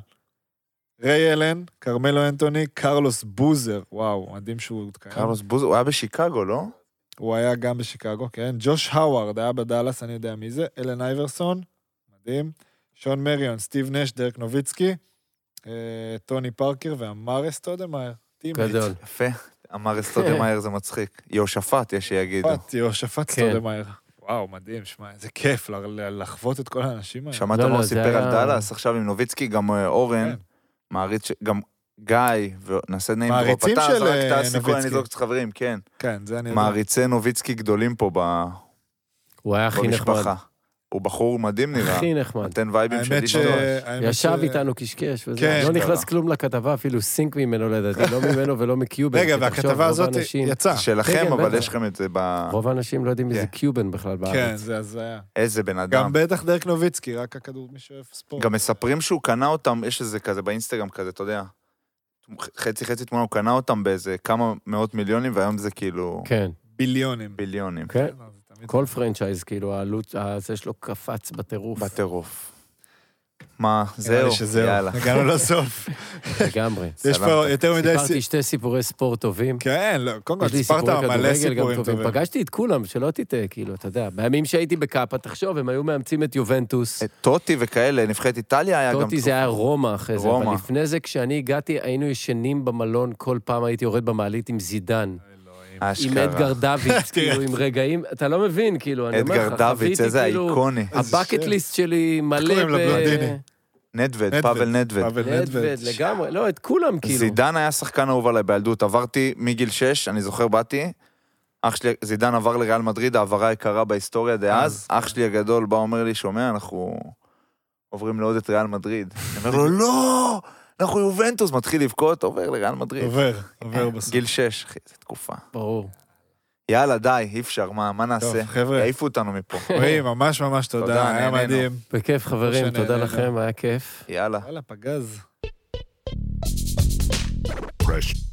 ריי אלן, קרמלו אנטוני, קרלוס בוזר. וואו, מדהים שהוא קיים. קרלוס בוז, הוא היה בשיקגו, לא? הוא היה גם בשיקגו, כן. ג'וש האווארד היה בדלס, אני יודע מי זה. אלן אייברסון, מדהים. שון מריון, סטיב נש, דרק נוביצקי, אה, טוני פארקר ואמר אסטודמאייר. גדול. יפה. אמר אסטודמאייר זה מצחיק. יהושפט, יש שיגידו. שפט, יהושפט כן. סטודמאייר. וואו, מדהים, שמע, איזה כיף ל- ל- לחוות את כל האנשים האלה. שמעת לא, מה לא, הוא זה סיפר על היה- דלס? עכשיו עם נוביצקי, גם אה, אורן, כן. מעריץ, ש- גם גיא, ונעשה נעים דרופ. מעריצים אתה של, זרקת אה, סיכוי, אני נוביצקי. זרוק את חברים, כן. כן, זה אני יודע. מעריצי נוביצקי גדולים פה ב- הוא היה הכי נחמד. במשפחה. הוא בחור מדהים נראה. הכי נחמד. נותן וייבים של האמת ש... איתו. האמת ישב ש- איתנו קשקש, וזה. כן. לא נכנס אשכרה. כלום לכתבה, אפילו סינק ממנו לדעתי, לא ממנו ולא מקיובן. רגע, כי תחשוב, והכתבה רוב הזאת האנשים- יצאה. כן, שלכם, כן, אבל בטח. יש לכם את זה ב... רוב האנשים לא יודעים מי זה כן. קיובן בכלל כן, בארץ. זה הזיה. איזה בן אדם. גם בטח דרק נוביצקי, רק הכדור מי שאוהב ספורט. גם מספרים שהוא קנה אותם, יש איזה כזה באינסטגרם כזה, אתה יודע. חצי חצי תמונה, הוא קנה אותם באיזה כמה מאות מיליונים, והיום זה כאילו כן, ביליונים. ביליונים. כן. לא, זה תמיד- כל פרנצ'ייז, כאילו, העלות, הזה שלו קפץ בטירוף. בטירוף. מה, נראה זהו, לי שזהו, יאללה. הגענו לסוף. לגמרי. יש פה יותר מדי... סיפרתי שתי סיפורי ספורט טובים. כן, לא, קודם יש כל, לי סיפרת סיפורי מלא כדורגל גם סיפורים טובים. טובים. פגשתי את כולם, שלא תטעה, כאילו, אתה יודע. בימים שהייתי בקאפה, תחשוב, הם היו מאמצים את יובנטוס. את טוטי וכאלה, נבחרת איטליה היה גם... טוטי זה היה רומא אחרי זה, רומא. אבל לפני זה, כשאני הגעתי, היינו ישנים במלון, כל פעם הייתי יורד במעלית עם זידן. עם אשכרה. אדגר דוויץ, כאילו, עם רגעים, אתה לא מבין, כאילו, אני אומר לך, אדגר דוויץ, חוויתי, איזה כאילו, איקוני. איזה הבקט שם. ליסט שלי מלא קוראים לו בלונדיני? נדווד, פאבל נדווד. פאבל נדווד, נדווד. לגמרי, לא, את כולם, כאילו. זידן היה שחקן אהוב עליי בילדות, עברתי מגיל שש, אני זוכר, באתי, אח שלי, זידן עבר לריאל מדריד, העברה יקרה בהיסטוריה דאז, אח שלי הגדול בא אומר לי, שומע, אנחנו עוברים לעוד את ריאל מדריד. אני אומר לו, לא, אנחנו יובנטוס, מתחיל לבכות, עובר לריאל מדריד. עובר, עובר בסוף. גיל שש, אחי, זו תקופה. ברור. יאללה, די, אי אפשר, מה, מה נעשה? טוב, חבר'ה. יעיפו אותנו מפה. רועי, ממש ממש תודה, תודה, היה נהנינו. מדהים. בכיף, חברים, שנהנינו. תודה לכם, היה כיף. יאללה. יאללה, פגז. Fresh